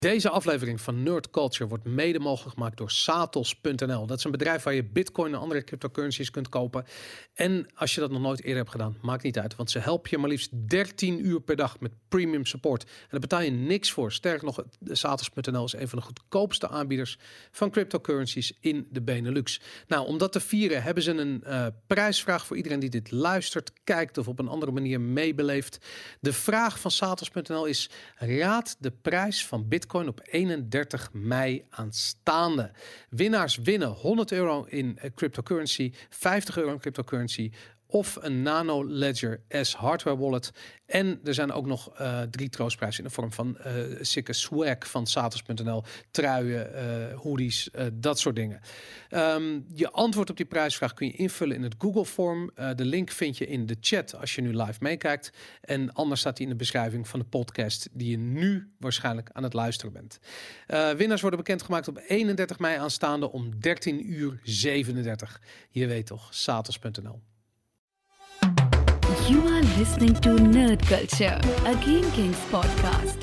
Deze aflevering van Nerd Culture wordt mede mogelijk gemaakt door Satos.nl. Dat is een bedrijf waar je bitcoin en andere cryptocurrencies kunt kopen. En als je dat nog nooit eerder hebt gedaan, maakt niet uit. Want ze helpen je maar liefst 13 uur per dag met premium support. En daar betaal je niks voor. Sterker nog, Satos.nl is een van de goedkoopste aanbieders van cryptocurrencies in de Benelux. Nou, om dat te vieren hebben ze een prijsvraag voor iedereen die dit luistert, kijkt of op een andere manier meebeleeft. De vraag van Satos.nl is: raad de prijs van bitcoin op 31 mei aanstaande. Winnaars winnen €100 in cryptocurrency, €50 in cryptocurrency of een Nano Ledger S hardware wallet. En er zijn ook nog 3 troostprijzen in de vorm van sikke swag van Satos.nl, truien, hoodies, dat soort dingen. Je antwoord op die prijsvraag kun je invullen in het Google Form. De link vind je in de chat als je nu live meekijkt. En anders staat die in de beschrijving van de podcast die je nu waarschijnlijk aan het luisteren bent. Winnaars worden bekendgemaakt op 31 mei aanstaande om 13:37. Je weet toch, Satos.nl. You are listening to Nerd Culture, a Game Kings podcast.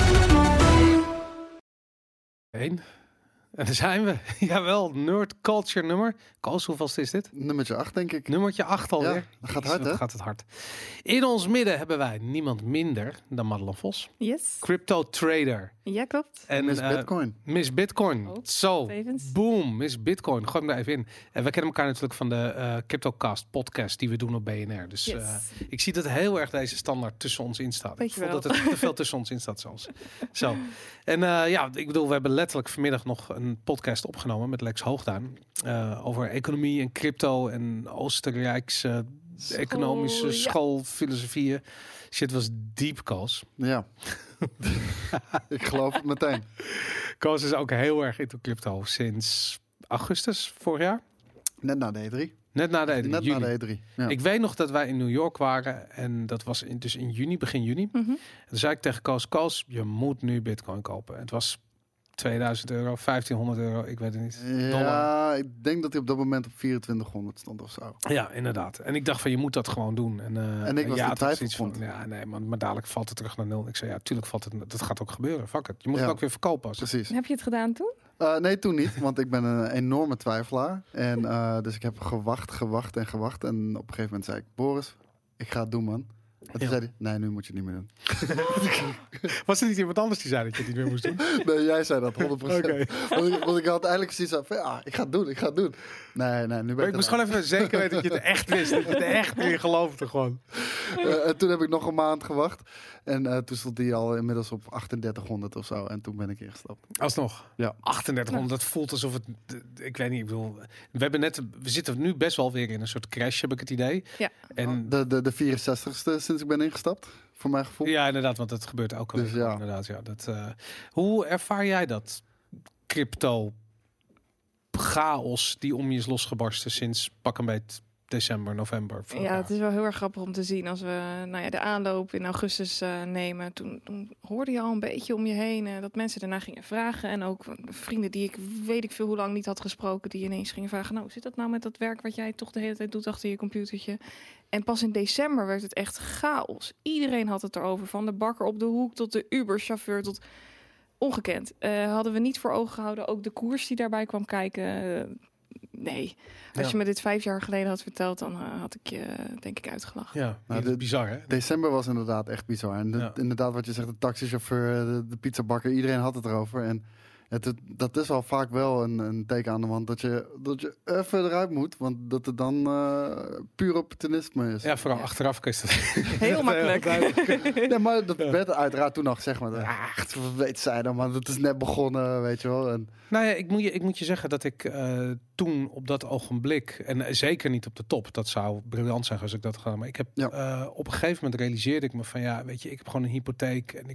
En daar zijn we. Jawel, Nerd Culture nummer. Koos, hoeveelste is dit? Nummertje 8, denk ik. Nummertje 8 alweer. Ja, dat gaat hard, hè? Gaat het hard. In ons midden hebben wij niemand minder dan Madeleine Vos. Yes. Crypto trader. Ja, klopt. En Miss Bitcoin. Miss Bitcoin. Oh, Zo, tevens. boom, Miss Bitcoin. Gooi hem daar even in. En we kennen elkaar natuurlijk van de CryptoCast podcast die we doen op BNR. Dus Yes. ik zie dat heel erg deze standaard tussen ons in staat. Weet je Ik voel wel. dat het te veel tussen ons in staat zelfs. Zo. En ja, ik bedoel, we hebben letterlijk vanmiddag nog een podcast opgenomen met Lex Hoogduin. Over economie en crypto en Oostenrijkse economische ja. schoolfilosofieën. Shit was diep, Koos. Ja. Ik geloof het meteen. Koos is ook heel erg into crypto sinds augustus vorig jaar. Net na de E3. Net na de E3. Net juni. na de E3. Ja. Ik weet nog dat wij in New York waren en dat was dus in juni, begin juni. Mhm. En toen zei ik tegen Koos, je moet nu bitcoin kopen. Het was €2000, €1500, ik weet het niet. Dollar. Ja, ik denk dat hij op dat moment op 2400 stond of zo. Ja, inderdaad. En ik dacht van, je moet dat gewoon doen. En ik was ja, de het was iets van, twijfelgrond. ja, nee, maar dadelijk valt het terug naar 0. Ik zei, ja, tuurlijk valt het, dat gaat ook gebeuren. Fuck it. Je moet Ja. het ook weer verkopen. Als het. Precies. Heb je het gedaan toen? Nee, toen niet, want ik ben een enorme twijfelaar. En dus ik heb gewacht. En op een gegeven moment zei ik, Boris, ik ga het doen, man. En toen Ja. zei hij, nee, nu moet je het niet meer doen. Was er niet iemand anders die zei dat je het niet meer moest doen? Nee, jij zei dat, 100%. Oké. Want ik had uiteindelijk zoiets van, ja, ik ga het doen. Nee, nu ben Maar ik ik moest eruit. gewoon even zeker weten dat je het echt wist. Dat je het echt in geloofde gewoon. En toen heb ik nog een maand gewacht. En toen stond die al inmiddels op 3800 of zo. En toen ben ik ingestapt. Alsnog. Ja. 3800, dat voelt alsof het... Ik weet niet, ik bedoel... We zitten nu best wel weer in een soort crash, heb ik het idee. Ja. En De 64ste sinds ik ben ingestapt, voor mijn gevoel. ja, inderdaad, want dat gebeurt elke Dus week. ja. Inderdaad, ja. Hoe ervaar jij dat? Crypto chaos die om je is losgebarsten sinds pak een beetje december, november. vorig Ja, jaar. het is wel heel erg grappig om te zien. Als we de aanloop in augustus nemen, toen hoorde je al een beetje om je heen dat mensen daarna gingen vragen. En ook vrienden die ik weet ik veel hoe lang niet had gesproken, die ineens gingen vragen, nou, hoe zit dat nou met dat werk wat jij toch de hele tijd doet achter je computertje? En pas in december werd het echt chaos. Iedereen had het erover, van de bakker op de hoek tot de Uber-chauffeur tot ongekend. Hadden we niet voor ogen gehouden, ook de koers die daarbij kwam kijken. Nee, als Ja. je me dit 5 jaar geleden had verteld, dan had ik je denk ik uitgelachen. Ja, Nou, dit is bizar, hè? December was inderdaad echt bizar. En Ja. inderdaad wat je zegt, de taxichauffeur, de pizzabakker, iedereen had het erover. En dat is wel vaak wel een teken aan de wand dat je even eruit moet. Want dat het dan puur opportunisme is. Ja, vooral achteraf kun je dat... Heel makkelijk. Nee, maar dat werd uiteraard toen nog, zeg maar. Wat weet zij dan, man. Dat is net begonnen, weet je wel. En, Nou ja, ik moet je zeggen dat ik toen op dat ogenblik, en zeker niet op de top, dat zou briljant zijn als ik dat ga, maar ik heb op een gegeven moment realiseerde ik me van, ja, weet je, ik heb gewoon een hypotheek en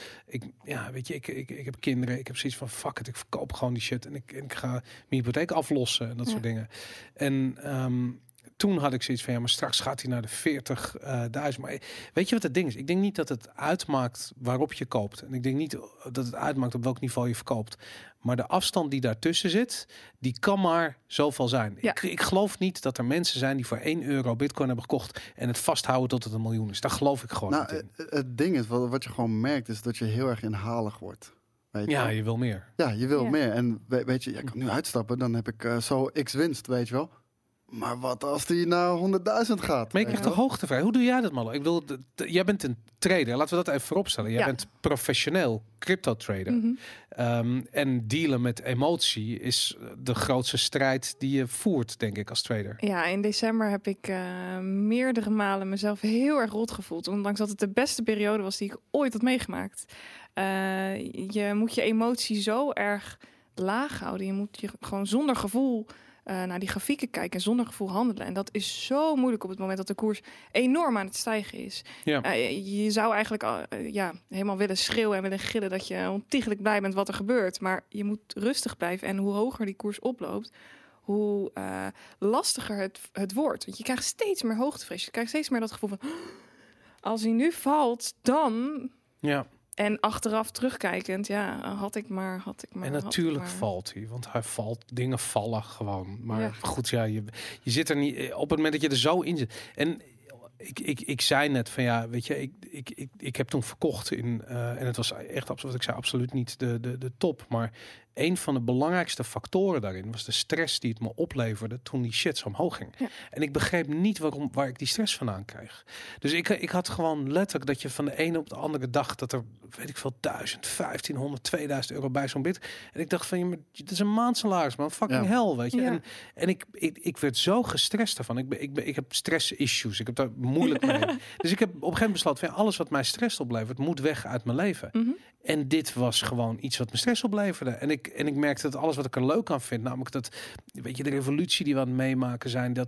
ik heb kinderen, ik heb zoiets van, fuck it, ik verkoop gewoon die shit en ik ga mijn hypotheek aflossen en dat soort dingen. En toen had ik zoiets van, ja, maar straks gaat hij naar de 40.000. Maar weet je wat het ding is? Ik denk niet dat het uitmaakt waarop je koopt. En ik denk niet dat het uitmaakt op welk niveau je verkoopt. Maar de afstand die daartussen zit, die kan maar zoveel zijn. Ja. Ik geloof niet dat er mensen zijn die voor €1 bitcoin hebben gekocht en het vasthouden tot het 1 miljoen is. Daar geloof ik gewoon niet in. Het ding is, wat je gewoon merkt, is dat je heel erg inhalig wordt. Weet je Ja, wel? je wil meer. Ja, je wil Ja. meer. En weet je, ik kan nu uitstappen, dan heb ik zo x winst, weet je wel. Maar wat als die naar 100.000 gaat? Maar je weet krijgt je de hoogtevrij. Hoe doe jij dat, Mallo? Ik wil, jij bent een trader. Laten we dat even vooropstellen. Jij Ja. bent professioneel crypto-trader. Mhm. En dealen met emotie is de grootste strijd die je voert, denk ik, als trader. Ja, in december heb ik meerdere malen mezelf heel erg rot gevoeld. Ondanks dat het de beste periode was die ik ooit had meegemaakt. Je moet je emotie zo erg laag houden. Je moet je gewoon zonder gevoel naar die grafieken kijken en zonder gevoel handelen. En dat is zo moeilijk op het moment dat de koers enorm aan het stijgen is. Ja. Je zou eigenlijk helemaal willen schreeuwen en willen gillen dat je ontiegelijk blij bent wat er gebeurt. Maar je moet rustig blijven. En hoe hoger die koers oploopt, hoe lastiger het wordt. Want je krijgt steeds meer hoogtevrees. Je krijgt steeds meer dat gevoel van, als hij nu valt, dan... Ja. En achteraf terugkijkend, had ik maar. En natuurlijk valt hij, want hij valt, dingen vallen gewoon. Maar Ja. goed, ja, je zit er niet op het moment dat je er zo in zit. En ik zei net van ja, weet je, ik heb toen verkocht in en het was echt wat ik zei, absoluut niet de top, maar een van de belangrijkste factoren daarin was de stress die het me opleverde toen die shit zo omhoog ging. Ja. En ik begreep niet waar ik die stress vandaan kreeg. Dus ik had gewoon letterlijk dat je van de ene op de andere dag dat er, weet ik veel, 1000, 1500, 2000 euro bij zo'n bid. En ik dacht van, maar dit is een maandsalaris, man, fucking hell, weet je. Ja. En ik werd zo gestrest ervan. Ik heb stress issues. Ik heb daar moeilijk mee. Dus ik heb op een gegeven moment besloten van alles wat mij stress oplevert, moet weg uit mijn leven. Mhm. En dit was gewoon iets wat me stress opleverde. En ik merkte dat alles wat ik er leuk aan vind, namelijk dat, weet je, de revolutie die we aan het meemaken zijn,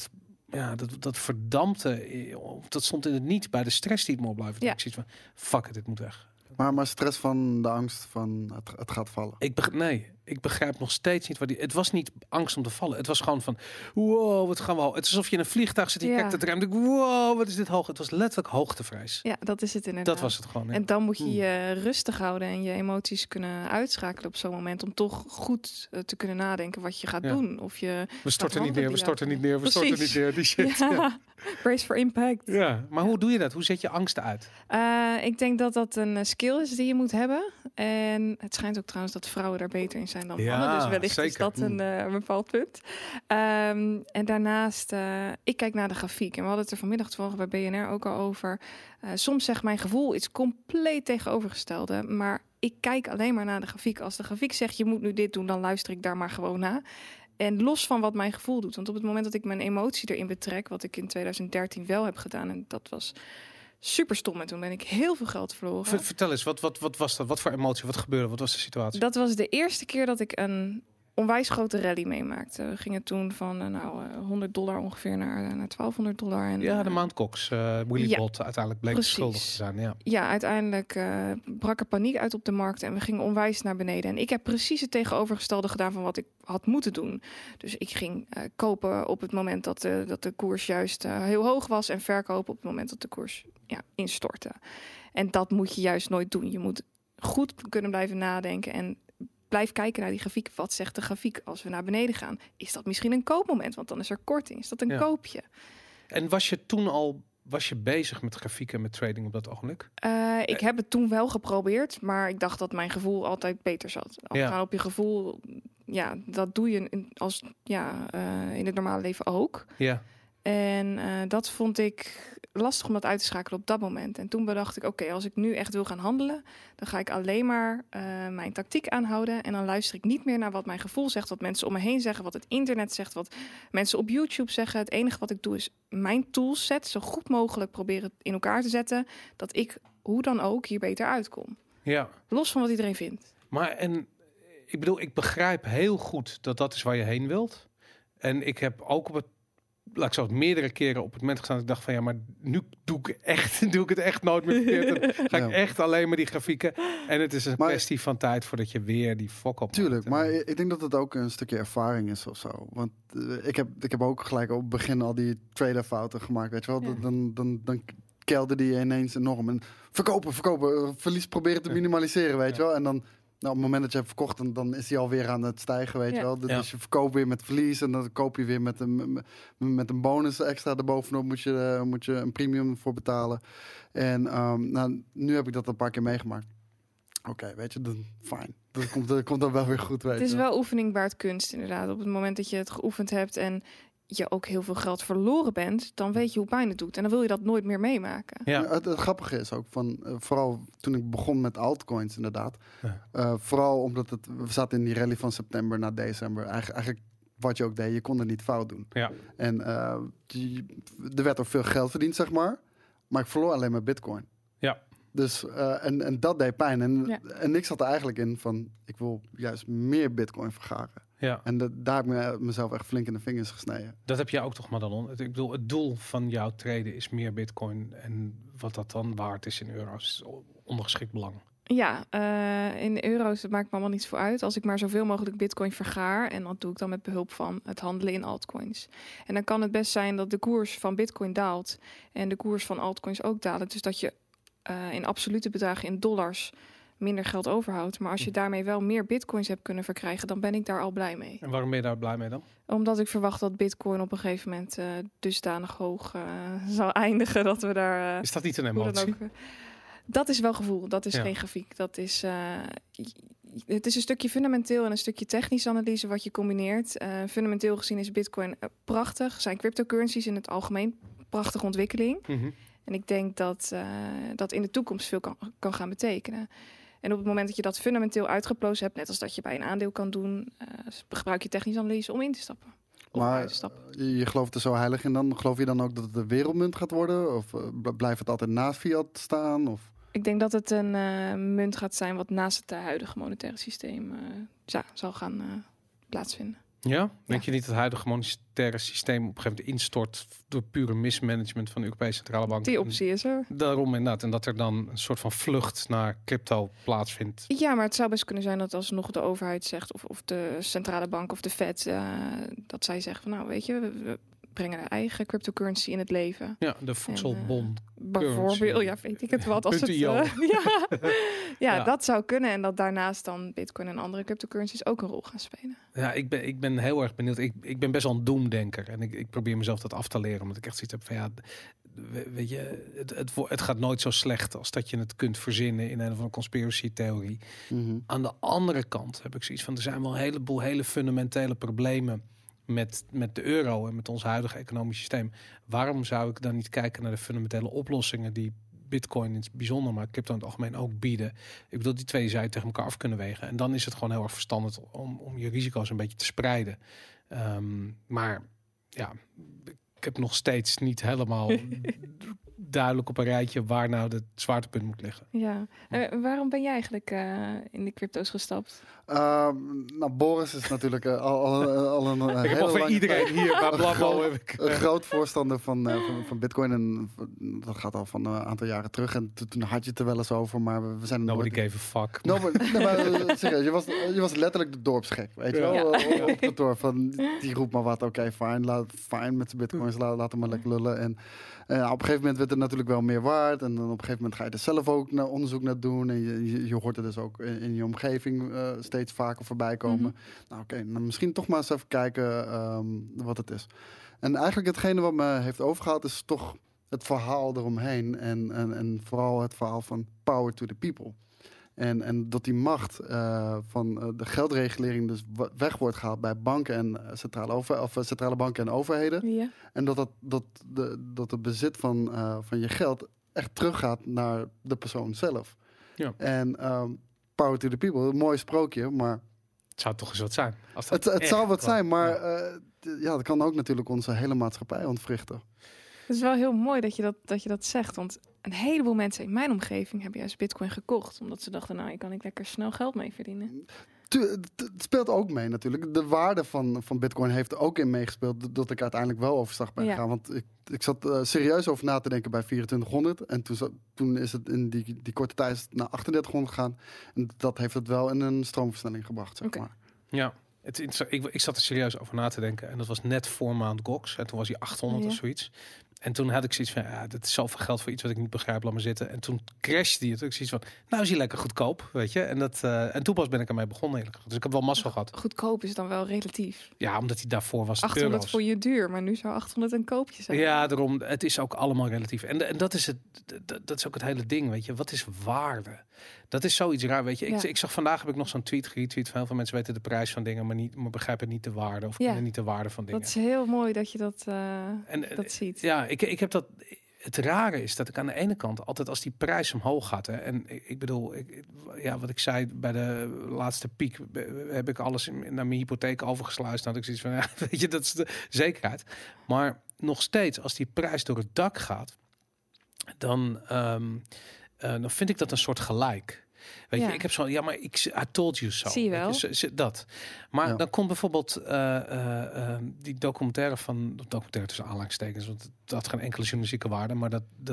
dat verdampte, dat stond in het niet bij de stress die het me opleverde. Ja. Ik zoiets van, fuck it, dit moet weg. Maar stress van de angst van het gaat vallen. Ik begrijp nog steeds niet waar die. Het was niet angst om te vallen. Het was gewoon van, wow, wat gaan we. Het is alsof je in een vliegtuig zit en je Ja. kijkt het ruim. Wow, wat is dit hoog? Het was letterlijk hoogtevrees. Ja, dat is het inderdaad. Dat was het gewoon. Ja. En dan moet je je rustig houden en je emoties kunnen uitschakelen op zo'n moment. Om toch goed te kunnen nadenken wat je gaat Ja. doen. Of je We storten niet handelen neer, we die storten niet avond. neer, we storten niet Precies. neer. Die shit. Ja. Ja. Brace for impact. Ja. Maar hoe doe je dat? Hoe zet je angsten uit? Ik denk dat dat een skill is die je moet hebben. En het schijnt ook trouwens dat vrouwen daar beter in zijn dan Ja, mannen. Dus wellicht is zeker. dat een bepaald punt. En daarnaast, ik kijk naar de grafiek. En we hadden het er vanmiddag toevallig bij BNR ook al over. Soms zegt mijn gevoel iets compleet tegenovergestelde. Maar ik kijk alleen maar naar de grafiek. Als de grafiek zegt je moet nu dit doen, dan luister ik daar maar gewoon naar. En los van wat mijn gevoel doet. Want op het moment dat ik mijn emotie erin betrek, wat ik in 2013 wel heb gedaan, en dat was super stom. En toen ben ik heel veel geld verloren. Vertel eens, wat was dat? Wat voor emotie? Wat gebeurde? Wat was de situatie? Dat was de eerste keer dat ik een onwijs grote rally meemaakte. We gingen toen van $100 ongeveer naar $1200. En, Ja, de Mount Cox. Willy ja, Bot uiteindelijk bleek precies. schuldig te zijn. Ja. Ja, uiteindelijk brak er paniek uit op de markt en we gingen onwijs naar beneden. En ik heb precies het tegenovergestelde gedaan van wat ik had moeten doen. Dus ik ging kopen op het moment dat de koers juist heel hoog was en verkopen op het moment dat de koers instortte. En dat moet je juist nooit doen. Je moet goed kunnen blijven nadenken en blijf kijken naar die grafiek. Wat zegt de grafiek als we naar beneden gaan? Is dat misschien een koopmoment? Want dan is er korting. Is dat een koopje? En was je toen al bezig met grafieken, met trading op dat ogenblik? Ik heb het toen wel geprobeerd, maar ik dacht dat mijn gevoel altijd beter zat. Afgaan op je gevoel, dat doe je in het normale leven ook. Ja. En dat vond ik lastig om dat uit te schakelen op dat moment. En toen bedacht ik, oké, als ik nu echt wil gaan handelen, dan ga ik alleen maar mijn tactiek aanhouden. En dan luister ik niet meer naar wat mijn gevoel zegt, wat mensen om me heen zeggen, wat het internet zegt, wat mensen op YouTube zeggen. Het enige wat ik doe is mijn toolset zo goed mogelijk proberen in elkaar te zetten, dat ik hoe dan ook hier beter uitkom. Ja. Los van wat iedereen vindt. Maar en ik bedoel, ik begrijp heel goed dat dat is waar je heen wilt. En ik heb ook meerdere keren op het moment gestaan. Ik dacht van maar nu doe ik het echt nooit meer verkeerd. Dan ga ik echt alleen maar die grafieken. En het is een kwestie van tijd voordat je weer die fok op. Tuurlijk, maar ik denk dat het ook een stukje ervaring is of zo. Want ik heb ook gelijk op het begin al die traderfouten gemaakt, weet je wel. Ja. Dan keilde die ineens enorm. En verkopen, verlies proberen te minimaliseren, weet je wel. En dan op het moment dat je hebt verkocht, dan is hij alweer aan het stijgen, weet je wel. Dus je verkoopt weer met verlies en dan koop je weer met een bonus extra erbovenop. Moet je een premium voor betalen. En nu heb ik dat een paar keer meegemaakt. Oké, weet je, dan fijn. Dat komt dan wel weer goed, weet je. Het is wel oefening waard kunst, inderdaad. Op het moment dat je het geoefend hebt en je ook heel veel geld verloren bent, dan weet je hoe pijn het doet. En dan wil je dat nooit meer meemaken. Ja. Ja, het grappige is ook van, vooral toen ik begon met altcoins inderdaad. Ja. Vooral omdat we zaten in die rally van september naar december. Eigenlijk wat je ook deed, je kon het niet fout doen. Ja. En er werd ook veel geld verdiend, zeg maar. Maar ik verloor alleen maar bitcoin. Ja. Dus, en dat deed pijn. En ik zat er eigenlijk in van, ik wil juist meer bitcoin vergaren. Ja. En daar heb ik mezelf echt flink in de vingers gesneden. Dat heb jij ook toch, Madelon? Ik bedoel, het doel van jouw traden is meer bitcoin. En wat dat dan waard is in euro's, is ondergeschikt belang. Ja, in euro's dat maakt me allemaal niets voor uit. Als ik maar zoveel mogelijk bitcoin vergaar. En dat doe ik dan met behulp van het handelen in altcoins. En dan kan het best zijn dat de koers van bitcoin daalt. En de koers van altcoins ook dalen. Dus dat je in absolute bedragen in dollars minder geld overhoudt. Maar als je daarmee wel meer bitcoins hebt kunnen verkrijgen, dan ben ik daar al blij mee. En waarom ben je daar blij mee dan? Omdat ik verwacht dat bitcoin op een gegeven moment dusdanig hoog zal eindigen. Dat we daar... Is dat niet een hoe dan emotie? ook, dat is wel gevoel, dat is Ja. geen grafiek. Dat is, het is een stukje fundamenteel en een stukje technische analyse wat je combineert. Fundamenteel gezien is bitcoin prachtig. Zijn cryptocurrencies in het algemeen prachtige ontwikkeling. Mhm. En ik denk dat dat in de toekomst veel kan gaan betekenen. En op het moment dat je dat fundamenteel uitgeplozen hebt, net als dat je bij een aandeel kan doen, gebruik je technische analyse om in te stappen. Of Maar uit te stappen. je gelooft er zo heilig in dan? Geloof je dan ook dat het een wereldmunt gaat worden? Of blijft het altijd naast fiat staan? Of? Ik denk dat het een munt gaat zijn wat naast het huidige monetaire systeem zal gaan plaatsvinden. Ja? Denk je niet dat het huidige monetaire systeem op een gegeven moment instort door pure mismanagement van de Europese Centrale Bank? Die optie is er. Daarom inderdaad. En dat er dan een soort van vlucht naar crypto plaatsvindt. Ja, maar het zou best kunnen zijn dat alsnog de overheid zegt, of de centrale bank of de Fed, dat zij zeggen van nou weet je, we brengen een eigen cryptocurrency in het leven. Ja, de voedselbon. Bijvoorbeeld, ja, weet ik het wat. Als het, .io. ja, dat zou kunnen. En dat daarnaast dan bitcoin en andere cryptocurrencies ook een rol gaan spelen. Ja, ik ben heel erg benieuwd. Ik ben best wel een doemdenker. En ik probeer mezelf dat af te leren. Omdat ik echt zoiets heb van ja, weet je, het gaat nooit zo slecht als dat je het kunt verzinnen in een of andere conspiracy theorie. Mhm. Aan de andere kant heb ik zoiets van, er zijn wel een heleboel hele fundamentele problemen met de euro en met ons huidige economisch systeem. Waarom zou ik dan niet kijken naar de fundamentele oplossingen die Bitcoin in het bijzonder, maar crypto in het algemeen ook bieden? Ik bedoel, die twee zou je tegen elkaar af kunnen wegen. En dan is het gewoon heel erg verstandig om je risico's een beetje te spreiden. Maar ja, ik heb nog steeds niet helemaal duidelijk op een rijtje waar nou het zwaartepunt moet liggen. Ja. Waarom ben jij eigenlijk in de crypto's gestapt? Nou, Boris is natuurlijk al een Ik heb hele al voor lange iedereen tijd hier bij Blablo heb een ik. groot voorstander van Bitcoin. En dat gaat al van een aantal jaren terug. En toen had je het er wel eens over, maar we zijn er Nobody nooit... gave a fuck. Maar serieus, je was letterlijk de dorpsgek, weet je wel? Ja. Op kantoor van, die roept maar wat, oké, fijn met zijn bitcoins, laat hem maar lekker lullen. En op een gegeven moment werd het natuurlijk wel meer waard. En dan op een gegeven moment ga je er zelf ook onderzoek naar doen. En je hoort het dus ook in je omgeving steeds vaker voorbij komen. Mhm. Nou oké, misschien toch maar eens even kijken wat het is. En eigenlijk hetgene wat me heeft overgehaald is toch het verhaal eromheen. En vooral het verhaal van power to the people. En dat die macht van de geldregulering dus weg wordt gehaald bij banken en centrale banken en overheden. Ja. En dat het bezit van je geld echt teruggaat naar de persoon zelf. Ja. En power to the people, een mooi sprookje, maar Het zou toch eens wat zijn. Als dat het echt zou wat kwam. zijn, maar Ja. dat kan ook natuurlijk onze hele maatschappij ontwrichten. Het is wel heel mooi dat je dat zegt. Want een heleboel mensen in mijn omgeving hebben juist bitcoin gekocht. Omdat ze dachten, nou, hier kan ik lekker snel geld mee verdienen. Het speelt ook mee natuurlijk. De waarde van Bitcoin heeft ook in meegespeeld dat ik uiteindelijk wel overstag ben Ja. gegaan. Want ik zat serieus over na te denken bij 2400. En toen is het in die korte tijd naar 3800 gegaan. En dat heeft het wel in een stroomversnelling gebracht, zeg Oké. maar. Ja, ik zat er serieus over na te denken. En dat was net voor maand Gox. En toen was hij 800 Ja. of zoiets. En toen had ik zoiets van, ja, dat is zoveel geld voor iets wat ik niet begrijp, laat maar zitten. En toen crashte die het. Ik zoiets van, nou is hij lekker goedkoop, weet je. En toen pas ben ik ermee begonnen, eerlijk gezegd. Dus ik heb wel mazzel gehad. Goedkoop is dan wel relatief. Ja, omdat hij daarvoor was 800 euro's. voor je duur, maar nu zou 800 een koopje zijn. Ja, daarom, het is ook allemaal relatief. En dat is dat is ook het hele ding, weet je. Wat is waarde? Dat is zoiets raar, weet je. Ja. Ik zag vandaag, heb ik nog zo'n tweet geretweet van heel veel mensen weten de prijs van dingen, maar begrijpen niet de waarde of kennen niet de waarde van dingen. Dat is heel mooi dat je dat ziet. Ja, ik heb dat. Het rare is dat ik aan de ene kant altijd als die prijs omhoog gaat. Hè, en ik bedoel, wat ik zei bij de laatste piek, heb ik alles naar mijn hypotheek overgesluist. Dan had ik zoiets van, ja, weet je, dat is de zekerheid. Maar nog steeds, als die prijs door het dak gaat, dan vind ik dat een soort gelijk. Weet je, ik heb zo, maar I told you so. Zie je wel. Dat. Maar dan komt bijvoorbeeld die documentaire tussen aanhalingstekens, want het had geen enkele journalistieke waarde, maar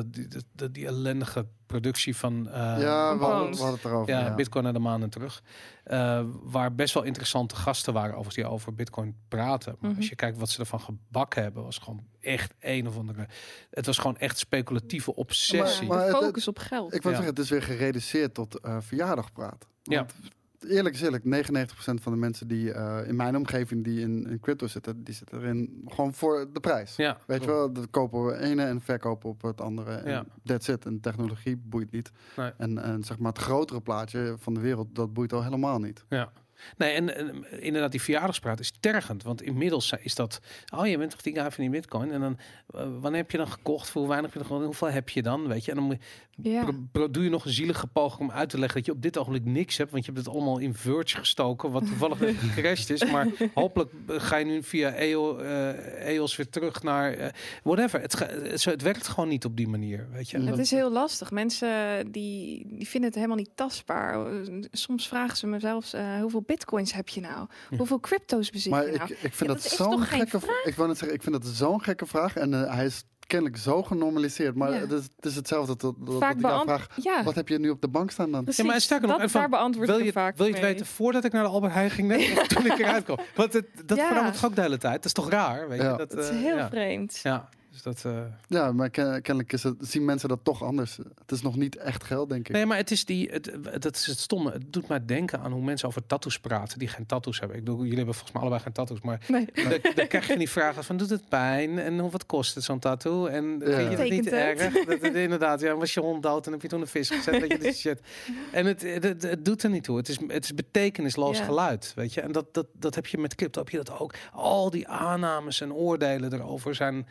die ellendige productie van we hadden het erover. Bitcoin naar de maan en terug. Waar best wel interessante gasten waren overigens die over Bitcoin praten. Maar als je kijkt wat ze ervan gebakken hebben, was gewoon echt een of andere. Het was gewoon echt speculatieve obsessie. Maar focus op geld. Ik wil zeggen, het is weer gereduceerd tot verjaardagpraat. Want eerlijk is eerlijk, 99% van de mensen die in mijn omgeving die in crypto zitten, die zitten erin gewoon voor de prijs. Ja, weet je wel, dat kopen we ene en verkopen op het andere. En that's it. En technologie boeit niet. Nee. En zeg maar het grotere plaatje van de wereld, dat boeit al helemaal niet. Ja. Nee, en inderdaad, die verjaardagspraat is tergend. Want inmiddels is dat, je bent toch die guy van die Bitcoin. En dan, wanneer heb je dan gekocht? Voor hoe weinig heb je dan? Hoeveel heb je dan? Weet je, en dan doe je nog een zielige poging om uit te leggen dat je op dit ogenblik niks hebt. Want je hebt het allemaal in Verge gestoken, wat toevallig gecrashed is. Maar hopelijk ga je nu via EOS weer terug naar whatever. Het werkt gewoon niet op die manier, weet je. Het is heel lastig. Mensen die vinden het helemaal niet tastbaar. Soms vragen ze me zelfs, hoeveel bitcoins heb je nou? Hoeveel crypto's bezit je nou? Ik vind dat zo'n gekke vraag. Ik wou net zeggen, ik vind dat zo'n gekke vraag. En hij is kennelijk zo genormaliseerd. Maar het is hetzelfde dat ik jou vraag. Wat heb je nu op de bank staan dan? Precies, ja, maar sterker nog, daar beantwoord ik vaak wil je het weten voordat ik naar de Albert Heijn ging? Net, of toen ik eruit kwam? Want dat verandert toch ook de hele tijd? Dat is toch raar? Weet je? Dat is heel vreemd. Ja. Dus dat, ja, maar kennelijk zien mensen dat toch anders. Het is nog niet echt geld, denk ik. Nee, maar het is dat is het stomme. Het doet mij denken aan hoe mensen over tattoos praten die geen tattoos hebben. Ik bedoel, jullie hebben volgens mij allebei geen tattoos, maar dan krijg je die vraag van, doet het pijn? En wat kost het zo'n tattoo? En vind je het niet erg? Inderdaad, was je hond dood en heb je toen een vis gezet? Weet je, dit shit. En het doet er niet toe. Het is betekenisloos geluid, weet je. En dat heb je met crypto, heb je dat ook. Al die aannames en oordelen erover zijn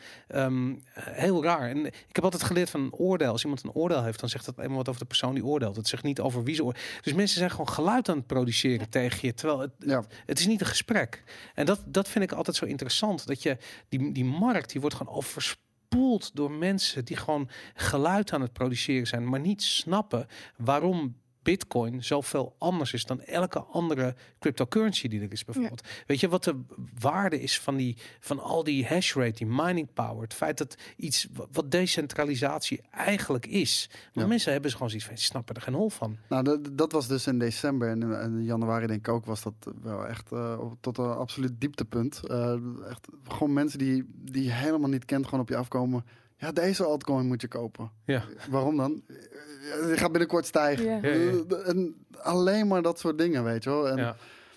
heel raar. En ik heb altijd geleerd van een oordeel. Als iemand een oordeel heeft, dan zegt dat eenmaal wat over de persoon die oordeelt. Het zegt niet over wie ze oordeelt. Dus mensen zijn gewoon geluid aan het produceren tegen je. Terwijl het is niet een gesprek. En dat vind ik altijd zo interessant. Dat je die markt, die wordt gewoon overspoeld door mensen die gewoon geluid aan het produceren zijn, maar niet snappen waarom Bitcoin zoveel anders is dan elke andere cryptocurrency die er is bijvoorbeeld. Weet je wat de waarde is van al die hash rate, die mining power, het feit dat iets wat decentralisatie eigenlijk is. Maar mensen hebben gewoon zoiets van, snappen er geen hol van. Nou, dat was dus in december en in januari denk ik ook was dat wel echt tot een absoluut dieptepunt. Echt gewoon mensen die je helemaal niet kent gewoon op je afkomen. Ja, deze altcoin moet je kopen. Ja. Waarom dan? Die gaat binnenkort stijgen. En alleen maar dat soort dingen, weet je wel. En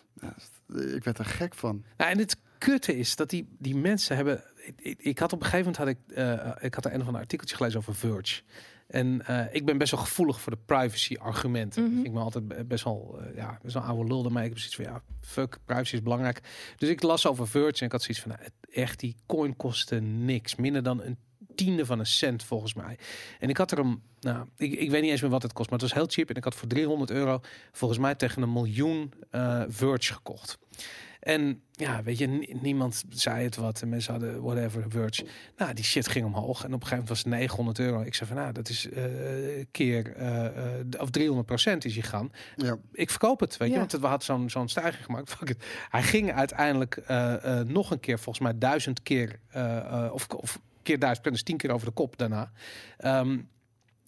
ik werd er gek van. Nou, en het kutte is dat die mensen hebben. Ik had op een gegeven moment ik had een of ander artikeltje gelezen over Verge. En ik ben best wel gevoelig voor de privacy argumenten. Ik vind me altijd best wel oude lul ermee. Ik heb zoiets van, fuck, privacy is belangrijk. Dus ik las over Verge en ik had zoiets van, echt, die coin kostte niks. Minder dan een tiende van een cent volgens mij. En ik had er ik weet niet eens meer wat het kost, maar het was heel cheap. En ik had voor €300 volgens mij tegen 1 miljoen Verge gekocht. En ja, weet je, niemand zei het wat. En mensen hadden whatever, Verge. Nou, die shit ging omhoog. En op een gegeven moment was het €900. Ik zei van, dat is keer of 300% is gegaan. Ja. Ik verkoop het, weet je. Want we hadden zo'n stijging gemaakt. Fuck it. Hij ging uiteindelijk nog een keer, volgens mij 1000 keer. Of keer 1000, dus 10 keer over de kop daarna.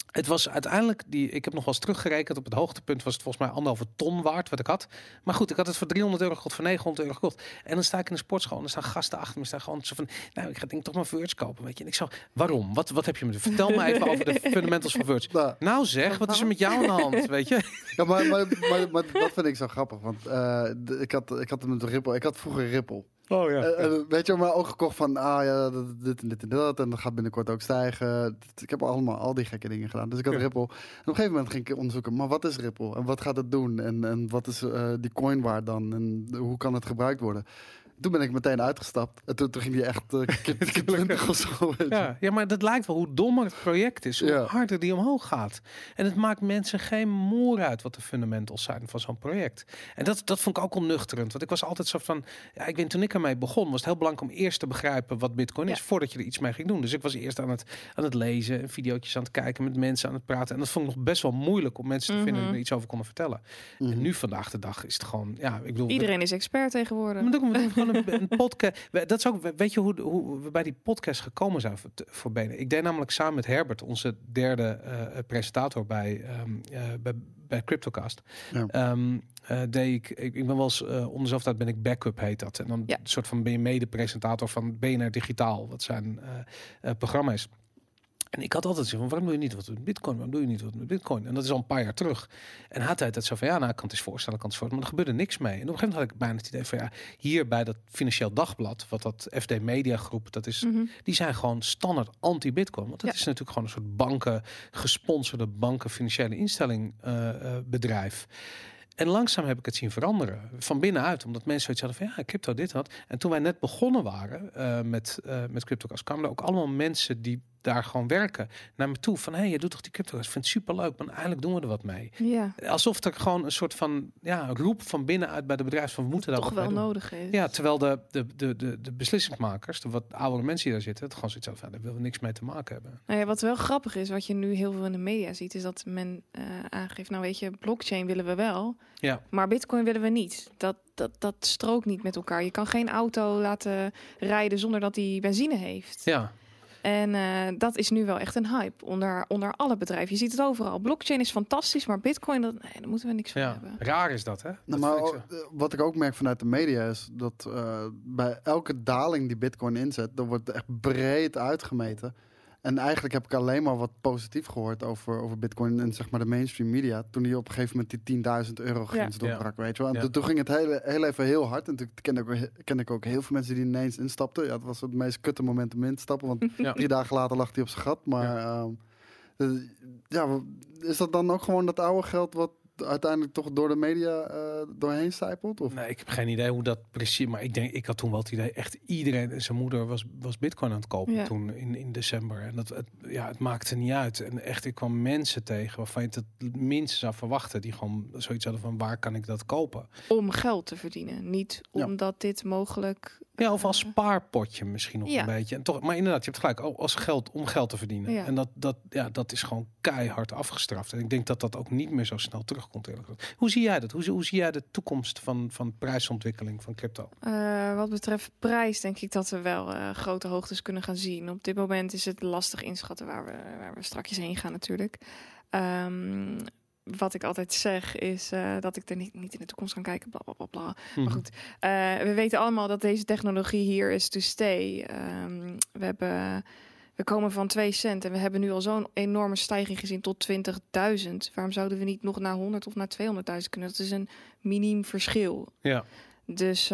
Het was uiteindelijk, ik heb nog wel eens teruggerekend. Op het hoogtepunt was het volgens mij 1,5 ton waard wat ik had. Maar goed, ik had het voor €300 gekocht, voor €900 gekocht. En dan sta ik in de sportschool en er staan gasten achter me. Staan gewoon zo van, nou, ik ga denk ik toch maar Verge kopen, weet je. En ik zo, waarom? Wat heb je me? Vertel me even over de fundamentals van Verge. Nou zeg, wat is er met jou aan de hand, weet je? Ja, maar dat vind ik zo grappig. Want ik had het met Ripple. Ik had vroeger Ripple. Oh ja. Weet je, maar ook gekocht van, dit en dit en dat. En dat gaat binnenkort ook stijgen. Ik heb allemaal al die gekke dingen gedaan. Dus ik had Ripple. En op een gegeven moment ging ik onderzoeken, maar wat is Ripple? En wat gaat het doen? En wat is die coin waard dan? En hoe kan het gebruikt worden? Toen ben ik meteen uitgestapt. En toen ging die echt keer 20 of zo. Ja, maar dat lijkt wel hoe dommer het project is. Hoe Ja. harder die omhoog gaat. En het maakt mensen geen moer uit wat de fundamentals zijn van zo'n project. En dat vond ik ook onnuchterend. Want ik was altijd zo van... Ja, ik weet, toen ik ermee begon, was het heel belangrijk om eerst te begrijpen wat Bitcoin is. Voordat je er iets mee ging doen. Dus ik was eerst aan het lezen. En video's aan het kijken. Met mensen aan het praten. En dat vond ik nog best wel moeilijk om mensen te vinden die er iets over konden vertellen. En nu vandaag de dag is het gewoon... Ja, ik bedoel, Iedereen is expert tegenwoordig. we doen gewoon een podcast. Dat is ook, weet je hoe we bij die podcast gekomen zijn voor BNR? Ik deed namelijk samen met Herbert, onze derde presentator bij Cryptocast. Ja. Deed ik ben wel eens om dezelfde tijd ben ik backup heet dat. En dan een soort van ben je mede-presentator van BNR Digitaal, wat zijn programma is. En ik had altijd zo van, waarom doe je niet wat met Bitcoin? Waarom doe je niet wat met Bitcoin? En dat is al een paar jaar terug. En hij had het zo van, ja, nou, ik kan het eens voorstellen, maar er gebeurde niks mee. En op een gegeven moment had ik bijna het idee van, ja, hier bij dat Financieel Dagblad, wat dat FD Media Groep, dat is, die zijn gewoon standaard anti-Bitcoin. Want dat is natuurlijk gewoon een soort gesponsorde banken, financiële instelling bedrijf. En langzaam heb ik het zien veranderen. Van binnenuit. Omdat mensen zoiets hadden van, ja, crypto dit had. En toen wij net begonnen waren met Cryptocast, kwamen er ook allemaal mensen die daar gewoon werken naar me toe. Van, hé, je doet toch die Cryptocast? Ik vind het superleuk, maar eigenlijk doen we er wat mee. Ja. Alsof er gewoon een soort van roep van binnenuit bij de bedrijven van, we moeten daar toch wat mee wel doen. nodig is. Ja, terwijl de beslissingsmakers, de wat oudere mensen die daar zitten, het gewoon zoiets hadden van, daar willen we niks mee te maken hebben. Nou ja, wat wel grappig is, wat je nu heel veel in de media ziet, is dat men aangeeft, nou weet je, blockchain willen we wel, maar Bitcoin willen we niet. Dat strookt niet met elkaar. Je kan geen auto laten rijden zonder dat die benzine heeft. Ja. En dat is nu wel echt een hype onder alle bedrijven. Je ziet het overal. Blockchain is fantastisch, maar Bitcoin, daar moeten we niks van hebben. Raar is dat, hè? Nou, maar wat ik ook merk vanuit de media is dat bij elke daling die Bitcoin inzet, dan wordt echt breed uitgemeten. En eigenlijk heb ik alleen maar wat positief gehoord over Bitcoin en zeg maar de mainstream media. Toen die op een gegeven moment die €10.000 grens doorbrak, weet je wel. En toen ging het heel even heel hard. En toen kende ik ook heel veel mensen die ineens instapten. Ja, het was het meest kutte moment om in te stappen. Want 3 dagen later lag hij op zijn gat. Maar is dat dan ook gewoon dat oude geld wat uiteindelijk toch door de media doorheen sijpelt? Of? Nee, ik heb geen idee hoe dat precies... Maar ik had toen wel het idee, echt iedereen en zijn moeder was Bitcoin aan het kopen toen in december. En het maakte niet uit. En echt, ik kwam mensen tegen waarvan je het minst zou verwachten. Die gewoon zoiets hadden van, waar kan ik dat kopen? Om geld te verdienen. Niet omdat dit mogelijk... Ja, of als spaarpotje misschien nog een beetje. En toch, maar inderdaad, je hebt gelijk, als geld om geld te verdienen. Ja. En dat is gewoon keihard afgestraft. En ik denk dat dat ook niet meer zo snel terugkomt. Hoe zie jij dat? Hoe zie jij de toekomst van prijsontwikkeling van crypto? Wat betreft prijs denk ik dat we wel grote hoogtes kunnen gaan zien. Op dit moment is het lastig inschatten waar we strakjes heen gaan natuurlijk. Wat ik altijd zeg is dat ik er niet in de toekomst kan kijken, bla bla bla bla. Maar goed, we weten allemaal dat deze technologie hier is to stay. We komen van 2 cent en we hebben nu al zo'n enorme stijging gezien tot 20.000. Waarom zouden we niet nog naar 100 of naar 200.000 kunnen? Dat is een miniem verschil. Ja. Dus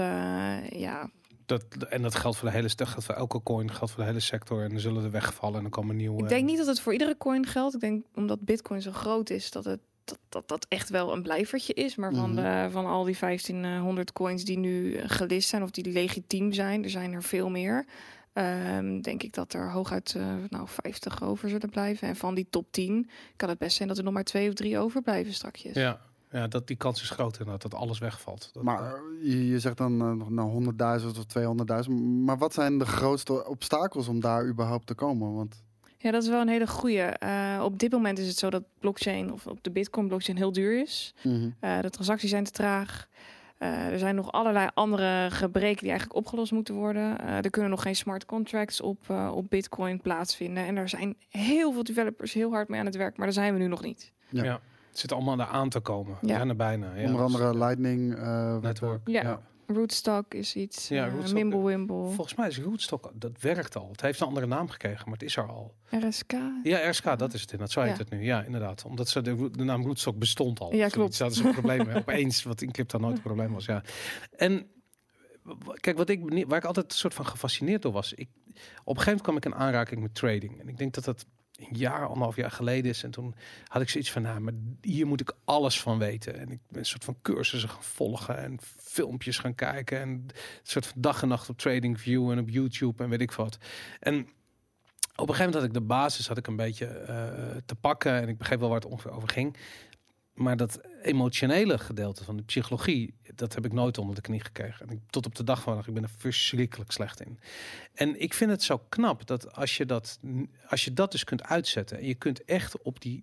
Dat geldt voor de hele geldt voor elke coin, geldt voor de hele sector. En dan zullen er wegvallen en dan komen nieuwe... Ik denk niet dat het voor iedere coin geldt. Ik denk omdat Bitcoin zo groot is dat echt wel een blijvertje is. Maar van al die 1500 coins die nu gelist zijn of die legitiem zijn, er zijn er veel meer. Denk ik dat er hooguit 50 over zullen blijven. En van die top 10 kan het best zijn dat er nog maar 2 of 3 overblijven strakjes. Ja, die kans is groot inderdaad, dat alles wegvalt. Maar je zegt dan nog naar 100.000 of 200.000. Maar wat zijn de grootste obstakels om daar überhaupt te komen? Want... Ja, dat is wel een hele goeie. Op dit moment is het zo dat blockchain of op de Bitcoin blockchain heel duur is. De transacties zijn te traag. Er zijn nog allerlei andere gebreken die eigenlijk opgelost moeten worden. Er kunnen nog geen smart contracts op Bitcoin plaatsvinden. En er zijn heel veel developers heel hard mee aan het werk, maar daar zijn we nu nog niet. Ja. Het zit allemaal daar aan te komen. Ja. Ja, bijna. Ja, Onder andere Lightning Network. Ja. Rootstock is iets. Ja, Rootstock. Mimblewimble. Volgens mij is Rootstock, dat werkt al. Het heeft een andere naam gekregen, maar het is er al. RSK. Ja, RSK, dat is het inderdaad. Zo heet Ja. het nu. Ja, inderdaad. Omdat de naam Rootstock bestond al. Ja, klopt. Dat is een probleem. Hè. Opeens, wat in crypto nooit een probleem was. Ja. En kijk, waar ik altijd een soort van gefascineerd door was. Op een gegeven moment kwam ik in aanraking met trading. En ik denk dat dat een anderhalf jaar geleden is. En toen had ik zoiets van, nou, maar hier moet ik alles van weten. En ik ben een soort van cursussen gaan volgen en filmpjes gaan kijken. En een soort van dag en nacht op TradingView en op YouTube en weet ik wat. En op een gegeven moment had ik de basis een beetje te pakken. En ik begreep wel waar het ongeveer over ging. Maar dat emotionele gedeelte van de psychologie, dat heb ik nooit onder de knie gekregen. En tot op de dag van vandaag, ik ben er verschrikkelijk slecht in. En ik vind het zo knap dat als je dat dus kunt uitzetten en je kunt echt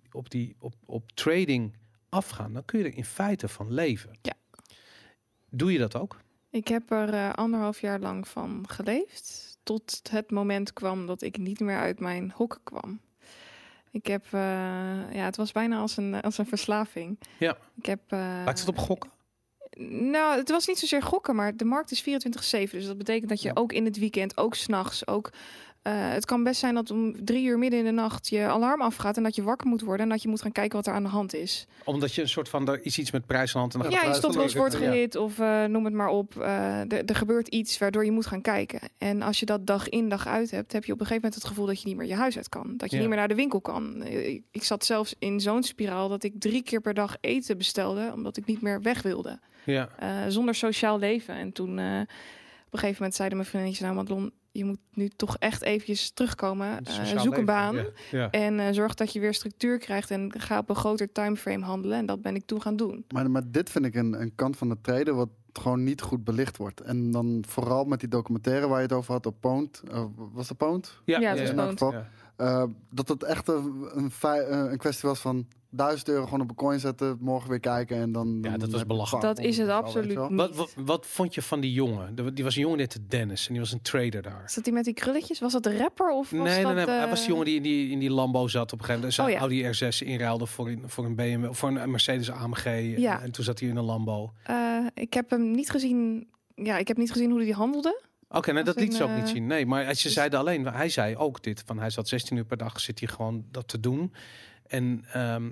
op trading afgaan, dan kun je er in feite van leven. Ja. Doe je dat ook? Ik heb er 1,5 jaar lang van geleefd. Tot het moment kwam dat ik niet meer uit mijn hok kwam. Ik heb, het was bijna als een verslaving. Ja. Ik heb. Lijkt het op gokken? Nou, het was niet zozeer gokken, maar de markt is 24/7. Dus dat betekent dat je ook in het weekend, ook 's nachts, ook. Het kan best zijn dat om 3 uur midden in de nacht je alarm afgaat en dat je wakker moet worden en dat je moet gaan kijken wat er aan de hand is. Omdat je een soort van, er is iets met prijs aan de hand. En dan Ja, gaat je de prijs stoploss wordt omhoog. gehit of noem het maar op. Er gebeurt iets waardoor je moet gaan kijken. En als je dat dag in dag uit hebt, heb je op een gegeven moment het gevoel dat je niet meer je huis uit kan. Dat je niet meer naar de winkel kan. Ik zat zelfs in zo'n spiraal dat ik 3 keer per dag eten bestelde, omdat ik niet meer weg wilde. Ja. Zonder sociaal leven. En toen op een gegeven moment zeiden mijn vriendinnetjes, nou Madelon, je moet nu toch echt eventjes terugkomen. Sociaal Zoek een leven, baan. ja. Ja. En zorg dat je weer structuur krijgt en ga op een groter timeframe handelen. En dat ben ik toen gaan doen. Maar dit vind ik een kant van het traden wat gewoon niet goed belicht wordt. En dan vooral met die documentaire waar je het over had op Poont. Was dat Poont? Ja, het was in elk Poont. geval. Ja. Dat het echt een kwestie was van €1000 gewoon op een coin zetten, morgen weer kijken en dan... Ja, dat was heb je belachelijk. Dat is het 1200 of zo, weet je absoluut wel. niet. Wat vond je van die jongen? Die was een jongen die heette Dennis en die was een trader daar. Zat hij met die krulletjes? Was dat de rapper of was Nee, dat... hij was die jongen die in die Lambo zat op een gegeven moment. Zijn Oh ja. Audi R6 inruilde voor een BMW, of voor een Mercedes AMG. Ja. En toen zat hij in een Lambo. Ik heb hem niet gezien. Ja, ik heb niet gezien hoe hij handelde. Oké, nee, dat Als liet ze ook een, niet zien. Nee, maar ze dus- zeiden alleen, hij zei ook dit, van hij zat 16 uur per dag, zit hij gewoon dat te doen. En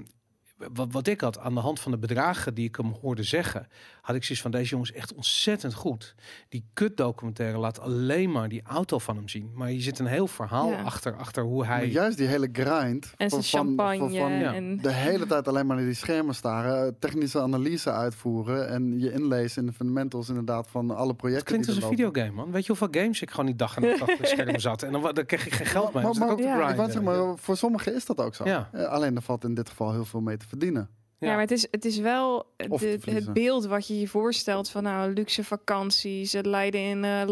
wat ik had aan de hand van de bedragen die ik hem hoorde zeggen, had ik zoiets van, deze jongen is echt ontzettend goed. Die kutdocumentaire laat alleen maar die auto van hem zien. Maar je zit een heel verhaal Ja. achter hoe Maar hij... juist die hele grind. En zijn champagne. ja. En... De hele tijd alleen maar naar die schermen staren, technische analyse uitvoeren en je inlezen in de fundamentals inderdaad van alle Het projecten. klinkt als die een er lopen. videogame, man. Weet je hoeveel games ik gewoon die dag en nacht achter de scherm zat? En dan kreeg ik geen geld mee. Maar- Dus dat maar- ook te ja, Ik grinden. wou zeggen, maar voor sommigen is dat ook zo. Ja. Alleen er valt in dit geval heel veel mee te verdienen. Ja, maar het is wel Of te het verliezen. beeld wat je je voorstelt van nou luxe vakanties, het rijden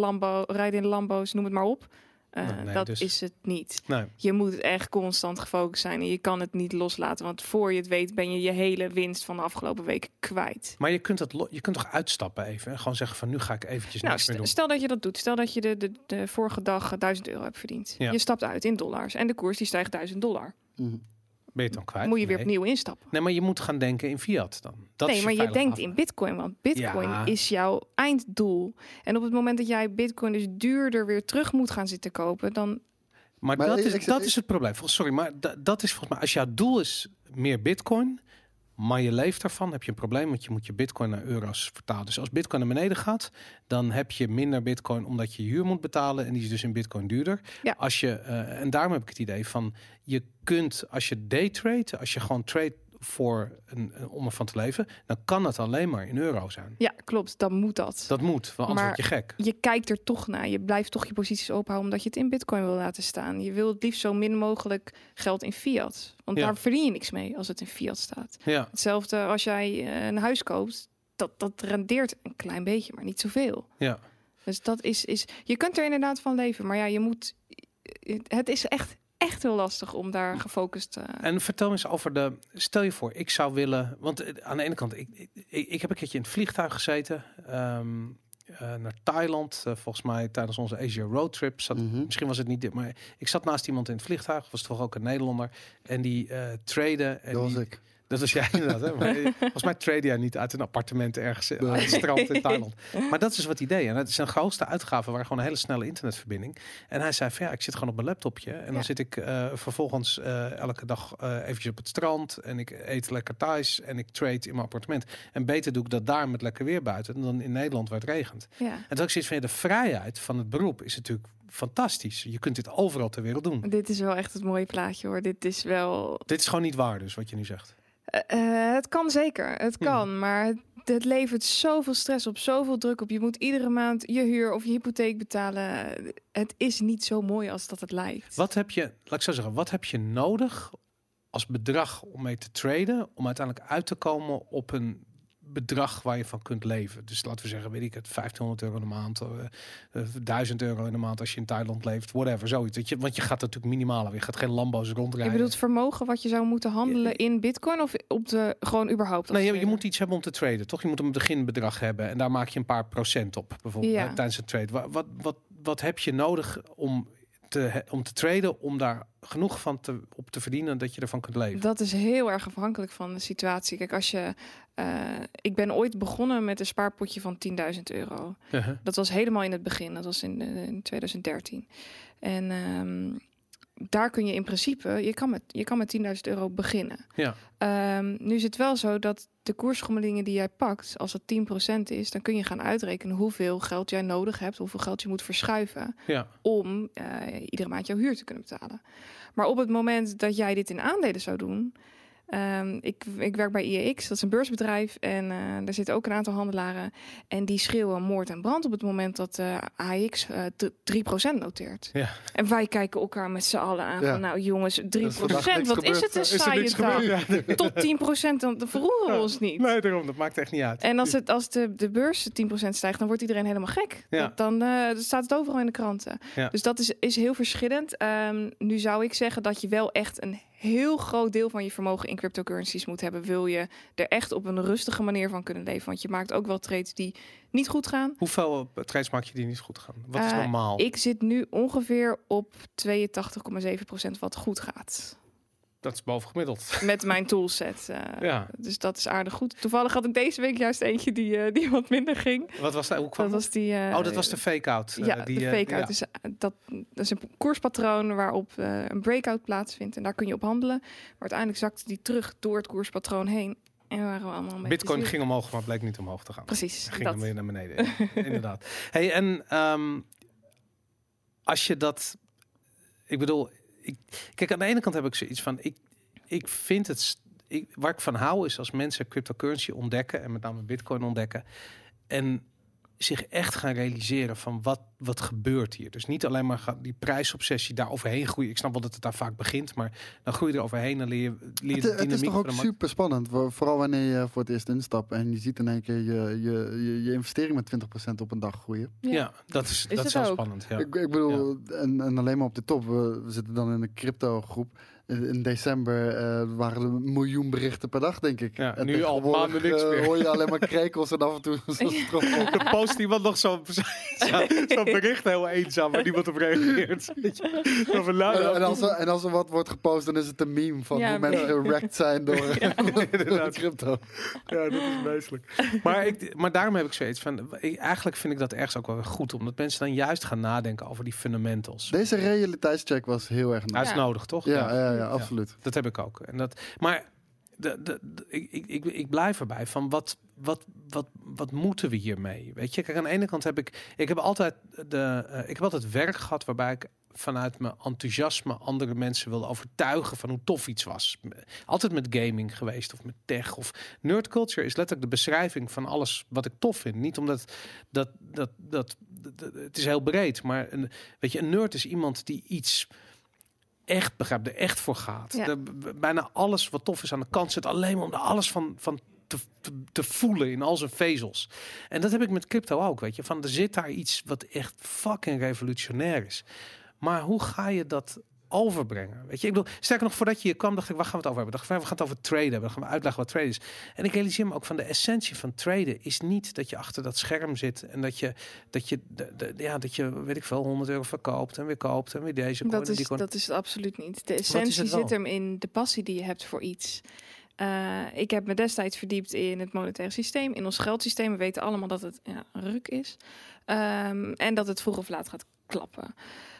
in Lambo's, noem het maar op. Nee, dat dus- is het niet. Nee. Je moet echt constant gefocust zijn en je kan het niet loslaten, want voor je het weet ben je je hele winst van de afgelopen week kwijt. Maar je kunt toch uitstappen even en gewoon zeggen van nu ga ik eventjes Nou, niks meer doen. stel dat je dat doet. Stel dat je de vorige dag €1000 hebt verdiend. Ja. Je stapt uit in dollars en de koers die stijgt $1000. Mhm. Ben je het dan kwijt? Moet je weer Nee. opnieuw instappen. Nee, maar je moet gaan denken in fiat dan. Dat Nee, is maar je veilige denkt haven. in Bitcoin, want Bitcoin Ja. is jouw einddoel. En op het moment dat jij Bitcoin dus duurder weer terug moet gaan zitten kopen, dan Maar Maar dat ik- is het probleem. Sorry, maar dat is volgens mij, als jouw doel is meer Bitcoin, maar je leeft daarvan, heb je een probleem, want je moet je Bitcoin naar euro's vertalen. Dus als Bitcoin naar beneden gaat, dan heb je minder Bitcoin omdat je huur moet betalen en die is dus in Bitcoin duurder. Ja. Als je en daarom heb ik het idee van, je kunt als je daytrade, als je gewoon trade voor om ervan te leven, dan kan het alleen maar in euro zijn. ja, klopt, dan moet dat. Dat moet, want anders Maar- word je gek. Je kijkt er toch naar. Je blijft toch je posities openhouden omdat je het in Bitcoin wil laten staan. Je wil het liefst zo min mogelijk geld in fiat. Want Ja. daar verdien je niks mee als het in fiat staat. Ja. Hetzelfde als jij een huis koopt. Dat rendeert een klein beetje, maar niet zoveel. Ja. Dus dat is je kunt er inderdaad van leven. Maar ja, je moet... Het is echt echt heel lastig om daar gefocust te... En vertel eens over stel je voor, ik zou willen... Want aan de ene kant, ik heb een keertje in het vliegtuig gezeten... naar Thailand, volgens mij tijdens onze Asia roadtrip. Misschien was het niet dit, maar ik zat naast iemand in het vliegtuig, was toch ook een Nederlander, en die traden. En Dat was ik. Dat was jij inderdaad. Hè? Maar, volgens mij trade jij niet uit een appartement ergens aan het strand in Thailand. Maar dat is wat idee. En het is een grootste uitgave waar gewoon een hele snelle internetverbinding. En hij zei van ik zit gewoon op mijn laptopje. En dan zit ik vervolgens elke dag eventjes op het strand. En ik eet lekker thuis. En ik trade in mijn appartement. En beter doe ik dat daar met lekker weer buiten dan in Nederland waar het regent. Ja. En toen ik zoiets van de vrijheid van het beroep is natuurlijk fantastisch. Je kunt dit overal ter wereld doen. Dit is wel echt het mooie plaatje hoor. Dit is gewoon niet waar dus, wat je nu zegt. Het kan zeker, het kan, maar het levert zoveel stress op, zoveel druk op. Je moet iedere maand je huur of je hypotheek betalen. Het is niet zo mooi als dat het lijkt. Wat heb je nodig als bedrag om mee te traden, om uiteindelijk uit te komen op een bedrag waar je van kunt leven? Dus laten we zeggen, weet ik het, €1500 in de maand, €1000 in de maand als je in Thailand leeft, whatever, zoiets. Want je gaat natuurlijk minimaal, je gaat geen Lambo's rondrijden. Je bedoelt vermogen wat je zou moeten handelen in Bitcoin of op de gewoon überhaupt? Nee, je moet iets hebben om te traden, toch? Je moet een beginbedrag hebben en daar maak je een paar procent op, bijvoorbeeld tijdens het trade. Wat heb je nodig om te traden, om daar genoeg van op te verdienen dat je ervan kunt leven? Dat is heel erg afhankelijk van de situatie. Kijk, als je... ik ben ooit begonnen met een spaarpotje van €10.000. Dat was helemaal in het begin. Dat was in 2013. En daar kun je in principe... Je kan met €10.000 beginnen. Ja. Nu is het wel zo dat de koersschommelingen die jij pakt, als het 10% is, dan kun je gaan uitrekenen hoeveel geld jij nodig hebt, hoeveel geld je moet verschuiven om iedere maand jouw huur te kunnen betalen. Maar op het moment dat jij dit in aandelen zou doen, ik werk bij IEX, dat is een beursbedrijf en daar zitten ook een aantal handelaren en die schreeuwen moord en brand op het moment dat AEX 3% noteert. Ja. En wij kijken elkaar met z'n allen aan van nou jongens, 3%, wat is het een Is er saaie niks taal? gebeurd? Tot 10% dan verroeren we ons niet. Nee, daarom, dat maakt echt niet uit. En als de beurs 10% stijgt, dan wordt iedereen helemaal gek. Ja. Dan staat het overal in de kranten. Ja. Dus dat is heel verschillend. Nu zou ik zeggen dat je wel echt een heel groot deel van je vermogen in cryptocurrencies moet hebben. Wil je er echt op een rustige manier van kunnen leven? Want je maakt ook wel trades die niet goed gaan. Hoeveel trades maak je die niet goed gaan? Wat is normaal? Ik zit nu ongeveer op 82,7% wat goed gaat. Dat is bovengemiddeld. Met mijn toolset. Dus dat is aardig goed. Toevallig had ik deze week juist eentje die wat minder ging. Wat was dat? Hoe kwam dat? Dat was de fake-out. De fake-out. Dus, dat is een koerspatroon waarop een breakout plaatsvindt. En daar kun je op handelen. Maar uiteindelijk zakte die terug door het koerspatroon heen. En waren we allemaal een beetje Bitcoin ging omhoog, maar bleek niet omhoog te gaan. Precies. Het ging dan weer naar beneden. Inderdaad. Hey, en als je dat... Ik bedoel... Kijk, aan de ene kant heb ik zoiets van... Ik vind het... Waar ik van hou is als mensen cryptocurrency ontdekken... en met name Bitcoin ontdekken... en zich echt gaan realiseren van wat gebeurt hier. Dus niet alleen maar die prijsobsessie daar overheen groeien. Ik snap wel dat het daar vaak begint, maar dan groei je er overheen en leer je de dynamiek. Het is toch ook super spannend, vooral wanneer je voor het eerst instapt en je ziet in één keer je investering met 20% op een dag groeien. Ja, dat is wel spannend. Ja. Ik bedoel, en alleen maar op de top. We zitten dan in een crypto groep. In december waren er 1 miljoen berichten per dag, denk ik. Ja, en nu al maanden niks meer. Hoor je alleen maar krekels en af en toe De post iemand nog zo'n bericht heel eenzaam waar niemand op reageert. En als er wat wordt gepost, dan is het een meme van hoe mensen gerekt zijn door crypto. Ja, dat is wezenlijk. Maar daarom heb ik zoiets van... Eigenlijk vind ik dat ergens ook wel goed, omdat mensen dan juist gaan nadenken over die fundamentals. Deze realiteitscheck was heel erg nodig. Hij is nodig, toch? Ja, absoluut. Dat heb ik ook. Maar ik blijf erbij van wat moeten we hiermee? Weet je, kijk, aan de ene kant heb ik heb altijd werk gehad waarbij ik vanuit mijn enthousiasme andere mensen wilde overtuigen van hoe tof iets was. Altijd met gaming geweest of met tech of nerd culture is letterlijk de beschrijving van alles wat ik tof vind. Niet omdat het is heel breed, maar een nerd is iemand die iets echt begrijpt, er echt voor gaat. Ja. Bijna alles wat tof is aan de kant zit alleen maar om er alles van te voelen in al zijn vezels. En dat heb ik met crypto ook, weet je. Van er zit daar iets wat echt fucking revolutionair is. Maar hoe ga je dat overbrengen. Weet je, ik bedoel, sterker nog, voordat je hier kwam, dacht ik, waar gaan we het over hebben? Dacht ik, we gaan het over traden hebben. Dan gaan we uitleggen wat traden is. En ik realiseer me ook van de essentie van traden is niet dat je achter dat scherm zit en dat je weet ik veel, €100 verkoopt en weer koopt en weer deze coin en die coin. Dat is het absoluut niet. De essentie zit hem in de passie die je hebt voor iets. Ik heb me destijds verdiept in het monetaire systeem, in ons geldsysteem. We weten allemaal dat het een ruk is. En dat het vroeg of laat gaat klappen.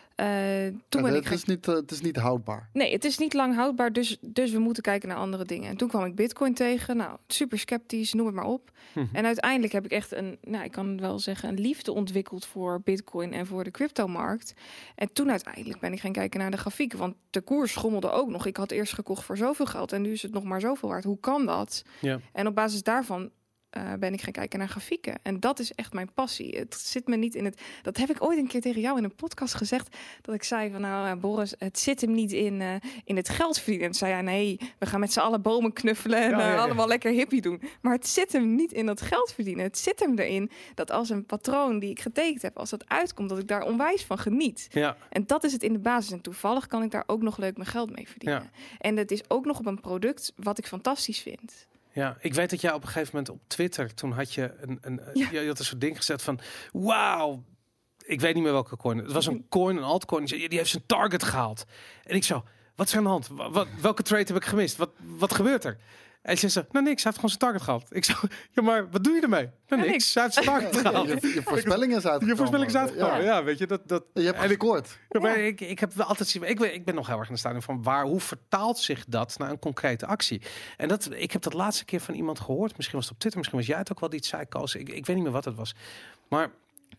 Het is niet houdbaar. Nee, het is niet lang houdbaar, dus we moeten kijken naar andere dingen. En toen kwam ik Bitcoin tegen. Nou, super sceptisch, noem het maar op. En uiteindelijk heb ik echt ik kan wel zeggen, een liefde ontwikkeld voor Bitcoin en voor de cryptomarkt. En toen uiteindelijk ben ik gaan kijken naar de grafieken, want de koers schommelde ook nog. Ik had eerst gekocht voor zoveel geld en nu is het nog maar zoveel waard. Hoe kan dat? Ja. En op basis daarvan ben ik gaan kijken naar grafieken. En dat is echt mijn passie. Het zit me niet in het... Dat heb ik ooit een keer tegen jou in een podcast gezegd. Dat ik zei van, Boris, het zit hem niet in het geld verdienen. En zei nee, we gaan met z'n allen bomen knuffelen en allemaal lekker hippie doen. Maar het zit hem niet in dat geld verdienen. Het zit hem erin dat als een patroon die ik getekend heb, als dat uitkomt, dat ik daar onwijs van geniet. Ja. En dat is het in de basis. En toevallig kan ik daar ook nog leuk mijn geld mee verdienen. Ja. En het is ook nog op een product wat ik fantastisch vind. Ja, ik weet dat jij op een gegeven moment op Twitter, toen had je je had een soort ding gezet van, wauw, ik weet niet meer welke coin. Het was een coin, een altcoin, die heeft zijn target gehaald. En ik zo, wat is er aan de hand? Welke trade heb ik gemist? Wat gebeurt er? En ze zei, niks, hij heeft gewoon zijn target gehaald. Ik zo, ja, maar wat doe je ermee? Niks, hij heeft zijn target gehaald. Je voorspelling is uitgekomen. Je voorspelling is uitgekomen, ja, weet je. Je hebt gescoord. Ik heb altijd zien, ik ben nog heel erg in de stadium van hoe vertaalt zich dat naar een concrete actie? En ik heb dat laatste keer van iemand gehoord. Misschien was het op Twitter, misschien was jij het ook wel die het zei, Koos. Ik weet niet meer wat het was. Maar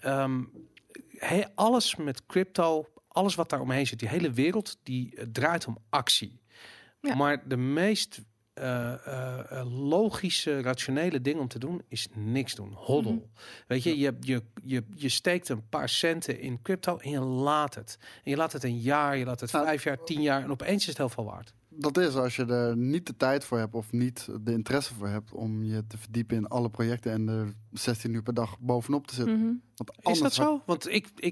alles met crypto, alles wat daar omheen zit, die hele wereld, die draait om actie. Ja. Maar de meest logische, rationele ding om te doen is niks doen. Hoddel. Weet je, je steekt een paar centen in crypto en je laat het. En je laat het een jaar, je laat het 5 jaar, 10 jaar en opeens is het heel veel waard. Dat is als je er niet de tijd voor hebt of niet de interesse voor hebt om je te verdiepen in alle projecten en er 16 uur per dag bovenop te zitten. Want is dat zo? Want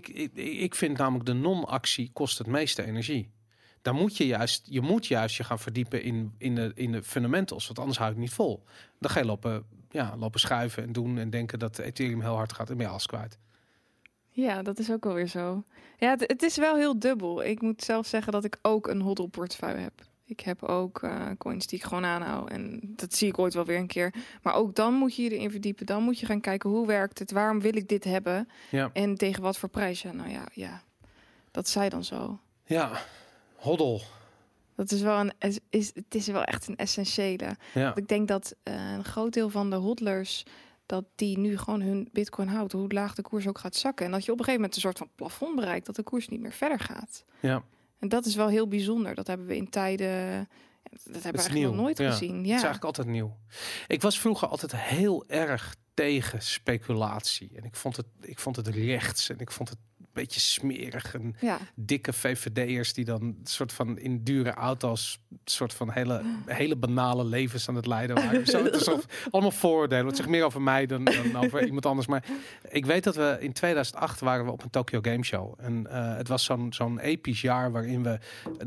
ik vind namelijk de non-actie kost het meeste energie. Dan moet je moet juist je gaan verdiepen in de fundamentals, want anders hou ik niet vol. Dan ga je lopen schuiven en doen en denken dat Ethereum heel hard gaat en ben je alles kwijt. Ja, dat is ook alweer zo. Ja, het is wel heel dubbel. Ik moet zelf zeggen dat ik ook een hodl portefeuille heb. Ik heb ook coins die ik gewoon aanhoud. En dat zie ik ooit wel weer een keer. Maar ook dan moet je erin verdiepen. Dan moet je gaan kijken, hoe werkt het? Waarom wil ik dit hebben? Ja. En tegen wat voor prijs? Ja, dat zei dan zo. Ja, hodl. Dat is wel het is wel echt een essentiële. Ja. Ik denk dat een groot deel van de hodlers, dat die nu gewoon hun bitcoin houdt, hoe laag de koers ook gaat zakken. En dat je op een gegeven moment een soort van plafond bereikt, dat de koers niet meer verder gaat. Ja. En dat is wel heel bijzonder. Dat hebben we in tijden, dat hebben we eigenlijk nog nooit gezien. Ja. Het is eigenlijk altijd nieuw. Ik was vroeger altijd heel erg tegen speculatie. En ik vond het rechts en ik vond het een beetje smerig en dikke VVD'ers die dan soort van in dure auto's soort van hele banale levens aan het leiden waren. Zo, het is allemaal vooroordelen. Het zegt meer over mij dan over iemand anders. Maar ik weet dat we in 2008 waren we op een Tokyo Game Show. En het was zo'n episch jaar waarin we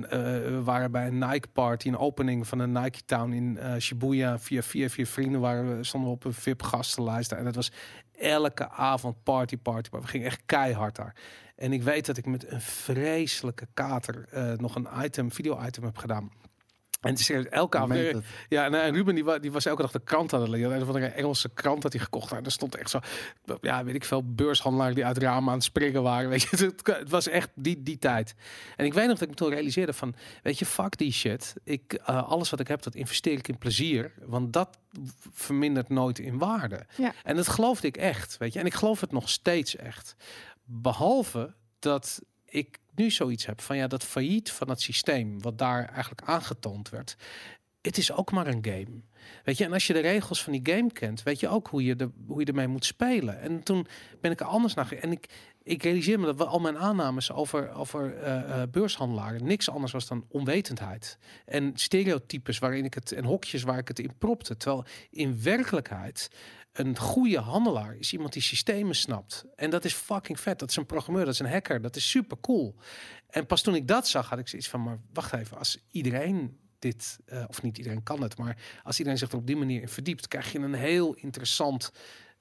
waren bij een Nike party, een opening van een Nike Town in Shibuya. Via 4 vrienden stonden we op een VIP gastenlijst. En het was elke avond party. Maar we gingen echt keihard daar. En ik weet dat ik met een vreselijke kater nog een video-item heb gedaan. En het is elke avond. Ja, en Ruben die was elke dag de krant aan het lezen. Een van de Engelse krant dat hij gekocht had. En er stond echt zo, weet ik veel, beurshandelaars die uit ramen aan het springen waren. Weet je, het was echt die tijd. En ik weet nog dat ik me toen realiseerde van, weet je, fuck die shit. Alles wat ik heb, dat investeer ik in plezier. Want dat vermindert nooit in waarde. Ja. En dat geloofde ik echt, weet je. En ik geloof het nog steeds echt. Behalve dat ik nu zoiets heb van dat failliet van het systeem, wat daar eigenlijk aangetoond werd. het is ook maar een game. Weet je, en als je de regels van die game kent, weet je ook hoe je ermee moet spelen. En toen ben ik er anders naar gegaan. En ik realiseer me dat we al mijn aannames over beurshandelaren niks anders was dan onwetendheid. En stereotypes en hokjes waar ik het in propte. Terwijl in werkelijkheid een goede handelaar is iemand die systemen snapt. En dat is fucking vet. Dat is een programmeur, dat is een hacker. Dat is super cool. En pas toen ik dat zag, had ik zoiets van, maar wacht even, als iedereen dit, of niet iedereen kan het, maar als iedereen zich er op die manier in verdiept, krijg je een heel interessant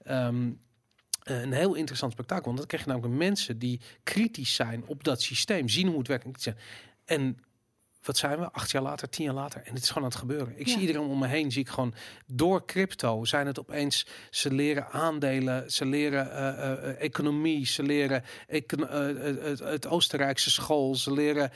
spektakel. Want dan krijg je namelijk mensen die kritisch zijn op dat systeem, zien hoe het werkt. En wat zijn we? 8 jaar later, 10 jaar later. En het is gewoon aan het gebeuren. Ik zie iedereen om me heen, zie ik gewoon door crypto zijn het opeens. Ze leren aandelen, ze leren economie, ze leren het Oostenrijkse school, ze leren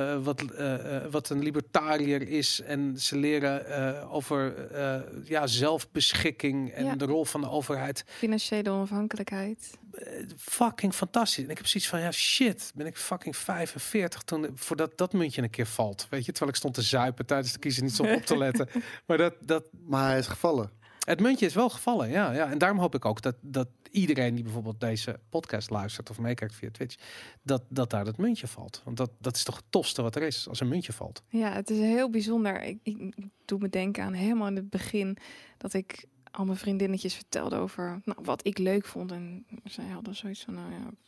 wat een libertariër is en ze leren over zelfbeschikking en de rol van de overheid. Financiële onafhankelijkheid. Fucking fantastisch. En ik heb zoiets van, shit, ben ik fucking 45 toen voordat dat muntje een keer valt. Weet je, terwijl ik stond te zuipen tijdens de kiezer, niet zo op te letten. Maar hij is gevallen. Het muntje is wel gevallen, ja. En daarom hoop ik ook dat iedereen die bijvoorbeeld deze podcast luistert of meekijkt via Twitch, dat daar dat muntje valt. Want dat is toch het tofste wat er is, als een muntje valt. Ja, het is heel bijzonder. Ik doe me denken aan helemaal in het begin dat ik al mijn vriendinnetjes vertelde over wat ik leuk vond. En zij hadden zoiets van,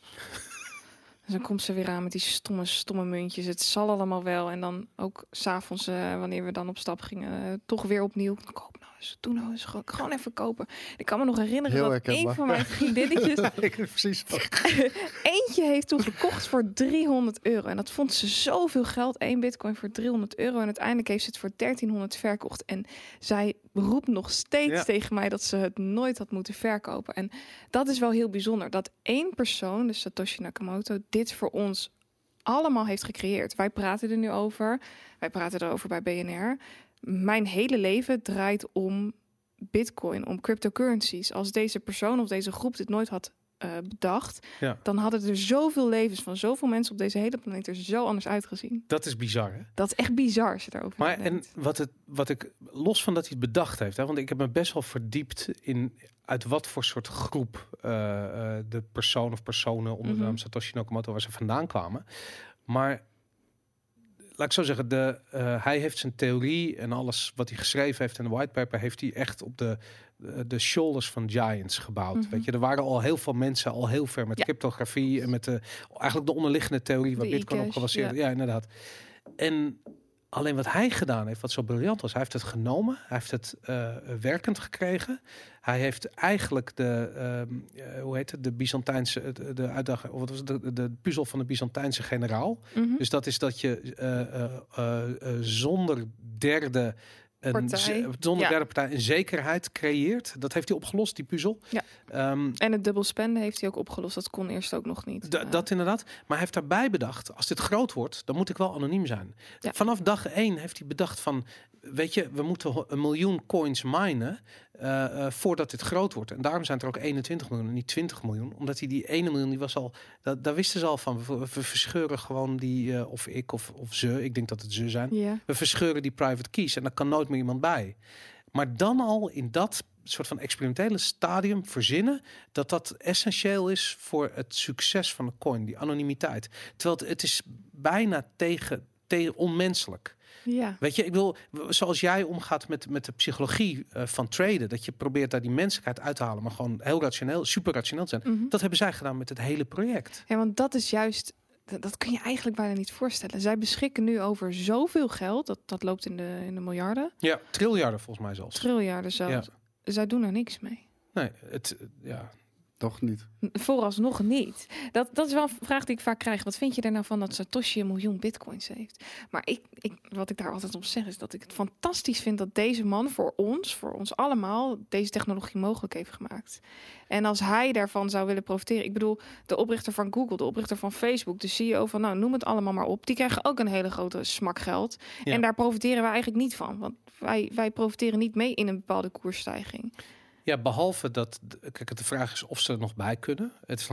dus dan komt ze weer aan met die stomme muntjes. Het zal allemaal wel. En dan ook 's avonds, wanneer we dan op stap gingen, toch weer opnieuw. Koop nou eens, doe nou eens, gewoon even kopen. Ik kan me nog herinneren Heel dat herkenbaar. een van mijn vriendinnetjes Precies. eentje heeft toen gekocht voor €300. En dat vond ze zoveel geld. 1 bitcoin voor €300. En uiteindelijk heeft ze het voor 1300 verkocht. En zij roept nog steeds tegen mij dat ze het nooit had moeten verkopen. En dat is wel heel bijzonder. Dat één persoon, dus Satoshi Nakamoto, dit voor ons allemaal heeft gecreëerd. Wij praten er nu over. Wij praten erover bij BNR. Mijn hele leven draait om bitcoin, om cryptocurrencies. Als deze persoon of deze groep dit nooit had bedacht, dan hadden er zoveel levens van zoveel mensen op deze hele planeet er zo anders uitgezien. Dat is bizar, hè? Dat is echt bizar als je daarover Maar nadenkt. en wat ik los van dat hij het bedacht heeft, hè, want ik heb me best wel verdiept in uit wat voor soort groep de persoon of personen onder de naam Satoshi Nakamoto waar ze vandaan kwamen. Maar laat ik zo zeggen, hij heeft zijn theorie en alles wat hij geschreven heeft en de whitepaper heeft hij echt op de shoulders van giants gebouwd. Weet je, er waren al heel veel mensen al heel ver met cryptografie en met eigenlijk de onderliggende theorie waar Bitcoin op gebaseerd. Ja, inderdaad. En alleen wat hij gedaan heeft, wat zo briljant was, hij heeft het genomen, hij heeft het werkend gekregen. Hij heeft eigenlijk de Byzantijnse, de uitdaging, of wat was het, de puzzel van de Byzantijnse generaal. Dus dat is dat je zonder derde partij een zekerheid creëert. Dat heeft hij opgelost, die puzzel. Ja. En het dubbel spenden heeft hij ook opgelost. Dat kon eerst ook nog niet. Dat inderdaad. Maar hij heeft daarbij bedacht, als dit groot wordt, dan moet ik wel anoniem zijn. Ja. Vanaf dag 1 heeft hij bedacht van, weet je, we moeten 1 miljoen coins minen voordat dit groot wordt. En daarom zijn er ook 21 miljoen en niet 20 miljoen. Omdat hij die 1 miljoen, die was al, daar wisten ze al van. We verscheuren gewoon die, of ik of ze, ik denk dat het ze zijn. Yeah. We verscheuren die private keys en daar kan nooit meer iemand bij. Maar dan al in dat soort van experimentele stadium verzinnen dat essentieel is voor het succes van de coin, die anonimiteit. Terwijl het is bijna tegen onmenselijk. Ja. Weet je, ik wil, zoals jij omgaat met de psychologie van traden, dat je probeert daar die menselijkheid uit te halen, maar gewoon heel rationeel, super rationeel te zijn. Dat hebben zij gedaan met het hele project. Ja, want dat is juist, dat kun je eigenlijk bijna niet voorstellen. Zij beschikken nu over zoveel geld, dat loopt in de miljarden. Ja, triljarden volgens mij zelfs. Triljarden zelfs. Ja. Zij doen er niks mee. Nee, Toch niet. Vooralsnog niet. Dat is wel een vraag die ik vaak krijg. Wat vind je er nou van dat Satoshi 1 miljoen bitcoins heeft? Maar wat ik daar altijd op zeg is dat ik het fantastisch vind dat deze man voor ons allemaal, deze technologie mogelijk heeft gemaakt. En als hij daarvan zou willen profiteren. Ik bedoel, de oprichter van Google, de oprichter van Facebook, de CEO van, noem het allemaal maar op. Die krijgen ook een hele grote smak geld. Ja. En daar profiteren we eigenlijk niet van. Want wij profiteren niet mee in een bepaalde koersstijging. Ja, behalve dat, kijk, de vraag is of ze er nog bij kunnen. Het is dan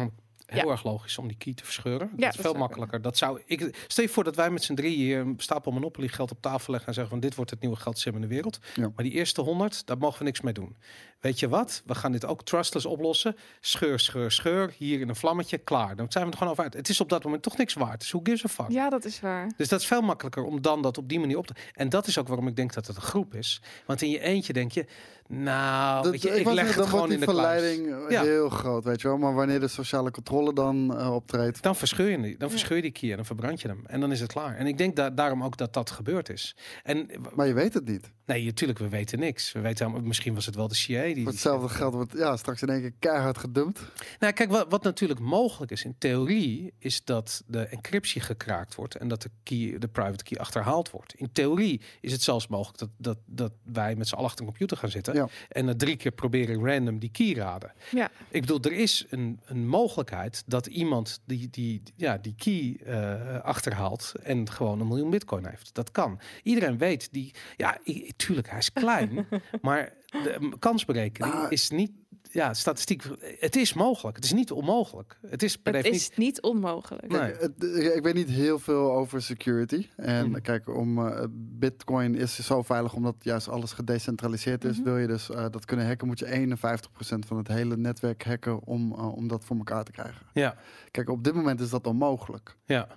heel erg logisch om die key te verscheuren. Ja, Dat is dat veel zou makkelijker. Stel je voor dat wij met z'n drieën hier een stapel Monopoly geld op tafel leggen en zeggen van dit wordt het nieuwe geldsysteem in de wereld. Ja. Maar die eerste 100, daar mogen we niks mee doen. Weet je wat? We gaan dit ook trustless oplossen. Scheur. Hier in een vlammetje. Klaar. Dan zijn we er gewoon over uit. Het is op dat moment toch niks waard. Dus who gives a fuck? Ja, dat is waar. Dus dat is veel makkelijker om dan dat op die manier op te... En dat is ook waarom ik denk dat het een groep is. Want in je eentje denk je... Nou, weet je, ik leg het gewoon in de verleiding kluis. heel groot, weet je wel. Maar wanneer de sociale controle dan optreedt... Dan verscheur je die. Dan verscheur je die key en dan verbrand je hem. En dan is het klaar. En ik denk daarom ook dat gebeurd is. Maar je weet het niet. Nee, natuurlijk, we weten niks. We weten, misschien was het wel de CIA die... Voor hetzelfde geld wordt straks in één keer keihard gedumpt. Nou, kijk, wat natuurlijk mogelijk is in theorie, is dat de encryptie gekraakt wordt en dat de private key achterhaald wordt. In theorie is het zelfs mogelijk dat wij met z'n allen achter een computer gaan zitten en na 3 keer proberen random die key raden. Ja. Ik bedoel, er is een mogelijkheid dat iemand die key achterhaalt en gewoon 1 miljoen bitcoin heeft. Dat kan. Iedereen weet tuurlijk, hij is klein, maar de kansberekening is niet, statistiek. Het is mogelijk. Het is niet onmogelijk. Het is per definitie. Het is niet onmogelijk. Nee. Ik weet niet heel veel over security. En kijk, Bitcoin is zo veilig omdat juist alles gedecentraliseerd is. Wil je dus dat kunnen hacken, moet je 51% van het hele netwerk hacken om dat voor elkaar te krijgen. Ja. Kijk, op dit moment is dat onmogelijk. Ja.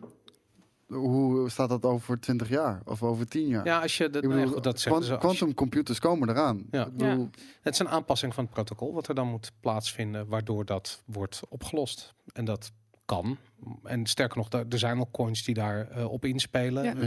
Hoe staat dat over 20 jaar of over 10 jaar? Ja, als je dat zegt. Quantum computers komen eraan. Ja. Ik bedoel, Het is een aanpassing van het protocol wat er dan moet plaatsvinden, waardoor dat wordt opgelost. En dat kan. En sterker nog, er zijn al coins die daar op inspelen.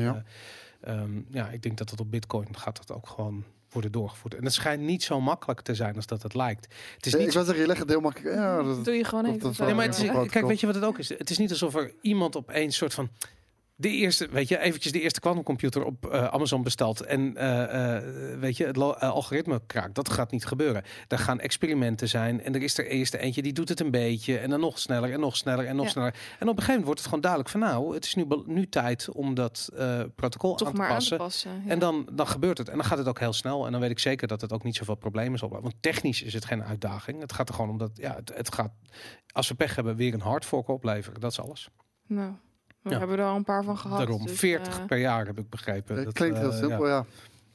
Ja. Ik denk dat het op Bitcoin gaat dat ook gewoon worden doorgevoerd. En het schijnt niet zo makkelijk te zijn als dat het lijkt. Het is niet ik wil zeggen, je legt het heel makkelijk. Ja, dat doe je gewoon even. Nee, maar kijk, weet je wat het ook is? Het is niet alsof er iemand opeens soort van de eerste quantumcomputer op Amazon bestelt en het algoritme kraakt. Dat gaat niet gebeuren. Er gaan experimenten zijn en er is er eerst eentje die doet het een beetje en dan nog sneller en nog sneller en nog sneller. En op een gegeven moment wordt het gewoon duidelijk van het is nu tijd om dat protocol toch aan te maar passen. Ja. En dan gebeurt het. En dan gaat het ook heel snel. En dan weet ik zeker dat het ook niet zoveel problemen zal hebben. Want technisch is het geen uitdaging. Het gaat er gewoon om dat het gaat, als we pech hebben, weer een hardfork opleveren. Dat is alles. Nou. We hebben er al een paar van gehad. Daarom, dus, 40 per jaar heb ik begrepen. Dat klinkt heel simpel, ja.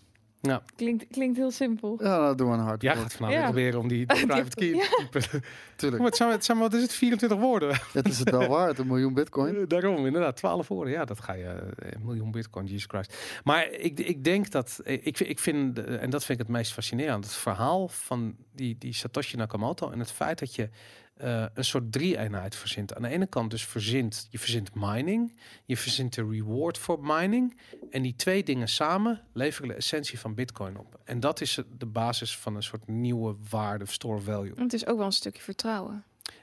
Klinkt heel simpel. Ja, nou doen we een hard. Jij gaat vanavond proberen om die private key te typen. Tuurlijk. Maar wat is het? 24 woorden? Het is het wel waard, 1 miljoen bitcoin. Daarom, inderdaad, 12 woorden. Ja, dat ga je, 1 miljoen bitcoin, Jesus Christ. Maar ik denk dat, ik vind, en dat vind ik het meest fascinerend, het verhaal van die Satoshi Nakamoto en het feit dat je een soort 3-eenheid verzint. Aan de ene kant dus je verzint mining, je verzint de reward voor mining. En die 2 dingen samen leveren de essentie van Bitcoin op. En dat is de basis van een soort nieuwe waarde, store value. Het is ook wel een stukje vertrouwen.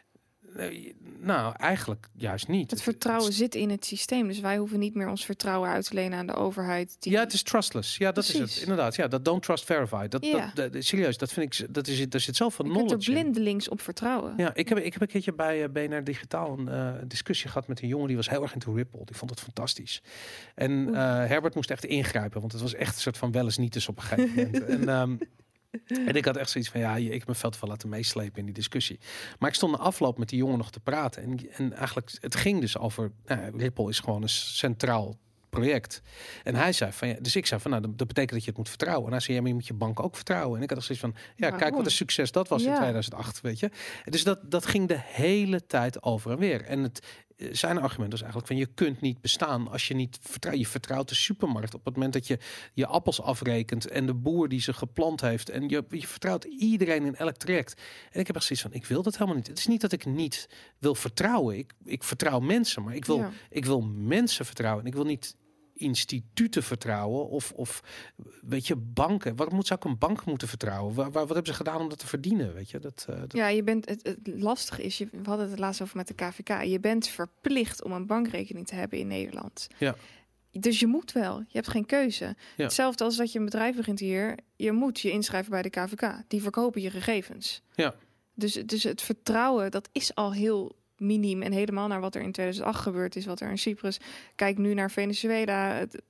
Nou, eigenlijk juist niet. Het vertrouwen zit in het systeem. Dus wij hoeven niet meer ons vertrouwen uit te lenen aan de overheid. Ja, het is trustless. Ja, dat Precies. is het. Inderdaad. Ja, dat don't trust verify. Serieus, dat vind ik. Daar zit zoveel knowledge in. Je kunt er blindelings op vertrouwen. Ja, ik heb een keertje bij BNR Digitaal een discussie gehad met een jongen die was heel erg into Ripple. Die vond het fantastisch. En Herbert moest echt ingrijpen, want het was echt een soort van wel eens niet dus op een gegeven moment. En ik had echt zoiets van, ik heb me veel te veel laten meeslepen in die discussie. Maar ik stond na afloop met die jongen nog te praten. En eigenlijk, het ging dus over, Ripple is gewoon een centraal project. En hij zei van, dus ik zei van, dat betekent dat je het moet vertrouwen. En hij zei, maar je moet je bank ook vertrouwen. En ik had zoiets van, kijk wat een succes dat was in 2008, weet je. Dus dat ging de hele tijd over en weer. En zijn argument was eigenlijk van, je kunt niet bestaan als je niet vertrouwt. Je vertrouwt de supermarkt op het moment dat je je appels afrekent en de boer die ze geplant heeft. En je vertrouwt iedereen in elk traject. En ik heb echt zoiets van, ik wil dat helemaal niet. Het is niet dat ik niet wil vertrouwen. Ik vertrouw mensen, maar ik wil mensen vertrouwen. En ik wil niet instituten vertrouwen of weet je, banken. Waarom zou ik een bank moeten vertrouwen? Wat hebben ze gedaan om dat te verdienen? Weet je? Ja, je bent het lastige is, we hadden het laatst over met de KVK. Je bent verplicht om een bankrekening te hebben in Nederland. Ja. Dus je moet wel. Je hebt geen keuze. Ja. Hetzelfde als dat je een bedrijf begint hier. Je moet je inschrijven bij de KVK. Die verkopen je gegevens. Ja. Dus het vertrouwen, dat is al heel miniem. En helemaal naar wat er in 2008 gebeurd is, wat er in Cyprus. Kijk nu naar Venezuela.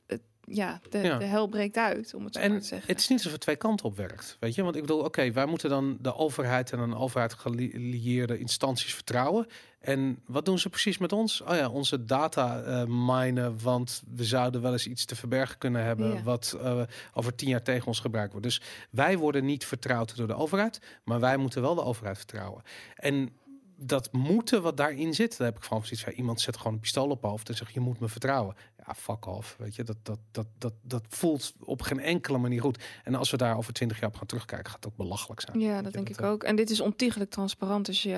de hel breekt uit, om het zo maar te zeggen. Het is niet alsof het twee kanten op werkt, weet je? Want ik bedoel, oké, wij moeten dan de overheid en een overheid gelieerde instanties vertrouwen. En wat doen ze precies met ons? Oh ja, onze data minen, want we zouden wel eens iets te verbergen kunnen hebben wat over 10 jaar tegen ons gebruikt wordt. Dus wij worden niet vertrouwd door de overheid, maar wij moeten wel de overheid vertrouwen. En dat moeten wat daarin zit, daar heb ik gewoon zoiets van, iemand zet gewoon een pistool op hoofd en zegt, je moet me vertrouwen. Ja, fuck off, weet je, dat voelt op geen enkele manier goed. En als we daar over 20 jaar op gaan terugkijken, gaat het ook belachelijk zijn. Ja, dat denk ik ook. En dit is ontiegelijk transparant, dus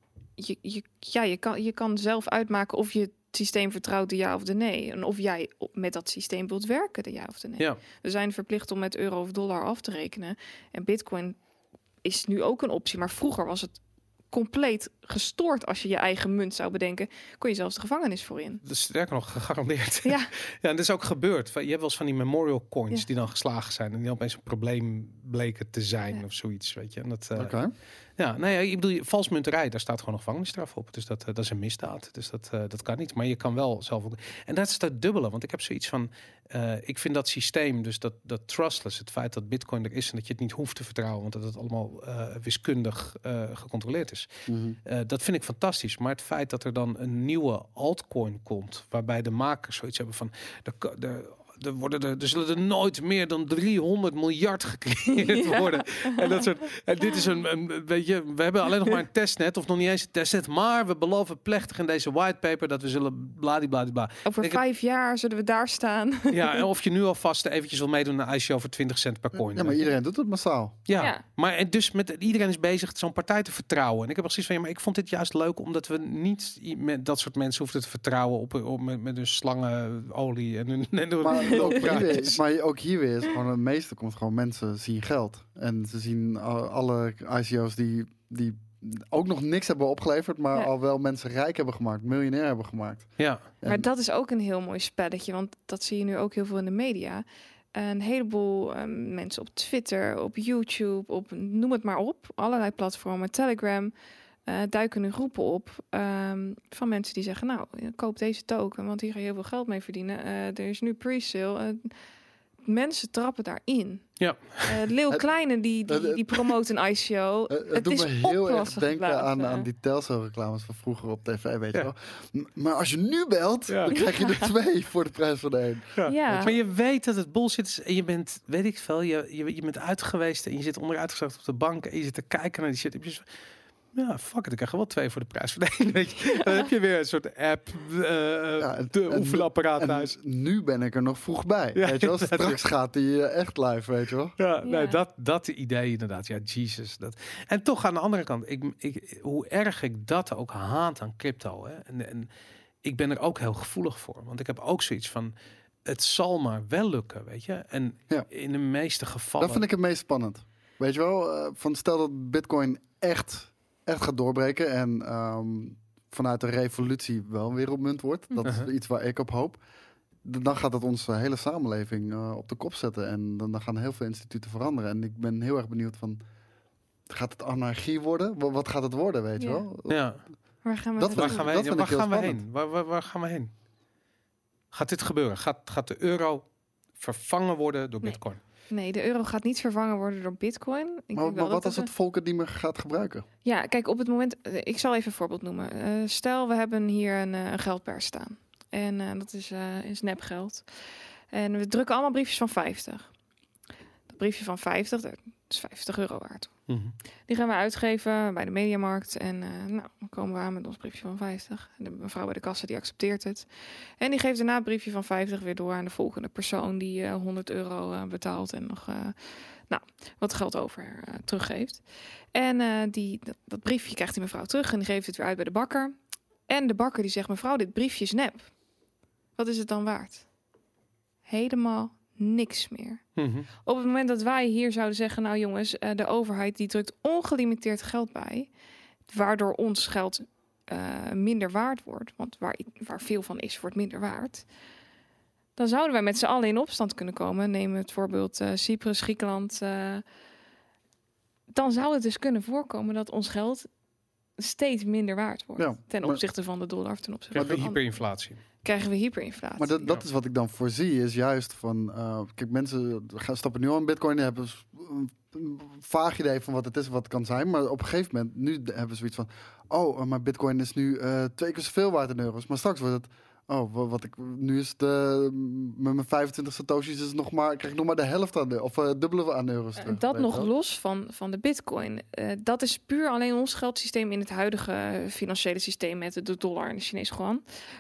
je kan zelf uitmaken of je het systeem vertrouwt, de ja of de nee. En of jij met dat systeem wilt werken, de ja of de nee. Ja. We zijn verplicht om met euro of dollar af te rekenen. En Bitcoin is nu ook een optie, maar vroeger was het compleet gestoord als je je eigen munt zou bedenken. Kon je zelfs de gevangenis voor in. Dus sterker nog, gegarandeerd. Ja. Ja, en dat is ook gebeurd. Je hebt wel eens van die memorial coins die dan geslagen zijn en die opeens een probleem bleken te zijn of zoiets, weet je. En dat, ja, nee, ik bedoel, valsmunterij, daar staat gewoon een gevangenisstraf op. Dus dat is een misdaad. Dus dat kan niet. Maar je kan wel zelf ook. En dat is het dubbele, want ik heb zoiets van, ik vind dat systeem, dus dat trustless, het feit dat Bitcoin er is en dat je het niet hoeft te vertrouwen, want dat het allemaal wiskundig gecontroleerd is. Mm-hmm. Dat vind ik fantastisch. Maar het feit dat er dan een nieuwe altcoin komt, waarbij de makers zoiets hebben van, er zullen er nooit meer dan 300 miljard gecreëerd worden. En dit is een weet je, we hebben alleen nog maar een testnet, of nog niet eens een testnet, maar we beloven plechtig in deze whitepaper dat we zullen bladibladibla. Over 5 jaar zullen we daar staan. Ja, en of je nu alvast eventjes wil meedoen aan een ICO voor 20 cent per coin. Ja, maar iedereen doet het massaal. Ja. Maar en dus iedereen is bezig zo'n partij te vertrouwen. En ik heb precies van, maar ik vond dit juist leuk omdat we niet met dat soort mensen hoefden te vertrouwen op met hun slangenolie en hun maar ook hier weer is gewoon, het meeste komt gewoon, mensen zien geld. En ze zien alle ICO's die ook nog niks hebben opgeleverd, maar al wel mensen rijk hebben gemaakt, miljonair hebben gemaakt. Ja. Maar dat is ook een heel mooi spelletje, want dat zie je nu ook heel veel in de media. Een heleboel mensen op Twitter, op YouTube, op noem het maar op, allerlei platformen, Telegram, duiken nu groepen op van mensen die zeggen, nou, koop deze token, want hier ga je heel veel geld mee verdienen. Er is nu pre-sale. Mensen trappen daarin. Ja. Leeuw Kleine die promoot een ICO. Het doet me heel erg denken aan die Telcel-reclames van vroeger op tv, weet je wel. Maar als je nu belt, dan krijg je er 2 voor de prijs van 1. Ja. Maar je weet dat het bullshit is en je bent, weet ik veel, je bent uit geweest en je zit onderuitgezakt op de bank en je zit te kijken naar die shit. Ja, fuck it, ik krijg er wel 2 voor de prijs van 1, weet je. Dan heb je weer een soort app, oefenapparaat thuis. Nu ben ik er nog vroeg bij, weet je wel. Straks gaat die echt live, weet je wel. Ja, nee, dat idee inderdaad. Ja, Jesus. En toch aan de andere kant, hoe erg ik dat ook haat aan crypto. Hè. En ik ben er ook heel gevoelig voor. Want ik heb ook zoiets van, het zal maar wel lukken, weet je. En in de meeste gevallen... Dat vind ik het meest spannend. Weet je wel, van stel dat Bitcoin echt gaat doorbreken en vanuit de revolutie wel een wereldmunt wordt. Dat is iets waar ik op hoop. Dan gaat dat onze hele samenleving op de kop zetten. En dan gaan heel veel instituten veranderen. En ik ben heel erg benieuwd van, gaat het anarchie worden? Wat gaat het worden, weet je wel? Ja. Waar gaan we heen? Waar gaan we heen? Gaat dit gebeuren? Gaat de euro vervangen worden door Bitcoin? Nee, de euro gaat niet vervangen worden door Bitcoin. Maar wat als het volk het niet meer gaat gebruiken? Ja, kijk, op het moment... Ik zal even een voorbeeld noemen. Stel, we hebben hier een geldpers staan. En dat is nepgeld. En we drukken allemaal briefjes van 50. Dat briefje van 50, dat is 50 euro waard. Mm-hmm. Die gaan we uitgeven bij de Mediamarkt. En dan komen we aan met ons briefje van 50. En de mevrouw bij de kassa die accepteert het. En die geeft daarna het briefje van 50 weer door aan de volgende persoon die 100 euro betaalt en nog wat geld over teruggeeft. En dat briefje krijgt die mevrouw terug en die geeft het weer uit bij de bakker. En de bakker die zegt, mevrouw, dit briefje is nep. Wat is het dan waard? Helemaal niks meer. Mm-hmm. Op het moment dat wij hier zouden zeggen, nou jongens, de overheid die drukt ongelimiteerd geld bij, waardoor ons geld minder waard wordt, want waar veel van is, wordt minder waard, dan zouden wij met z'n allen in opstand kunnen komen. Neem het voorbeeld Cyprus, Griekenland. Dan zou het dus kunnen voorkomen dat ons geld steeds minder waard wordt. Ja, Ten maar- opzichte van de dollar of ten opzichte Krijgen we van hyperinflatie. krijgen we hyperinflatie. Maar dat is wat ik dan voorzie, is juist van... kijk, mensen stappen nu al in Bitcoin, die hebben een vaag idee van wat het is en wat het kan zijn. Maar op een gegeven moment, nu hebben ze zoiets van... maar Bitcoin is nu 2 keer zoveel waard in euro's. Maar straks wordt het... nu is het met mijn 25 satoshis is het krijg ik nog maar de helft aan dubbele aan euro's terug. Dat weet je nog wel. los van de bitcoin. Dat is puur alleen ons geldsysteem in het huidige financiële systeem met de dollar en de Chinese yuan.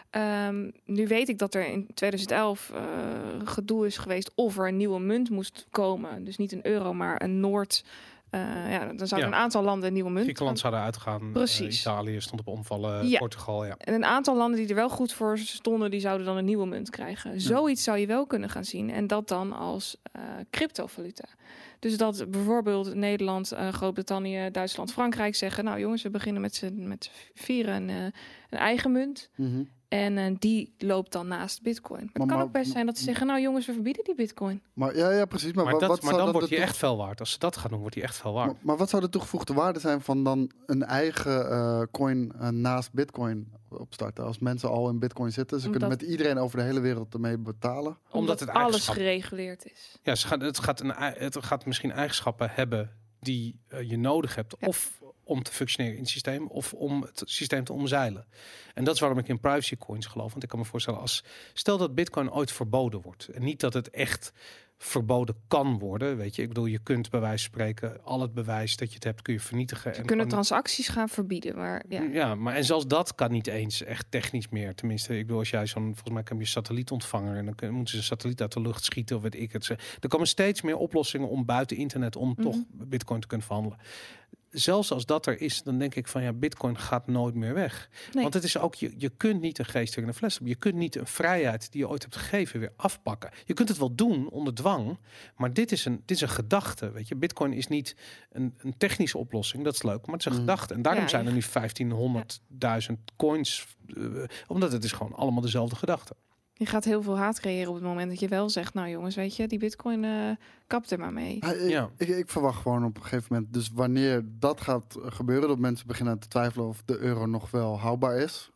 Nu weet ik dat er in 2011 gedoe is geweest of er een nieuwe munt moest komen. Dus niet een euro, maar een Noord. Dan zouden een aantal landen een nieuwe munt. Griekenland zou eruit gaan. Precies. Italië stond op omvallen. Ja. Portugal, ja. En een aantal landen die er wel goed voor stonden, die zouden dan een nieuwe munt krijgen. Zoiets zou je wel kunnen gaan zien. En dat dan als cryptovaluta. Dus dat bijvoorbeeld Nederland, Groot-Brittannië, Duitsland, Frankrijk zeggen... nou jongens, we beginnen met z'n vieren een eigen munt. Mhm. En die loopt dan naast bitcoin. Maar het kan ook best zijn dat ze zeggen... nou jongens, we verbieden die bitcoin. Maar ja, precies. Maar, Maar, wat maar zou dan dat wordt hij de echt veel waard. Als ze dat gaan doen, wordt hij echt veel waard. Maar wat zou de toegevoegde waarde zijn van dan een eigen coin naast Bitcoin opstarten? Als mensen al in Bitcoin zitten, ze kunnen met iedereen over de hele wereld ermee betalen. Omdat het alles eigenschap- gereguleerd is. Ja, het gaat misschien eigenschappen hebben die je nodig hebt. Ja. Of om te functioneren in het systeem, of om het systeem te omzeilen. En dat is waarom ik in privacy coins geloof. Want ik kan me voorstellen, stel dat Bitcoin ooit verboden wordt. En niet dat het echt verboden kan worden. Weet je, ik bedoel, je kunt bij wijze van spreken al het bewijs dat je het hebt, kun je vernietigen. Ze kunnen transacties gaan verbieden. Maar Ja, maar en zelfs dat kan niet eens echt technisch meer. Tenminste, ik bedoel, als jij volgens mij heb je een satellietontvanger en dan moeten ze een satelliet uit de lucht schieten of weet ik het. Er komen steeds meer oplossingen om buiten internet om toch Bitcoin te kunnen verhandelen. Zelfs als dat er is, dan denk ik van ja, Bitcoin gaat nooit meer weg. Nee. Want het is ook, je kunt niet een geest weer in een fles hebben. Je kunt niet een vrijheid die je ooit hebt gegeven weer afpakken. Je kunt het wel doen onder dwang, maar dit is een gedachte. Weet je, Bitcoin is niet een technische oplossing, dat is leuk, maar het is een gedachte. En daarom zijn er nu 1500.000 coins, omdat het is gewoon allemaal dezelfde gedachte. je gaat heel veel haat creëren op het moment dat je wel zegt... nou jongens, weet je, die bitcoin kapt er maar mee. Ik verwacht gewoon op een gegeven moment, dus wanneer dat gaat gebeuren, dat mensen beginnen te twijfelen of de euro nog wel houdbaar is.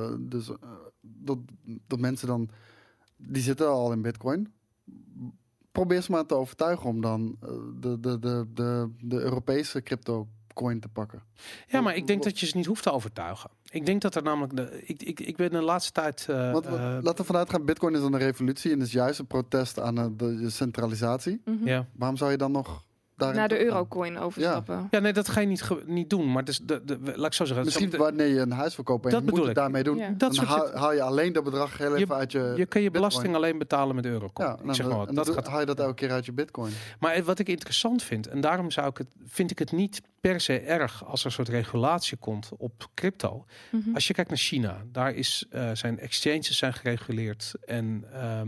Dat mensen dan, die zitten al in Bitcoin. Probeer ze maar te overtuigen om dan de Europese crypto coin te pakken. Ja, maar ik denk dat je ze niet hoeft te overtuigen. Ik denk dat er namelijk... Ik ben de laatste tijd... Laten we vanuit gaan, Bitcoin is dan een revolutie en is juist een protest aan de centralisatie. ja. Waarom zou je dan nog daarin Naar de teruggaan? eurocoin overstappen. Ja, nee, dat ga je niet doen. Maar dus laat ik zo zeggen. Misschien wanneer je een huis wil kopen en Dat je moet bedoel het ik. daarmee doen, Ja. Dat dan soort haal je alleen dat bedrag heel even uit je je kan je Bitcoin. belasting alleen betalen met euro. Ja, Ik zeg maar wat, en dat dan gaat. haal je dat elke keer uit je Bitcoin. Maar wat ik interessant vind, en daarom vind ik het niet per se erg als er een soort regulatie komt op crypto. Als je kijkt naar China, daar zijn exchanges zijn gereguleerd en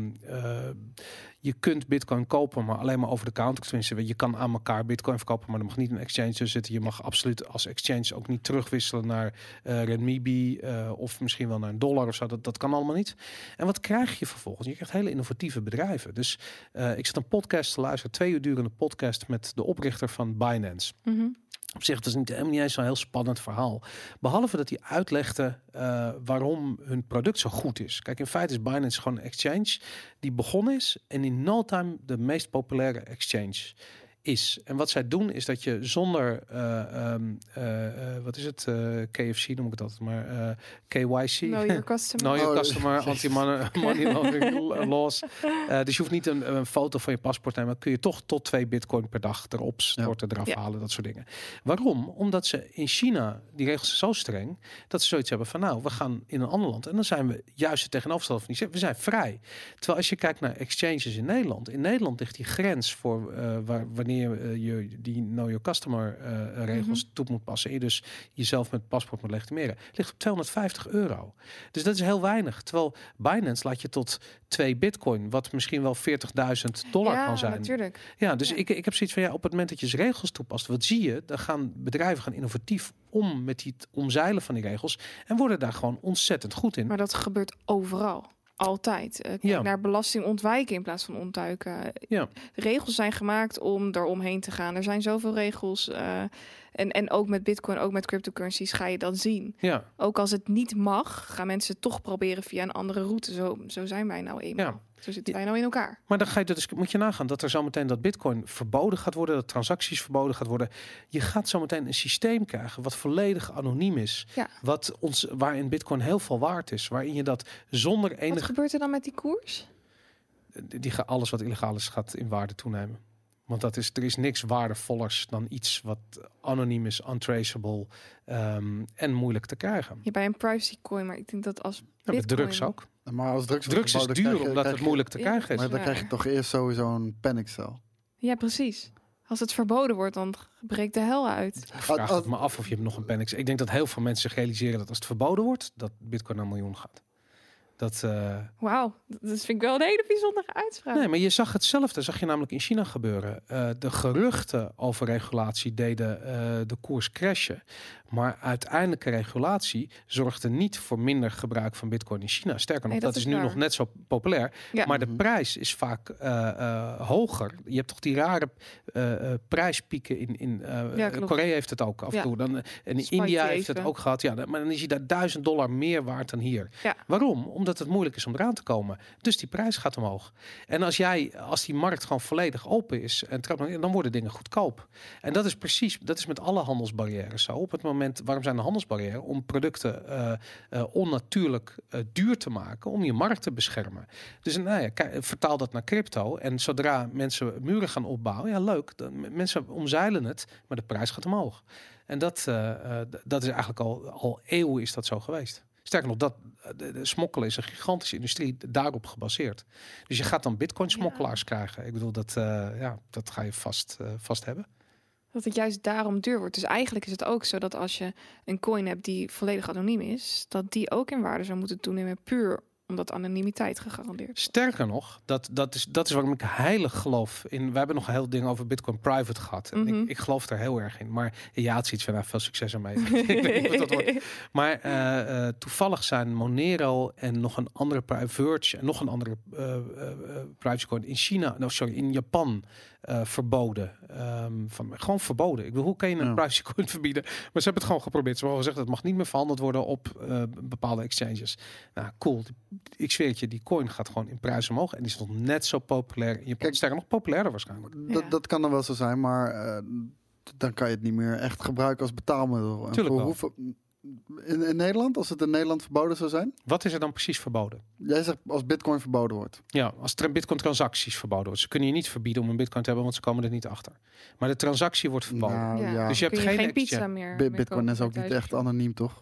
je kunt Bitcoin kopen, maar alleen maar over de counter. Tenminste, je kan aan elkaar Bitcoin verkopen, maar er mag niet een exchange tussen zitten. Je mag absoluut als exchange ook niet terugwisselen naar renminbi of misschien wel naar een dollar of zo. Dat kan allemaal niet. En wat krijg je vervolgens? Je krijgt hele innovatieve bedrijven. Dus ik zat een podcast te luisteren, 2 uur durende podcast met de oprichter van Binance. Op zich, dat is helemaal niet eens zo'n heel spannend verhaal. Behalve dat hij uitlegde waarom hun product zo goed is. Kijk, in feite is Binance gewoon een exchange die begonnen is en in no time de meest populaire exchange is. En wat zij doen is dat je zonder wat is het? KFC noem ik het altijd, maar KYC. Know your customer. Know your customer, anti-money laundering laws. Dus je hoeft niet een foto van je paspoort te nemen. Kun je toch tot 2 bitcoin per dag erop storten, eraf halen, dat soort dingen. Waarom? Omdat ze in China, die regels zijn zo streng, dat ze zoiets hebben van nou, we gaan in een ander land en dan zijn we juist het tegenovergestelde van die. We zijn vrij. Terwijl als je kijkt naar exchanges in Nederland ligt die grens voor wanneer je die Know Your Customer regels toe moet passen en je dus jezelf met paspoort moet legitimeren, ligt op €250. Dus dat is heel weinig. Terwijl Binance laat je tot 2 bitcoin, wat misschien wel $40.000 kan zijn. Natuurlijk. Ja, dus ik heb zoiets van op het moment dat je regels toepast, wat zie je? Dan gaan bedrijven innovatief om met die omzeilen van die regels en worden daar gewoon ontzettend goed in. Maar dat gebeurt overal. Altijd. Kijk naar belasting ontwijken in plaats van ontduiken. Ja. De regels zijn gemaakt om er omheen te gaan. Er zijn zoveel regels. En ook met Bitcoin, ook met cryptocurrencies ga je dat zien. Ja. Ook als het niet mag, gaan mensen toch proberen via een andere route. Zo zijn wij nou eenmaal. Ja. Zo zitten wij nou in elkaar. Maar dan moet je nagaan dat er zometeen dat Bitcoin verboden gaat worden, dat transacties verboden gaat worden. Je gaat zometeen een systeem krijgen wat volledig anoniem is. Ja. Waarin Bitcoin heel veel waard is. Waarin je dat zonder Wat enige... gebeurt er dan met die koers? Alles wat illegaal is, gaat in waarde toenemen. Want er is niks waardevollers dan iets wat anoniem is, untraceable en moeilijk te krijgen. Ja, bij een privacy coin, maar ik denk dat als Met Bitcoin... drugs ook. Maar als drugs Drugs is duur omdat het moeilijk te krijgen is. Maar dan krijg je toch eerst sowieso een panicel. Ja, precies. Als het verboden wordt, dan breekt de hel uit. Ik vraag het me af of je nog een panic. Ik denk dat heel veel mensen zich realiseren dat als het verboden wordt, dat Bitcoin naar 1 miljoen gaat. Wauw, dat vind ik wel een hele bijzondere uitspraak. Nee, maar je zag hetzelfde. Zag je namelijk in China gebeuren. De geruchten over regulatie deden de koers crashen. Maar uiteindelijke regulatie zorgde niet voor minder gebruik van Bitcoin in China. Sterker nog, dat is nu waar. nog net zo populair. Ja. Maar de prijs is vaak hoger. Je hebt toch die rare prijspieken in klopt. Korea heeft het ook af en toe. En in Spike India heeft het even. ook gehad. Ja, maar dan is je daar $1000 meer waard dan hier. Ja. Waarom? Omdat het moeilijk is om eraan te komen. Dus die prijs gaat omhoog. En als die markt gewoon volledig open is, dan worden dingen goedkoop. En dat is met alle handelsbarrières zo. Op het moment, waarom zijn er handelsbarrières? Om producten onnatuurlijk duur te maken, om je markt te beschermen. Dus vertaal dat naar crypto. En zodra mensen muren gaan opbouwen, ja leuk, mensen omzeilen het, maar de prijs gaat omhoog. En dat is eigenlijk al eeuwen is dat zo geweest. Sterker nog, de smokkelen is een gigantische industrie daarop gebaseerd. Dus je gaat dan Bitcoin-smokkelaars krijgen. Ik bedoel, dat ga je vast hebben. Dat het juist daarom duur wordt. Dus eigenlijk is het ook zo dat als je een coin hebt die volledig anoniem is, dat die ook in waarde zou moeten toenemen, puur omdat anonimiteit gegarandeerd is. Sterker nog, dat is waarom ik heilig geloof in. We hebben nog een heel ding over Bitcoin Private gehad. En ik geloof er heel erg in. Maar ja, het is iets van veel succes ermee. Ik weet niet wat dat wordt. Maar toevallig zijn Monero en nog een andere Verge en nog een andere privacy coin in China, in Japan verboden. Gewoon verboden. Ik bedoel, hoe kan je een privacy coin verbieden? Maar ze hebben het gewoon geprobeerd. Ze hebben gezegd dat het mag niet meer verhandeld worden op bepaalde exchanges. Nou, cool. Ik zweer het je, die coin gaat gewoon in prijs omhoog. En die is nog net zo populair. In Japan. Sterker nog populairder waarschijnlijk. Dat kan dan wel zo zijn, maar dan kan je het niet meer echt gebruiken als betaalmiddel. Tuurlijk wel. In Nederland, als het in Nederland verboden zou zijn? Wat is er dan precies verboden? Jij zegt als Bitcoin verboden wordt. Ja, als Bitcoin-transacties verboden wordt. Ze kunnen je niet verbieden om een Bitcoin te hebben, want ze komen er niet achter. Maar de transactie wordt verboden. Nou, ja. Dus je hebt geen pizza meer. Bitcoin is ook niet echt anoniem, toch?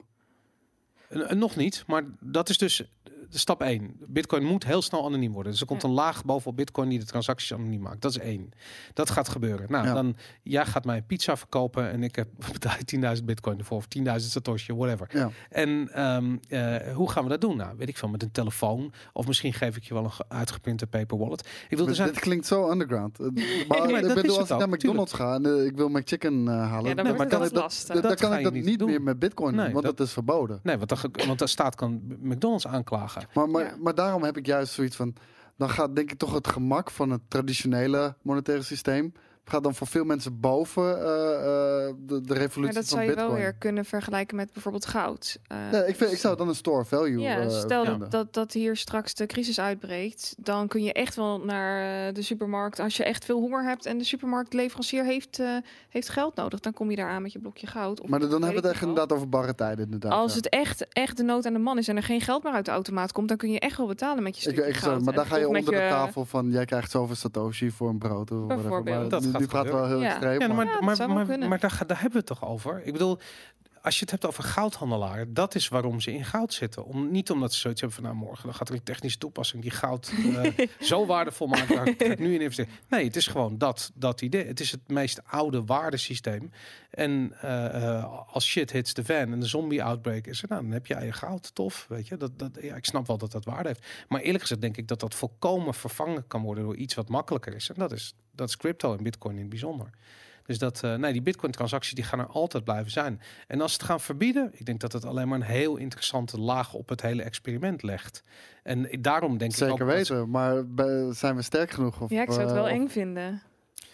Nog niet, maar dat is dus stap 1. Bitcoin moet heel snel anoniem worden. Dus er komt een laag bovenop Bitcoin die de transacties anoniem maakt. Dat is 1. Dat gaat gebeuren. Nou, dan jij gaat mij een pizza verkopen en ik heb 10.000 Bitcoin ervoor of 10.000 Satoshi, whatever. Ja. En hoe gaan we dat doen? Nou, weet ik veel, met een telefoon of misschien geef ik je wel een uitgeprinte paper wallet. Dit klinkt zo underground. Maar ik bedoel, als ik naar McDonald's ga en ik wil McChicken halen, dan wordt het lastig. Dan kan ik dat niet meer met Bitcoin doen, want dat is verboden. Nee, want de staat kan McDonald's aanklagen. Maar daarom heb ik juist zoiets van, dan gaat denk ik toch het gemak van het traditionele monetaire systeem gaat dan voor veel mensen boven de revolutie van Bitcoin. Maar dat zou je wel weer kunnen vergelijken met bijvoorbeeld goud. Ik zou dan een store value stel dat hier straks de crisis uitbreekt, dan kun je echt wel naar de supermarkt. Als je echt veel honger hebt en de supermarktleverancier heeft geld nodig, dan kom je daar aan met je blokje goud. Maar dan hebben we het echt inderdaad over barre tijden. Inderdaad, als het echt de nood aan de man is en er geen geld meer uit de automaat komt, dan kun je echt wel betalen met je stukje goud. Maar dan ga je onder de tafel van, jij krijgt zoveel Satoshi voor een brood. Of bijvoorbeeld. Nu praat wel heel extreem. Ja, maar daar hebben we het toch over? Ik bedoel, als je het hebt over goudhandelaren, dat is waarom ze in goud zitten. Niet omdat ze zoiets hebben van, morgen dan gaat er een technische toepassing die goud zo waardevol maakt, daar ga ik nu in investeren. Nee, het is gewoon dat idee. Het is het meest oude waardesysteem. En als shit hits the fan en de zombie outbreak is er, dan heb je je goud, tof, weet je. Ik snap wel dat waarde heeft. Maar eerlijk gezegd denk ik dat volkomen vervangen kan worden door iets wat makkelijker is. En dat is crypto en Bitcoin in het bijzonder. Dus die Bitcoin-transacties die gaan er altijd blijven zijn. En als ze het gaan verbieden, ik denk dat het alleen maar een heel interessante laag op het hele experiment legt. En daarom denk ik ook... Zeker weten, maar zijn we sterk genoeg? Ja, ik zou het wel eng vinden.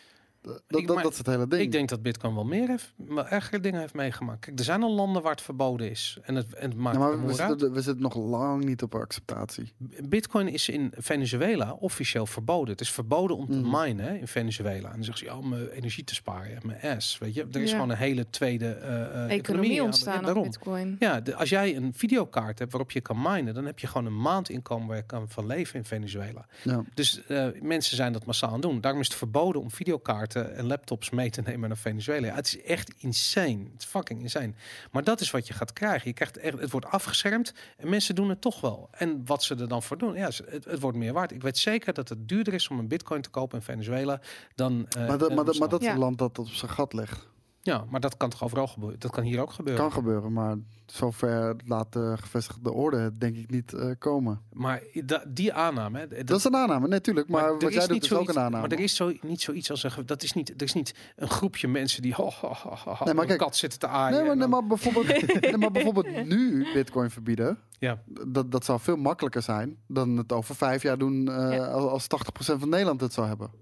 Maar dat is het hele ding. Ik denk dat Bitcoin wel ergere dingen heeft meegemaakt. Kijk, er zijn al landen waar het verboden is. En het maakt Ja, maar er moeilijk uit. we zitten nog lang niet op acceptatie. Bitcoin is in Venezuela officieel verboden. Het is verboden om te minen hè, in Venezuela. En dan zeggen ze, om energie te sparen. Mijn ass, weet je. Er is gewoon een hele tweede economie ontstaan op daarom. Bitcoin. Ja, als jij een videokaart hebt waarop je kan minen, dan heb je gewoon een maandinkomen waar je kan van leven in Venezuela. Ja. Dus mensen zijn dat massaal aan het doen. Daarom is het verboden om videokaarten en laptops mee te nemen naar Venezuela. Ja, het is echt insane. Het is fucking insane. Maar dat is wat je gaat krijgen. Je krijgt echt, het wordt afgeschermd en mensen doen het toch wel. En wat ze er dan voor doen, ja, het wordt meer waard. Ik weet zeker dat het duurder is om een bitcoin te kopen in Venezuela dan. Maar dat is een land dat op zijn gat ligt. Ja, maar dat kan toch overal gebeuren? Dat kan hier ook gebeuren. Kan gebeuren, maar zover laat de gevestigde orde het denk ik niet komen. Maar die aanname... Hè, dat is een aanname, natuurlijk. Maar wat jij doet is ook een aanname. Maar er is niet zoiets als er is niet een groepje mensen die nee, maar een kat zitten te Nee, aaien. maar bijvoorbeeld nu Bitcoin verbieden. Ja. Dat zou veel makkelijker zijn dan het over 5 jaar doen als 80% van Nederland het zou hebben.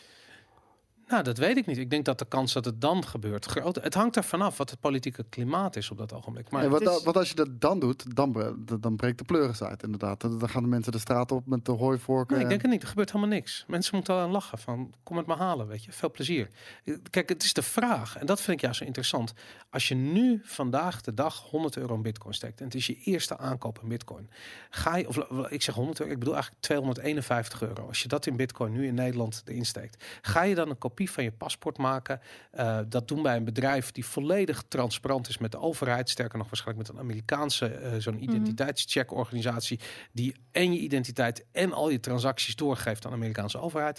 Nou, dat weet ik niet. Ik denk dat de kans dat het dan gebeurt groot. Het hangt er vanaf wat het politieke klimaat is op dat ogenblik. Maar wat als je dat dan doet, dan breekt de pleuris uit inderdaad. Dan gaan de mensen de straat op met de hooivorken. Nee, ik denk het niet. Er gebeurt helemaal niks. Mensen moeten al aan lachen van, kom het maar halen, weet je. Veel plezier. Kijk, het is de vraag. En dat vind ik juist zo interessant. Als je nu vandaag de dag €100 in bitcoin steekt. En het is je eerste aankoop in bitcoin. Ga je, of ik zeg €100, ik bedoel eigenlijk €251. Als je dat in bitcoin nu in Nederland erin steekt. Ga je dan een kopie van je paspoort maken. Dat doen bij een bedrijf die volledig transparant is met de overheid. Sterker nog waarschijnlijk met een Amerikaanse zo'n identiteitscheck-organisatie die en je identiteit en al je transacties doorgeeft aan de Amerikaanse overheid.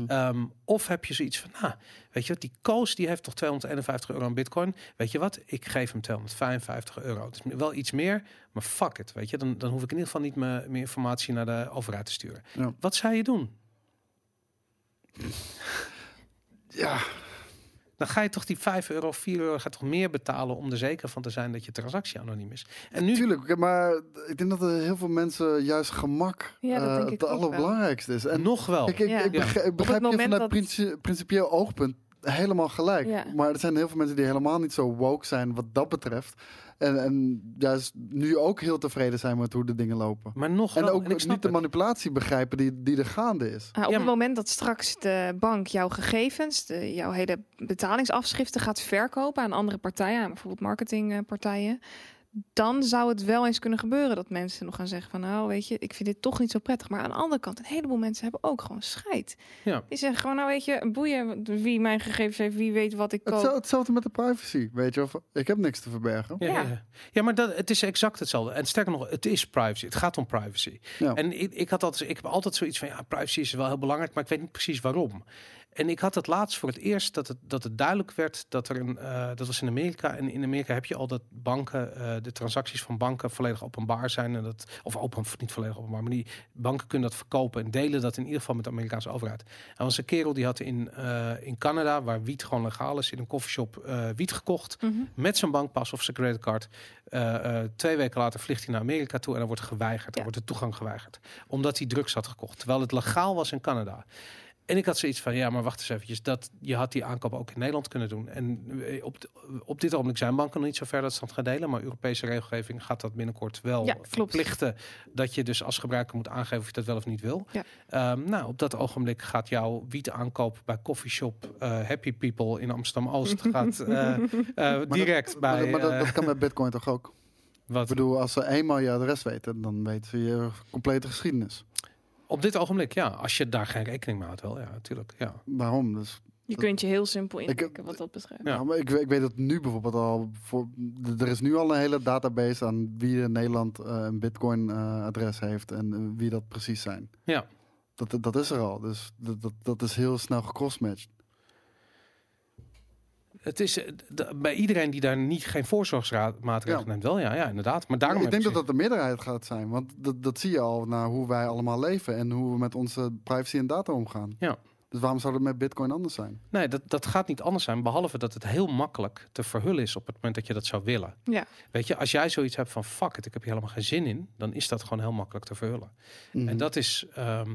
Of heb je zoiets van, nou, weet je wat, die Koos die heeft toch €251 in bitcoin. Weet je wat, ik geef hem €255. Het is wel iets meer, maar fuck it, weet je. Dan hoef ik in ieder geval niet meer informatie naar de overheid te sturen. Ja. Wat zou je doen? Ja. Dan ga je toch die €5, €4 gaat toch meer betalen om er zeker van te zijn dat je transactie anoniem is. En nu Tuurlijk, maar ik denk dat er heel veel mensen juist gemak het allerbelangrijkste is. En nog wel. Kijk, ik begrijp je vanuit principieel oogpunt helemaal gelijk. Ja. Maar er zijn heel veel mensen die helemaal niet zo woke zijn wat dat betreft. En juist nu ook heel tevreden zijn met hoe de dingen lopen. Maar nog en wel, ook niet de manipulatie begrijpen die er gaande is. Op het moment dat straks de bank jouw gegevens, jouw hele betalingsafschriften gaat verkopen aan andere partijen, aan bijvoorbeeld marketingpartijen, dan zou het wel eens kunnen gebeuren dat mensen nog gaan zeggen van, nou weet je, ik vind dit toch niet zo prettig. Maar aan de andere kant, een heleboel mensen hebben ook gewoon scheid. Ja. Die zeggen gewoon, nou weet je, boeien wie mijn gegevens heeft, wie weet wat ik koop. Hetzelfde met de privacy, weet je. Of, ik heb niks te verbergen. Ja, maar het is exact hetzelfde. En sterker nog, het is privacy. Het gaat om privacy. Ja. En ik heb altijd zoiets van, ja, privacy is wel heel belangrijk, maar ik weet niet precies waarom. En ik had het laatst voor het eerst dat het duidelijk werd dat er dat was in Amerika. En in Amerika heb je al dat banken, de transacties van banken volledig openbaar zijn. En niet volledig openbaar, maar die banken kunnen dat verkopen en delen dat in ieder geval met de Amerikaanse overheid. Er was een kerel die had in Canada, waar wiet gewoon legaal is, in een koffieshop wiet gekocht. Met zijn bankpas of zijn creditcard. 2 weken later vliegt hij naar Amerika toe en dan wordt geweigerd. Dan wordt de toegang geweigerd. Omdat hij drugs had gekocht. Terwijl het legaal was in Canada. En ik had zoiets van, ja, maar wacht eens eventjes. Je had die aankoop ook in Nederland kunnen doen. En op dit ogenblik zijn banken nog niet zo ver dat ze dat gaan delen. Maar Europese regelgeving gaat dat binnenkort wel verplichten. Dat je dus als gebruiker moet aangeven of je dat wel of niet wil. Ja. Op dat ogenblik gaat jouw wietaankoop bij coffeeshop Happy People in Amsterdam-Oost gaat direct bij... Maar dat kan met Bitcoin toch ook? Wat? Ik bedoel, als ze eenmaal je adres weten, dan weten ze je complete geschiedenis. Op dit ogenblik, ja. Als je daar geen rekening mee houdt, wel. Ja, natuurlijk. Ja. Waarom? Dus je kunt je heel simpel indekken wat dat betreft. Ja, maar ik weet dat nu bijvoorbeeld al... Er is nu al een hele database aan wie in Nederland een Bitcoin-adres heeft en wie dat precies zijn. Ja. Dat is er al. Dus dat is heel snel gecrossmatcht. Het is bij iedereen die daar geen voorzorgsmaatregelen neemt wel, ja, inderdaad. Maar daarom ik denk dat de meerderheid gaat zijn, want dat zie je al naar hoe wij allemaal leven en hoe we met onze privacy en data omgaan. Ja. Dus waarom zou dat met Bitcoin anders zijn? Nee, dat gaat niet anders zijn, behalve dat het heel makkelijk te verhullen is op het moment dat je dat zou willen. Ja. Weet je, als jij zoiets hebt van fuck it, ik heb hier helemaal geen zin in, dan is dat gewoon heel makkelijk te verhullen. En dat is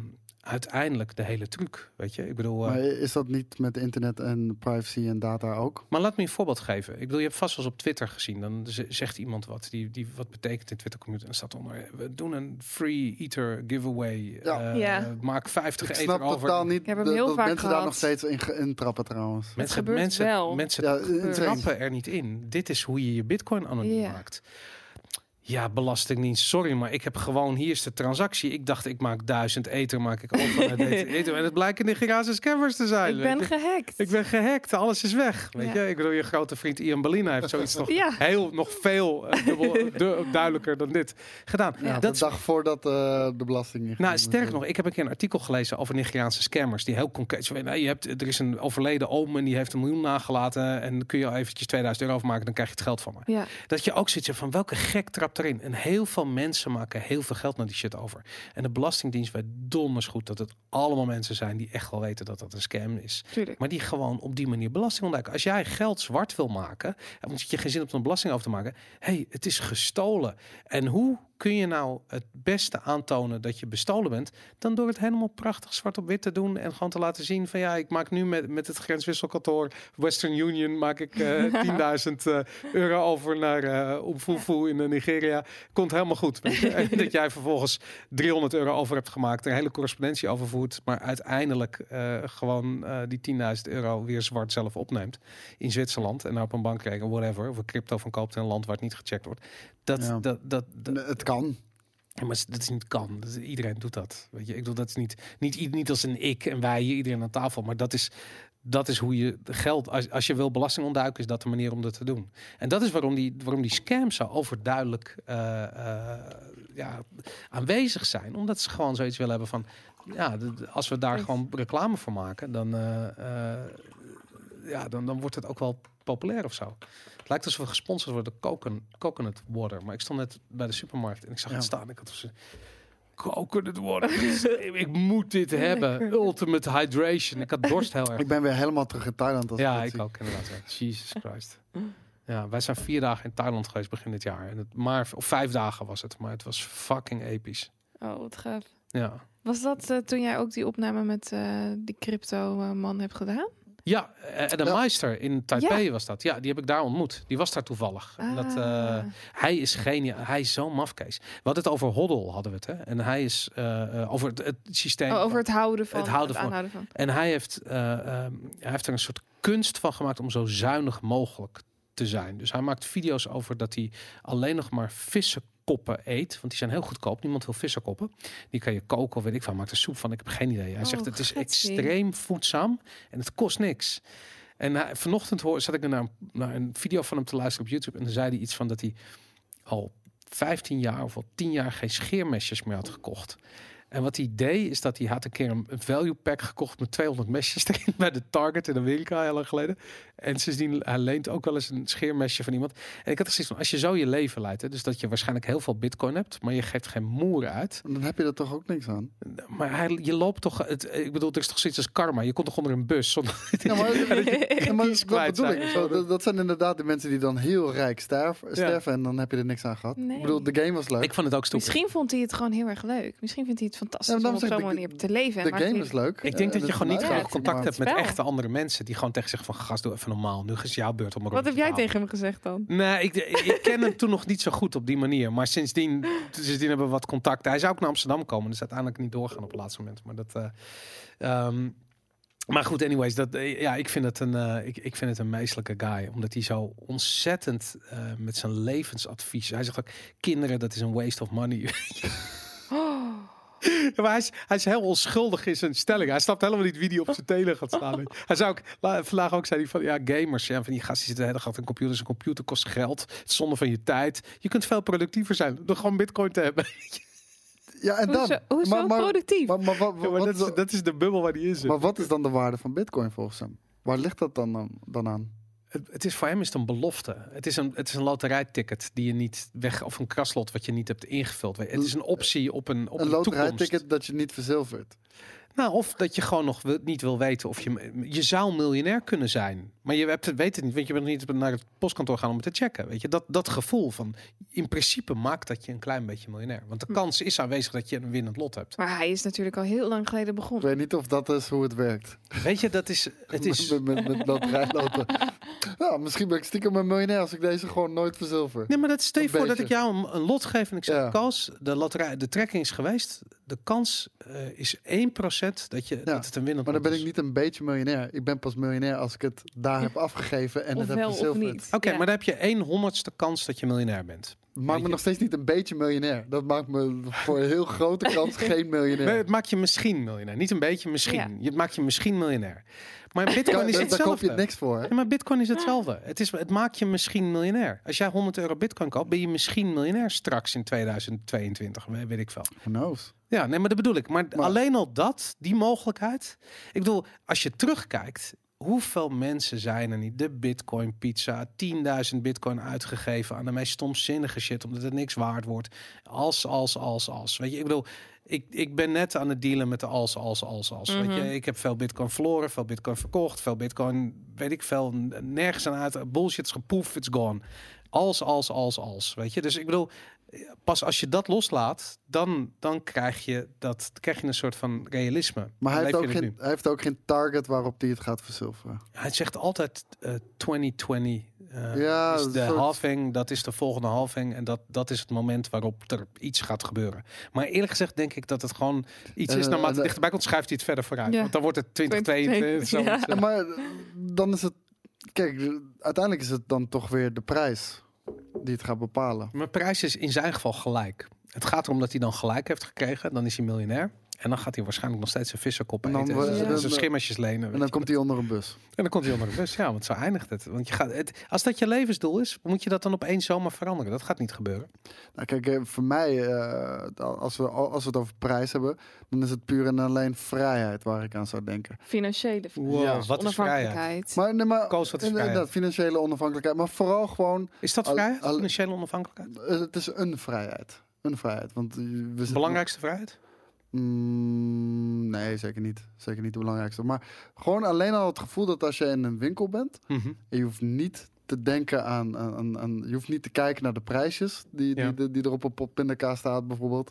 uiteindelijk de hele truc, weet je. Ik bedoel, Maar is dat niet met internet en privacy en data ook? maar laat me een voorbeeld geven. Ik bedoel, je hebt vast wel eens op Twitter gezien. Dan zegt iemand wat, die wat betekent in Twitter community. En staat onder, we doen een free eater giveaway. Ja. Ja. Maak 50 Ik eter snap over. totaal niet Ik heb hem dat heel vaak mensen daar gehad. nog steeds in trappen trouwens. gebeurt wel. Mensen Ja, insane. trappen er niet in. Dit is hoe je je bitcoin anoniem Ja. maakt. Ja, belastingdienst, sorry, maar ik heb gewoon, hier is de transactie. Ik dacht, ik maak 1000 ether, maak ik over met ether. En het blijken Nigeriaanse scammers te zijn. Ik weet ben je. gehackt. Ik ben gehackt, alles is weg. Weet Ja. je, ik bedoel, je grote vriend Ian Bellina heeft zoiets nog Ja. nog veel duidelijker dan dit gedaan. Ja, dat de dag voordat de belasting inging. nou, sterker nog, ik heb een keer een artikel gelezen over Nigeriaanse scammers die heel concreet zijn. Nee, er is een overleden oom en die heeft 1 miljoen nagelaten en kun je eventjes 2000 euro overmaken, dan krijg je het geld van me. Ja. Dat je ook zoiets hebt van welke gek trapt erin. En heel veel mensen maken heel veel geld naar die shit over. En de Belastingdienst weet donders goed dat het allemaal mensen zijn die echt wel weten dat dat een scam is. Tuurlijk. Maar die gewoon op die manier belasting ontduiken. Als jij geld zwart wil maken, want je geen zin hebt om belasting over te maken. Het is gestolen. En hoe kun je nou het beste aantonen dat je bestolen bent, dan door het helemaal prachtig zwart op wit te doen en gewoon te laten zien van ja, ik maak nu met het grenswisselkantoor Western Union maak ik 10.000 euro over naar Umfufu in Nigeria. Komt helemaal goed. Weet je? En dat jij vervolgens 300 euro over hebt gemaakt, er een hele correspondentie overvoert, maar uiteindelijk gewoon die 10.000 euro weer zwart zelf opneemt in Zwitserland en nou op een bankrekening, whatever, of een crypto van koopt in een land waar het niet gecheckt wordt. Ja. Het kan. Ja, maar dat is niet kan. Iedereen doet dat. Weet je, ik bedoel, dat is niet als een ik en wij hier iedereen aan tafel, maar dat is hoe je geld, als je wil belasting ontduiken, is dat de manier om dat te doen. En dat is waarom die scams zo overduidelijk aanwezig zijn, omdat ze gewoon zoiets willen hebben van, ja, als we daar gewoon reclame voor maken, dan wordt het ook wel populair of zo. Het lijkt alsof we gesponsord worden door coconut water. Maar ik stond net bij de supermarkt en ik zag het staan. Ik had coconut water. Ik moet dit hebben. Ultimate hydration. Ik had dorst heel erg. Ik ben weer helemaal terug in Thailand. Als Ja, dat ik zie. ook inderdaad. Ja. Jesus Christ. Ja, wij zijn 4 dagen in Thailand geweest begin dit jaar. En of 5 dagen was het. Maar het was fucking episch. Oh, wat gaaf. Ja. Was dat toen jij ook die opname met die crypto-man hebt gedaan? Ja, de Meister in Taipei Ja. was dat. Ja, die heb ik daar ontmoet. Die was daar toevallig. Ah. Hij is geniaal. Hij is zo'n mafkees. We hadden het over HODL, hadden we het. Hè? En hij is over het systeem. Over het houden van. Het houden van. aanhouden van. En hij heeft er een soort kunst van gemaakt om zo zuinig mogelijk te zijn. Dus hij maakt video's over dat hij alleen nog maar vissenkoppen eet. Want die zijn heel goedkoop. Niemand wil vissenkoppen. Die kan je koken of weet ik veel. Hij maakt er soep van. Ik heb geen idee. Hij zegt het is getsie. extreem voedzaam en het kost niks. En vanochtend zat ik naar een video van hem te luisteren op YouTube. En dan zei hij iets van dat hij al 15 jaar of al 10 jaar geen scheermesjes meer had gekocht. En wat hij deed, is dat hij had een keer een value pack gekocht met 200 mesjes erin bij de Target in Amerika heel lang geleden. En sindsdien, hij leent ook wel eens een scheermesje van iemand. En ik had gezegd van, als je zo je leven leidt, hè, dus dat je waarschijnlijk heel veel bitcoin hebt, maar je geeft geen moer uit. Dan heb je er toch ook niks aan. Maar je loopt toch, ik bedoel, er is toch zoiets als karma. Je komt toch onder een bus zonder Ja, maar, ja, maar keys dat kwijt bedoel zijn. ik. Dat zijn inderdaad de mensen die dan heel rijk sterven en dan heb je er niks aan gehad. Nee. Ik bedoel, de game was leuk. Ik vond het ook stupid. Misschien vond hij het gewoon heel erg leuk. Misschien vindt hij het fantastisch Ja, maar om op dan zo'n zeg ik, manier te leven. De maakt game hij- is leuk. Ik denk dat je gewoon niet genoeg genoeg contact hebt met spel. echte andere mensen die gewoon tegen zeggen van, gast, doe even normaal. Nu is jouw beurt om een Wat heb rondje jij te halen. tegen hem gezegd dan? Nee, ik ken hem toen nog niet zo goed op die manier. Maar sindsdien hebben we wat contact. Hij zou ook naar Amsterdam komen. Dus uiteindelijk niet doorgaan op het laatste moment. Maar dat... maar goed, anyways. Ik vind het een meestelijke guy. Omdat hij zo ontzettend met zijn levensadvies... Hij zegt ook, kinderen, dat is een waste of money. Ja, maar hij is heel onschuldig in zijn stelling. Hij snapt helemaal niet wie die op zijn telen gaat staan. Hij zou ook, vandaag ook zei hij van, ja, gamers. Ja, van die gasten zitten de hele dag in computers. Een computer kost geld. Het is zonde van je tijd. Je kunt veel productiever zijn door gewoon bitcoin te hebben. Ja, en dan. Hoezo productief? Maar Ja, maar dat is de bubbel waar die in zit. maar wat is dan de waarde van bitcoin volgens hem? Waar ligt dat dan aan? Het is voor hem is het een belofte. Het is een loterijticket die je niet weg... Of een kraslot wat je niet hebt ingevuld. Het is een optie op een toekomst. Een loterijticket dat je niet verzilvert. Nou, of dat je gewoon nog niet wil weten of je zou miljonair kunnen zijn. Maar je weet het niet, want je bent niet naar het postkantoor gaan om het te checken. Weet je, dat gevoel van, in principe maakt dat je een klein beetje miljonair. Want de kans is aanwezig dat je een winnend lot hebt. Maar hij is natuurlijk al heel lang geleden Ik begonnen. weet niet of dat is hoe het werkt. Weet je, het is... met loterijloten. Nou, misschien ben ik stiekem een miljonair als ik deze gewoon nooit verzilver. Nee, maar stel je Een voor dat beetje. ik jou een lot geef en ik zeg, Ja. Koos, de trekking is geweest. De kans is 1% dat het een winnend Maar dan ben lot ik is. niet een beetje miljonair. Ik ben pas miljonair als ik het daar heb afgegeven en Of het heb wel of verzilverd. niet. Oké, Ja. maar dan heb je 1/100ste kans dat je miljonair bent. Maakt Weet me je? nog steeds niet een beetje miljonair. Dat maakt me voor een heel grote kans geen miljonair. Nee, het maakt je misschien miljonair. Niet een beetje, misschien. Ja. Het maakt je misschien miljonair. Maar Bitcoin is Daar koop je hetzelfde. niks voor. Hè? Ja, maar Bitcoin is hetzelfde. Het maakt je misschien miljonair. Als jij 100 euro Bitcoin koopt, ben je misschien miljonair straks in 2022. Weet ik veel. Who knows? Ja, nee, maar dat bedoel ik. Maar Maar- alleen al die mogelijkheid. Ik bedoel, als je terugkijkt, hoeveel mensen zijn er niet? De Bitcoin pizza, 10.000 Bitcoin uitgegeven aan de meest stomzinnige shit, omdat het niks waard wordt. Als. Weet je, ik bedoel, ik ben net aan het dealen met de als. Weet je, ik heb veel Bitcoin verloren, veel Bitcoin verkocht, veel Bitcoin, weet ik veel, nergens aan uit. Bullshit is gepoef, it's gone. Als. Weet je, dus ik bedoel, pas als je dat loslaat, dan krijg je een soort van realisme. Maar hij Dan heeft, leef ook je geen, het nu. hij heeft ook geen target waarop hij het gaat verzilveren. Hij zegt altijd 2020 Ja, is een de soort- halving, dat is de volgende halving en dat is het moment waarop er iets gaat gebeuren. Maar eerlijk gezegd denk ik dat het gewoon iets is, naarmate het dichterbij komt, schuift hij het verder vooruit. Ja. Want dan wordt het 2022. Ja. zoiets. Ja, maar dan is het... Kijk, uiteindelijk is het dan toch weer de prijs die het gaat bepalen. Maar prijs is in zijn geval gelijk. Het gaat erom dat hij dan gelijk heeft gekregen, dan is hij miljonair. En dan gaat hij waarschijnlijk nog steeds een visserkop En dan eten. wordt- En Ja. zijn schimmersjes lenen. En weet dan je. komt hij onder een bus. En dan komt hij onder de bus. Ja, want zo eindigt het. Want als dat je levensdoel is, moet je dat dan op één zomaar veranderen. Dat gaat niet gebeuren. Nou, kijk, voor mij, als we het over prijs hebben, dan is het puur en alleen vrijheid waar ik aan zou denken. Financiële Wow, Ja. wat is vrijheid? onafhankelijkheid. Maar Koos, wat is inderdaad, vrijheid? financiële onafhankelijkheid, maar vooral gewoon, Is dat Al- vrijheid? al- Financiële onafhankelijkheid? het is een vrijheid. Een vrijheid. Want we zitten- Belangrijkste vrijheid? Nee, zeker niet. Zeker niet de belangrijkste. Maar gewoon alleen al het gevoel dat als je in een winkel bent, Mhm. en je hoeft niet te denken aan je hoeft niet te kijken naar de prijsjes die er op pindakaas staat bijvoorbeeld.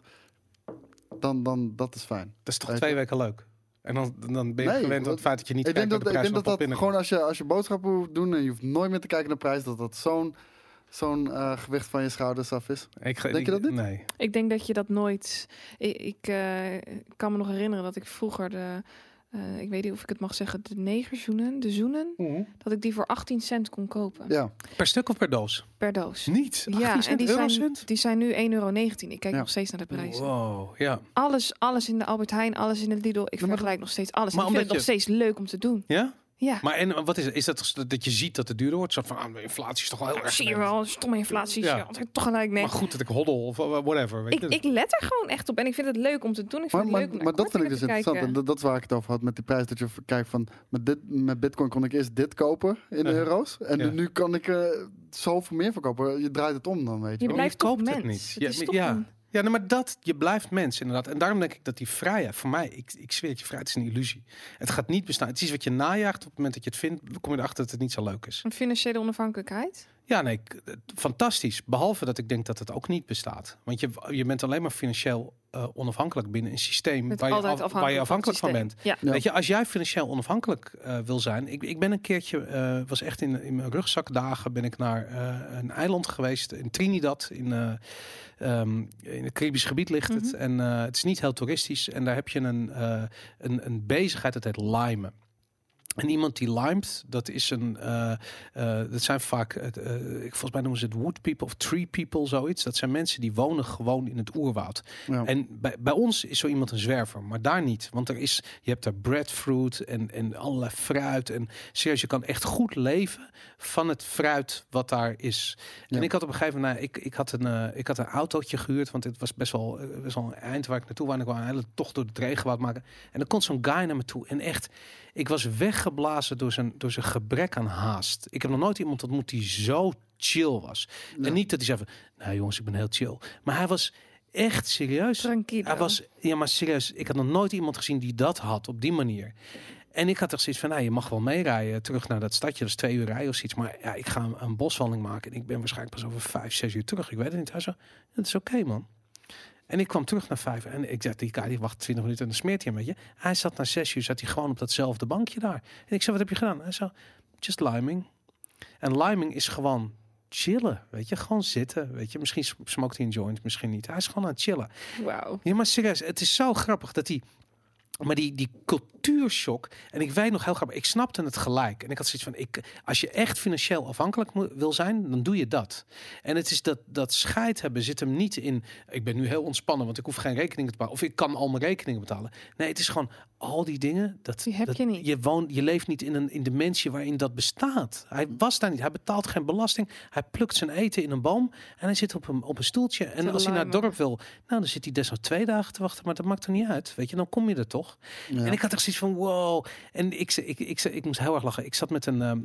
Dan dat is fijn. Dat is toch Weet 2 je? weken leuk? En dan ben je Nee, gewend aan het feit dat je niet Ik denk kijkt dat, naar de ik prijs denk van dat de dat gewoon als je boodschappen hoeft doen en je hoeft nooit meer te kijken naar de prijs, dat zo'n gewicht van je schouders af is. Denk je dat niet? Nee. Ik denk dat je dat nooit... Ik kan me nog herinneren dat ik vroeger ik weet niet of ik het mag zeggen, de zoenen, dat ik die voor 18 cent kon kopen. Ja, Per stuk of per doos? Per doos. Niet. 18 Ja, cent, en eurocent? die zijn nu €1,19. Ik kijk Ja. nog steeds naar de prijzen. Wow, ja. Alles in de Albert Heijn, alles in de Lidl. Ik maar vergelijk nog steeds alles. Maar En ik vind het omdat nog steeds leuk om te doen. Ja? Ja. Maar en wat is het? Is dat je ziet dat het duurder wordt? Een soort van, de inflatie is toch wel heel erg. Zie je wel, stomme inflatie. Ja. Ja. Altijd toch gelijk nee. Maar goed dat ik hoddel of whatever. Weet je. Ik let er gewoon echt op en ik vind het leuk om te doen. Ik vind het leuk om naar maar dat vind ik dus kortingen te interessant. En kijken. dat is waar ik het over had met die prijs. Dat je kijkt van, met Bitcoin kon ik eerst dit kopen in Uh-huh. euro's. En Ja. nu kan ik zoveel meer verkopen. Je draait het om dan, weet je Je wel. blijft koopt toch het mens. niet. Het Ja, is toch ja. een- Ja, nee, maar je blijft mens inderdaad. En daarom denk ik dat die vrijheid, voor mij, ik zweer het je, vrijheid is een illusie. Het gaat niet bestaan. Het is iets wat je najaagt. Op het moment dat je het vindt, kom je erachter dat het niet zo leuk is. Een financiële onafhankelijkheid. Ja, nee, fantastisch. Behalve dat ik denk dat het ook niet bestaat. Want je bent alleen maar financieel onafhankelijk binnen een systeem Met waar altijd je afhankelijk van het bent. systeem. Ja. Ja. Weet je, als jij financieel onafhankelijk wil zijn. Ik ben een keertje, was echt in mijn rugzakdagen, ben ik naar een eiland geweest. In Trinidad, in het Caribisch gebied ligt het. Mhm. En het is niet heel toeristisch. En daar heb je een bezigheid, dat heet limen. En iemand die limet, dat is dat zijn vaak, volgens mij noemen ze het wood people of tree people, zoiets. Dat zijn mensen die wonen gewoon in het oerwoud. Ja. En bij ons is zo iemand een zwerver, maar daar niet. Want je hebt daar breadfruit en allerlei fruit. En serieus, je kan echt goed leven van het fruit wat daar is. Ja. En ik had op een gegeven moment, ik had een autootje gehuurd, want het was best wel een eind waar ik naartoe wou. En ik wou een hele tocht door het regenwoud maken. En dan komt zo'n guy naar me toe en echt, ik was weggelopen weggeblazen door zijn gebrek aan haast. Ik heb nog nooit iemand ontmoet die zo chill was. Ja. En niet dat hij zei van, nou jongens, ik ben heel chill. Maar hij was echt serieus. Tranquilo. Hij was, ja, maar serieus, ik had nog nooit iemand gezien die dat had op die manier. En ik had er zoiets van, nou, je mag wel meerijden terug naar dat stadje. Dat is 2 uur rijden of zoiets. Maar ja, ik ga een boswandeling maken. En ik ben waarschijnlijk pas over 5, 6 uur terug. Ik weet het niet. Hij zo, het is oké, man. En ik kwam terug naar 5 en ik zei, die guy die wacht 20 minuten en dan smeert hij een beetje. Hij zat na 6 uur, zat hij gewoon op datzelfde bankje daar. En ik zei, wat heb je gedaan? Hij zei, just liming. En liming is gewoon chillen, weet je. Gewoon zitten, weet je. Misschien smoked hij een joint, misschien niet. Hij is gewoon aan het chillen. Wauw. Ja, maar serieus, het is zo grappig dat hij... Maar die cultuurshock, en ik weet nog heel grappig, ik snapte het gelijk. En ik had zoiets van, als je echt financieel afhankelijk wil zijn, dan doe je dat. En het is dat scheid hebben zit hem niet in, ik ben nu heel ontspannen, want ik hoef geen rekeningen te betalen. Of ik kan al mijn rekeningen betalen. Nee, het is gewoon al die dingen. Die heb je niet. Je leeft niet in een dimensie waarin dat bestaat. Hij was daar niet, hij betaalt geen belasting. Hij plukt zijn eten in een boom en hij zit op een stoeltje. En als hij naar het dorp wil, nou dan zit hij desnoods 2 dagen te wachten, maar dat maakt er niet uit. Weet je, dan kom je er toch. Ja. En ik had echt zoiets van wow. En ik moest heel erg lachen. Ik zat met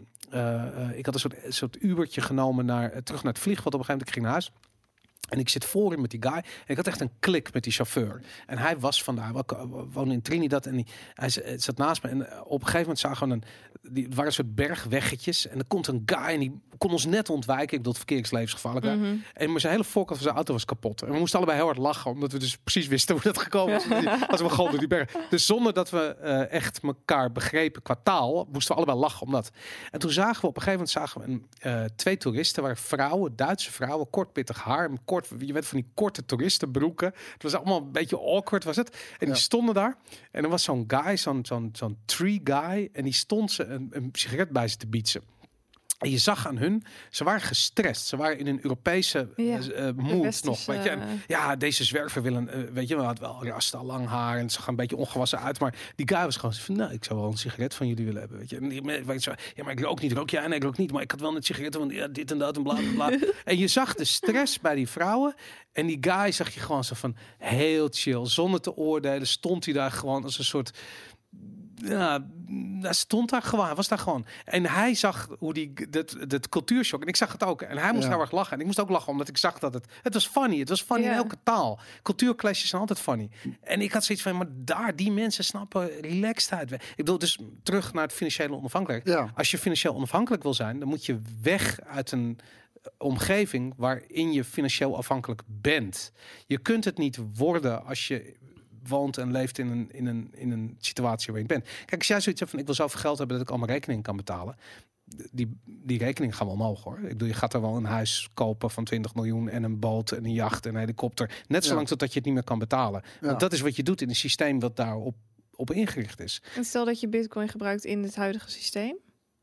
ik had een soort Ubertje genomen terug naar het vliegveld. Op een gegeven moment ik ging naar huis. En ik zit voorin met die guy. En ik had echt een klik met die chauffeur. En hij was vandaar. We woonden in Trinidad. En hij zat naast me. En op een gegeven moment zagen we er waren een soort bergweggetjes. En er komt een guy. En die kon ons net ontwijken. Ik bedoel, het verkeer is levensgevaarlijk. En maar zijn hele voorkant van zijn auto was kapot. En we moesten allebei heel hard lachen. Omdat we dus precies wisten hoe dat gekomen was. Als we gewoon door die berg. Dus zonder dat we echt elkaar begrepen qua taal. Moesten we allebei lachen om dat. En toen zagen we op een gegeven moment 2 toeristen. Waren vrouwen, Duitse vrouwen. Kort pittig haar. Je weet van die korte toeristenbroeken. Het was allemaal een beetje awkward was het. En die stonden daar. En er was zo'n guy, zo'n tree guy. En die stond ze een sigaret bij ze te bietsen. En je zag aan hun, ze waren gestrest. Ze waren in een Europese mood nog. Weet je? En, ja, deze zwerver willen, weet je, we hadden wel rasta, lang haar en ze gaan een beetje ongewasseerd uit. Maar die guy was gewoon van, nou, ik zou wel een sigaret van jullie willen hebben. Weet je? En ja, maar ik rook niet, ja, nee, ik rook niet. Maar ik had wel een sigaret van, ja, dit en dat en bla bla bla. En je zag de stress bij die vrouwen. En die guy zag je gewoon zo van, heel chill, zonder te oordelen, stond hij daar gewoon als een soort... Ja, hij stond daar gewoon. Hij was daar gewoon. En hij zag hoe dat cultuurshock. En ik zag het ook. En hij moest heel erg lachen. En ik moest ook lachen, omdat ik zag dat het was funny. Het was funny in elke taal. Cultuurclashes zijn altijd funny. En ik had zoiets van, maar die mensen snappen relaxedheid. Ik bedoel, dus terug naar het financiële onafhankelijk. Ja. Als je financieel onafhankelijk wil zijn, dan moet je weg uit een omgeving waarin je financieel afhankelijk bent. Je kunt het niet worden als je woont en leeft in een situatie waar je bent. Kijk, als jij zoiets hebt van, ik wil zoveel geld hebben dat ik al mijn rekening kan betalen. Die rekening gaan wel omhoog, hoor. Ik bedoel, je gaat er wel een huis kopen van 20 miljoen en een boot en een jacht en een helikopter. Net zolang totdat je het niet meer kan betalen. Ja. Want dat is wat je doet in een systeem dat daarop ingericht is. En stel dat je Bitcoin gebruikt in het huidige systeem.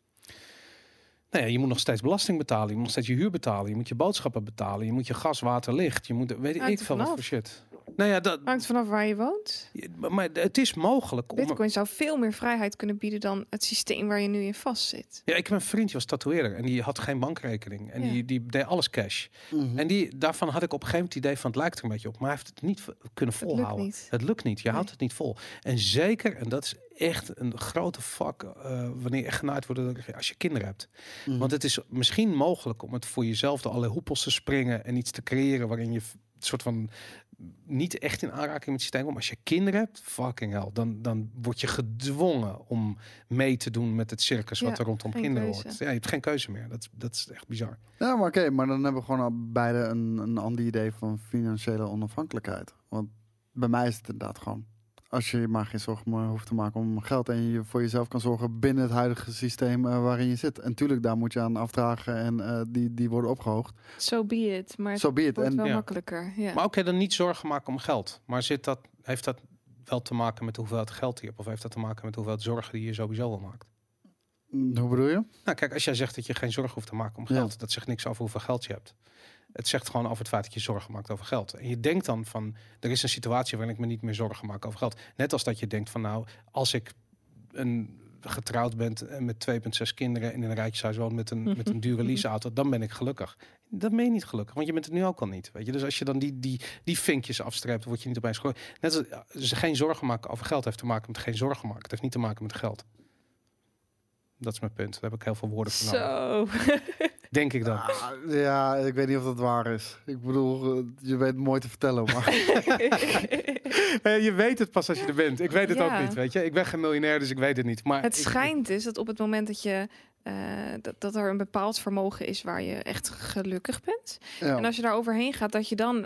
Nou ja, je moet nog steeds belasting betalen. Je moet nog steeds je huur betalen. Je moet je boodschappen betalen. Je moet je gas, water, licht. Je moet, weet ik veel wat voor shit. Nou ja, dat hangt vanaf waar je woont. Maar het is mogelijk. Bitcoin zou veel meer vrijheid kunnen bieden dan het systeem waar je nu in vastzit. Ja, ik heb een vriend, die was tatoeëerder en die had geen bankrekening. En die deed alles cash. En daarvan had ik op een gegeven moment het idee van, het lijkt er een beetje op. Maar hij heeft het niet kunnen volhouden. Het lukt niet. Je houdt het niet vol. En zeker, en dat is echt een grote vak wanneer je echt genaaid wordt als je kinderen hebt. Want het is misschien mogelijk om het voor jezelf door allerlei hoepels te springen en iets te creëren waarin je soort van niet echt in aanraking met het systeem komt. Maar als je kinderen hebt, fucking hell, dan word je gedwongen om mee te doen met het circus wat er rondom kinderen hoort. Ja, je hebt geen keuze meer. Dat is echt bizar. Ja, maar oké, maar dan hebben we gewoon al beide een ander idee van financiële onafhankelijkheid. Want bij mij is het inderdaad gewoon, als je maar geen zorgen meer hoeft te maken om geld en je voor jezelf kan zorgen binnen het huidige systeem waarin je zit. En tuurlijk, daar moet je aan afdragen en die worden opgehoogd. So be it. Maar het wordt wel makkelijker. Ja. Maar oké, dan niet zorgen maken om geld. Maar heeft dat wel te maken met hoeveel geld je hebt? Of heeft dat te maken met hoeveel zorgen die je sowieso wel maakt? Hoe bedoel je? Nou kijk, als jij zegt dat je geen zorgen hoeft te maken om geld, dat zegt niks over hoeveel geld je hebt. Het zegt gewoon over het feit dat je zorgen maakt over geld. En je denkt dan van, er is een situatie waarin ik me niet meer zorgen maak over geld. Net als dat je denkt van, nou, als ik getrouwd ben met 2,6 kinderen in een rijtjeshuis woon met een dure leaseauto, dan ben ik gelukkig. Dan ben je niet gelukkig, want je bent het nu ook al niet. Weet je? Dus als je dan die vinkjes afstreept, word je niet opeens gelukkig. Net als geen zorgen maken over geld heeft te maken met geen zorgen maken. Het heeft niet te maken met geld. Dat is mijn punt. Daar heb ik heel veel woorden voor nodig. Zo. Denk ik dan. Ja, ik weet niet of dat waar is. Ik bedoel, je weet het mooi te vertellen, maar... Je weet het pas als je er bent. Ik weet het ook niet, weet je. Ik ben geen miljonair, dus ik weet het niet. Maar Het schijnt dus dat op het moment dat je dat er een bepaald vermogen is waar je echt gelukkig bent. Ja. En als je daar overheen gaat, dat je dan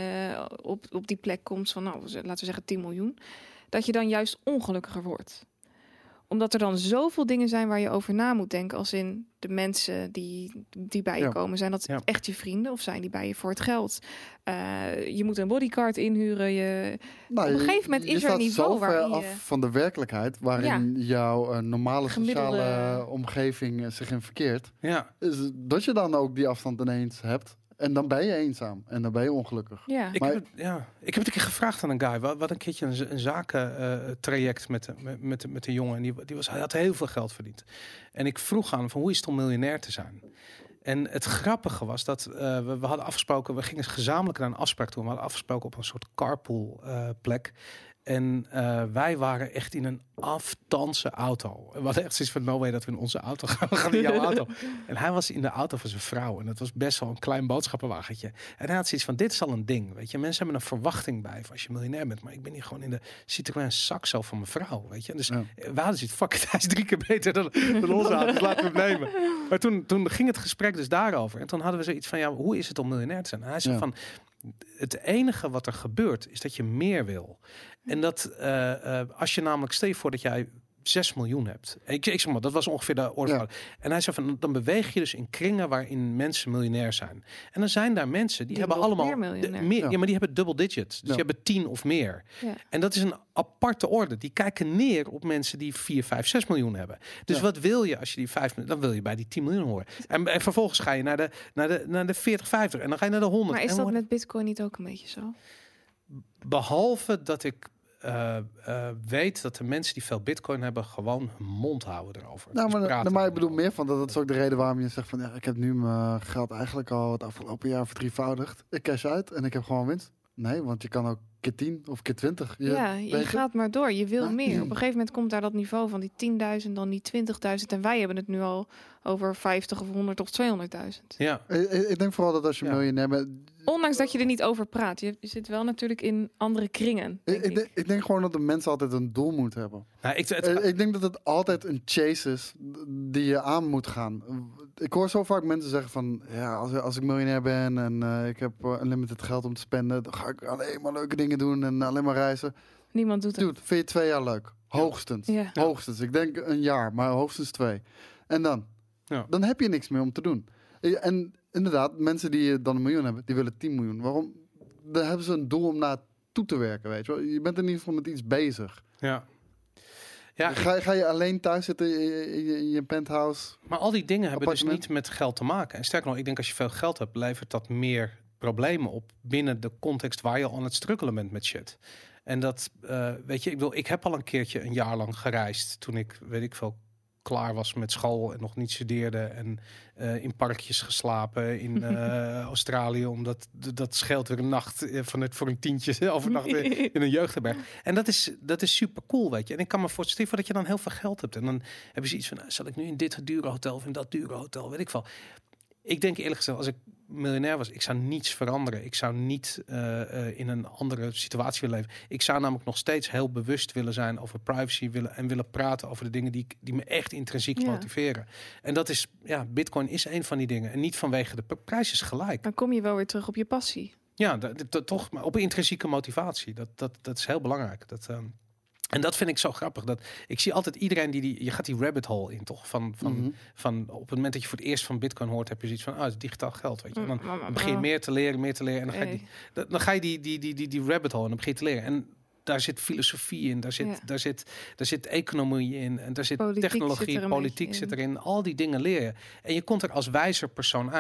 op die plek komt van, nou, laten we zeggen 10 miljoen. Dat je dan juist ongelukkiger wordt. Omdat er dan zoveel dingen zijn waar je over na moet denken. Als in de mensen die bij je komen. Zijn dat echt je vrienden of zijn die bij je voor het geld? Je moet een bodyguard inhuren. Op een gegeven moment is er een niveau waar je af van de werkelijkheid waarin jouw normale sociale omgeving zich in verkeert. Ja. Is dat je dan ook die afstand ineens hebt. En dan ben je eenzaam. En dan ben je ongelukkig. Ja. Ik heb het een keer gevraagd aan een guy. Wat een keertje een zakentraject met een jongen. En hij had heel veel geld verdiend. En ik vroeg aan van hoe is het om miljonair te zijn? En het grappige was dat we hadden afgesproken. We gingen gezamenlijk naar een afspraak toe. We hadden afgesproken op een soort carpool plek. En wij waren echt in een aftansen auto. We hadden echt zoiets van, no way dat we in onze auto gaan. We gaan in jouw auto. En hij was in de auto van zijn vrouw. En dat was best wel een klein boodschappenwagentje. En hij had zoiets van, dit is al een ding. Weet je, mensen hebben een verwachting bij als je miljonair bent. Maar ik ben hier gewoon in de Citroën Saxo van mijn vrouw. Weet je, dus we hadden zoiets, fuck it, hij is 3 keer beter dan onze auto. Dus laten we hem nemen. Maar toen ging het gesprek dus daarover. En toen hadden we zoiets van, ja, hoe is het om miljonair te zijn? En hij zei van, het enige wat er gebeurt is dat je meer wil. En dat als je namelijk, stel je voor dat jij 6 miljoen hebt. Ik zeg maar, dat was ongeveer de orde. Ja. En hij zei van, dan beweeg je dus in kringen waarin mensen miljonair zijn. En dan zijn daar mensen die hebben allemaal meer, maar die hebben double digits. Dus die hebben 10 of meer. Ja. En dat is een aparte orde. Die kijken neer op mensen die 4, 5, 6 miljoen hebben. Dus wat wil je als je die 5 miljoen, dan wil je bij die 10 miljoen horen. En vervolgens ga je naar de 40, 50 en dan ga je naar de 100. Maar is dat met Bitcoin niet ook een beetje zo? Behalve dat ik weet dat de mensen die veel Bitcoin hebben gewoon hun mond houden erover. Nou, dus maar ik bedoel meer van dat is ook de reden waarom je zegt van ja, ik heb nu mijn geld eigenlijk al het afgelopen jaar verdrievoudigd. Ik cash uit en ik heb gewoon winst. Nee, want je kan ook keer 10 of keer 20. Je gaat maar door. Je wil meer. Op een gegeven moment komt daar dat niveau van die 10.000, dan die 20.000. En wij hebben het nu al over 50 of 100 of 200.000. Ja. Ik denk vooral dat als je miljonair bent... Ondanks dat je er niet over praat. Je zit wel natuurlijk in andere kringen. Ik denk gewoon dat de mensen altijd een doel moeten hebben. Nou, ik denk dat het altijd een chase is die je aan moet gaan. Ik hoor zo vaak mensen zeggen van... Ja, als ik miljonair ben en ik heb unlimited geld om te spenden... dan ga ik alleen maar leuke dingen doen en alleen maar reizen. Niemand doet het. Dude, vind je 2 jaar leuk? Hoogstens. Ja. Hoogstens. Ik denk een jaar, maar hoogstens 2. En dan? Ja. Dan heb je niks meer om te doen. En inderdaad, mensen die dan 1 miljoen hebben, die willen 10 miljoen. Waarom? Dan hebben ze een doel om naartoe te werken, weet je wel. Je bent in ieder geval met iets bezig. Ja. Ga je alleen thuis zitten in je penthouse? Maar al die dingen hebben dus niet met geld te maken. En sterker nog, ik denk als je veel geld hebt, levert dat meer problemen op binnen de context waar je al aan het struggelen bent met shit. En dat, weet je, ik heb al een keertje een jaar lang gereisd toen ik, weet ik veel, klaar was met school en nog niet studeerde en in parkjes geslapen in Australië, omdat dat scheelt weer een nacht voor een tientje overnachten in een jeugdherberg. En dat is super cool, weet je. En ik kan me voorstellen dat je dan heel veel geld hebt en dan heb je zoiets van, zal ik nu in dit dure hotel of in dat dure hotel, weet ik veel. Ik denk eerlijk gezegd, als ik miljonair was, ik zou niets veranderen. Ik zou niet in een andere situatie willen leven. Ik zou namelijk nog steeds heel bewust willen zijn over privacy willen praten over de dingen die me echt intrinsiek motiveren. En dat is, Bitcoin is een van die dingen. En niet vanwege de prijs is gelijk. Dan kom je wel weer terug op je passie. Ja, toch, maar op intrinsieke motivatie. Dat is heel belangrijk. En dat vind ik zo grappig. Dat ik zie altijd iedereen je gaat die rabbit hole in, toch? Van op het moment dat je voor het eerst van Bitcoin hoort, heb je zoiets van, het is digitaal geld, weet je. En dan begin je meer te leren. En dan ga je die rabbit hole en dan begin je te leren. En daar zit filosofie in, daar zit economie in, en daar zit politiek technologie, politiek zit erin. Al die dingen leren. En je komt er als wijzer persoon uit.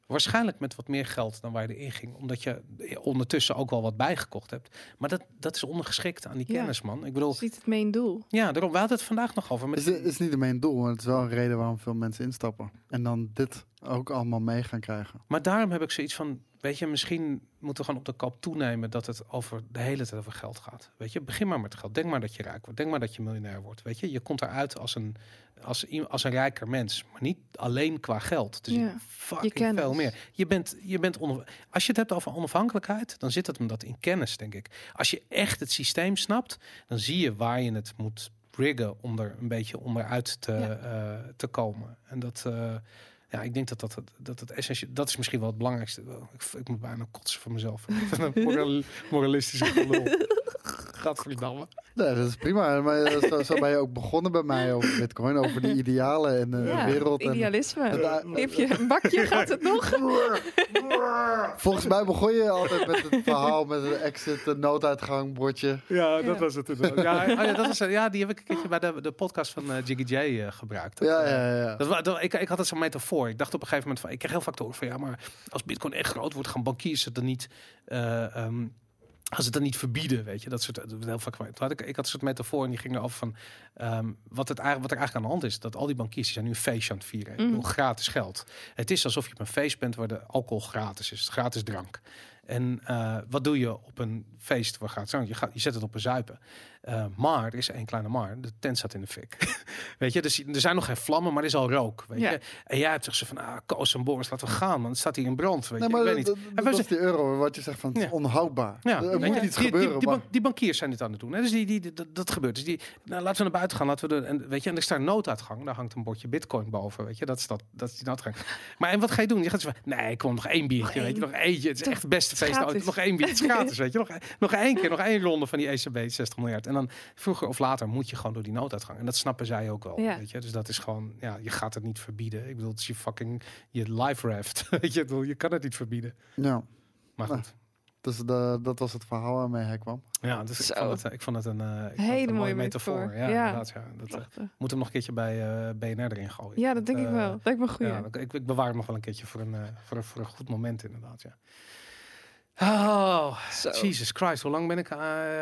Waarschijnlijk met wat meer geld dan waar je erin ging. Omdat je ondertussen ook wel wat bijgekocht hebt. Maar dat is ondergeschikt aan die Ja. kennis, man. Ik bedoel, Dat is niet het main doel. ja, daarom, we hadden het vandaag nog over. Het is niet de main doel, maar het is wel een reden waarom veel mensen instappen. En dan dit ook allemaal mee gaan krijgen. Maar daarom heb ik zoiets van, weet je, misschien moeten we gewoon op de kop toenemen dat het over de hele tijd over geld gaat. Weet je, begin maar met geld. Denk maar dat je rijk wordt. Denk maar dat je miljonair wordt. Weet je komt eruit als een rijker mens, maar niet alleen qua geld. Het is Ja, fucking kennis. veel meer. Je bent als je het hebt over onafhankelijkheid, dan zit het hem dat in kennis, denk ik. Als je echt het systeem snapt, dan zie je waar je het moet riggen om er een beetje onderuit te komen. En dat. Ja, ik denk dat het essentieel... Dat is misschien wel het belangrijkste. Ik moet bijna kotsen van mezelf. Een moralistische gelul. Gadverdamme. Nee, dat is prima. Maar zo ben je ook begonnen bij mij over Bitcoin. Over die idealen en de wereld. Idealisme. En, Heb je een bakje? Gaat het nog? volgens mij begon je altijd met het verhaal met een exit, een nooduitgangbordje. Ja, dat Ja. was het inderdaad. Ja, die heb ik een keertje bij de podcast van Jiggy J gebruikt. Ja. Ik had het zo'n metafoor. Ik dacht op een gegeven moment van... Ik kreeg heel vaak te horen van... Ja, maar als Bitcoin echt groot wordt... gaan bankiers het dan niet... als het dan niet verbieden, weet je, dat soort heel vaak. Ik had een soort metafoor en die ging erover van wat er eigenlijk aan de hand is. Dat al die bankiers die zijn nu een feestje aan het vieren. Ik bedoel, gratis geld. Het is alsof je op een feest bent waar de alcohol gratis is, gratis drank. En wat doe je op een feest waar gratis drank? Je zet het op een zuipen. Maar er is één kleine maar. De tent staat in de fik. Weet je, dus er zijn nog geen vlammen, maar er is al rook. Weet je? En jij hebt zich zo van, Koos en Boris, laten we gaan, man. Het staat hier in brand. Weet je? Nee, maar ik weet niet. dat is die euro, wat je zegt van, het is onhoudbaar. Ja, Er weet moet je, iets gebeuren. maar- die bankiers zijn dit aan het doen. Hè? Dus dat gebeurt. Dus laten we naar buiten gaan. Weet je, en er staat een nooduitgang. Daar hangt een bordje Bitcoin boven. Weet je, dat is die nooduitgang. Maar en wat ga je doen? Je gaat zo van, nee, ik kom nog één biertje. Weet je, nog eentje. Het is echt het beste feest gratis. ooit. Nog één biertje. Het is gratis, weet je. Nog één keer, nog één ronde van die ECB 60 miljard. En dan vroeger of later moet je gewoon door die nooduitgang. En dat snappen zij ook wel. Ja. Weet je, dus dat is gewoon, ja, je gaat het niet verbieden. Ik bedoel, het is je life raft. Weet je, je kan het niet verbieden. Ja, Maar goed. dus dat was het verhaal waarmee hij kwam. Ja, dus Zo. ik vond het een Hele mooie metafoor. metafoor. Ja, Ja. inderdaad. Ja. Dat moet hem nog een keertje bij BNR erin gooien. Ja, dat denk ik wel. Lijkt me goed. Ja, ik bewaar hem nog wel een keertje voor een goed moment, inderdaad. Ja. Oh, Zo. Jesus Christ. Hoe lang ben ik?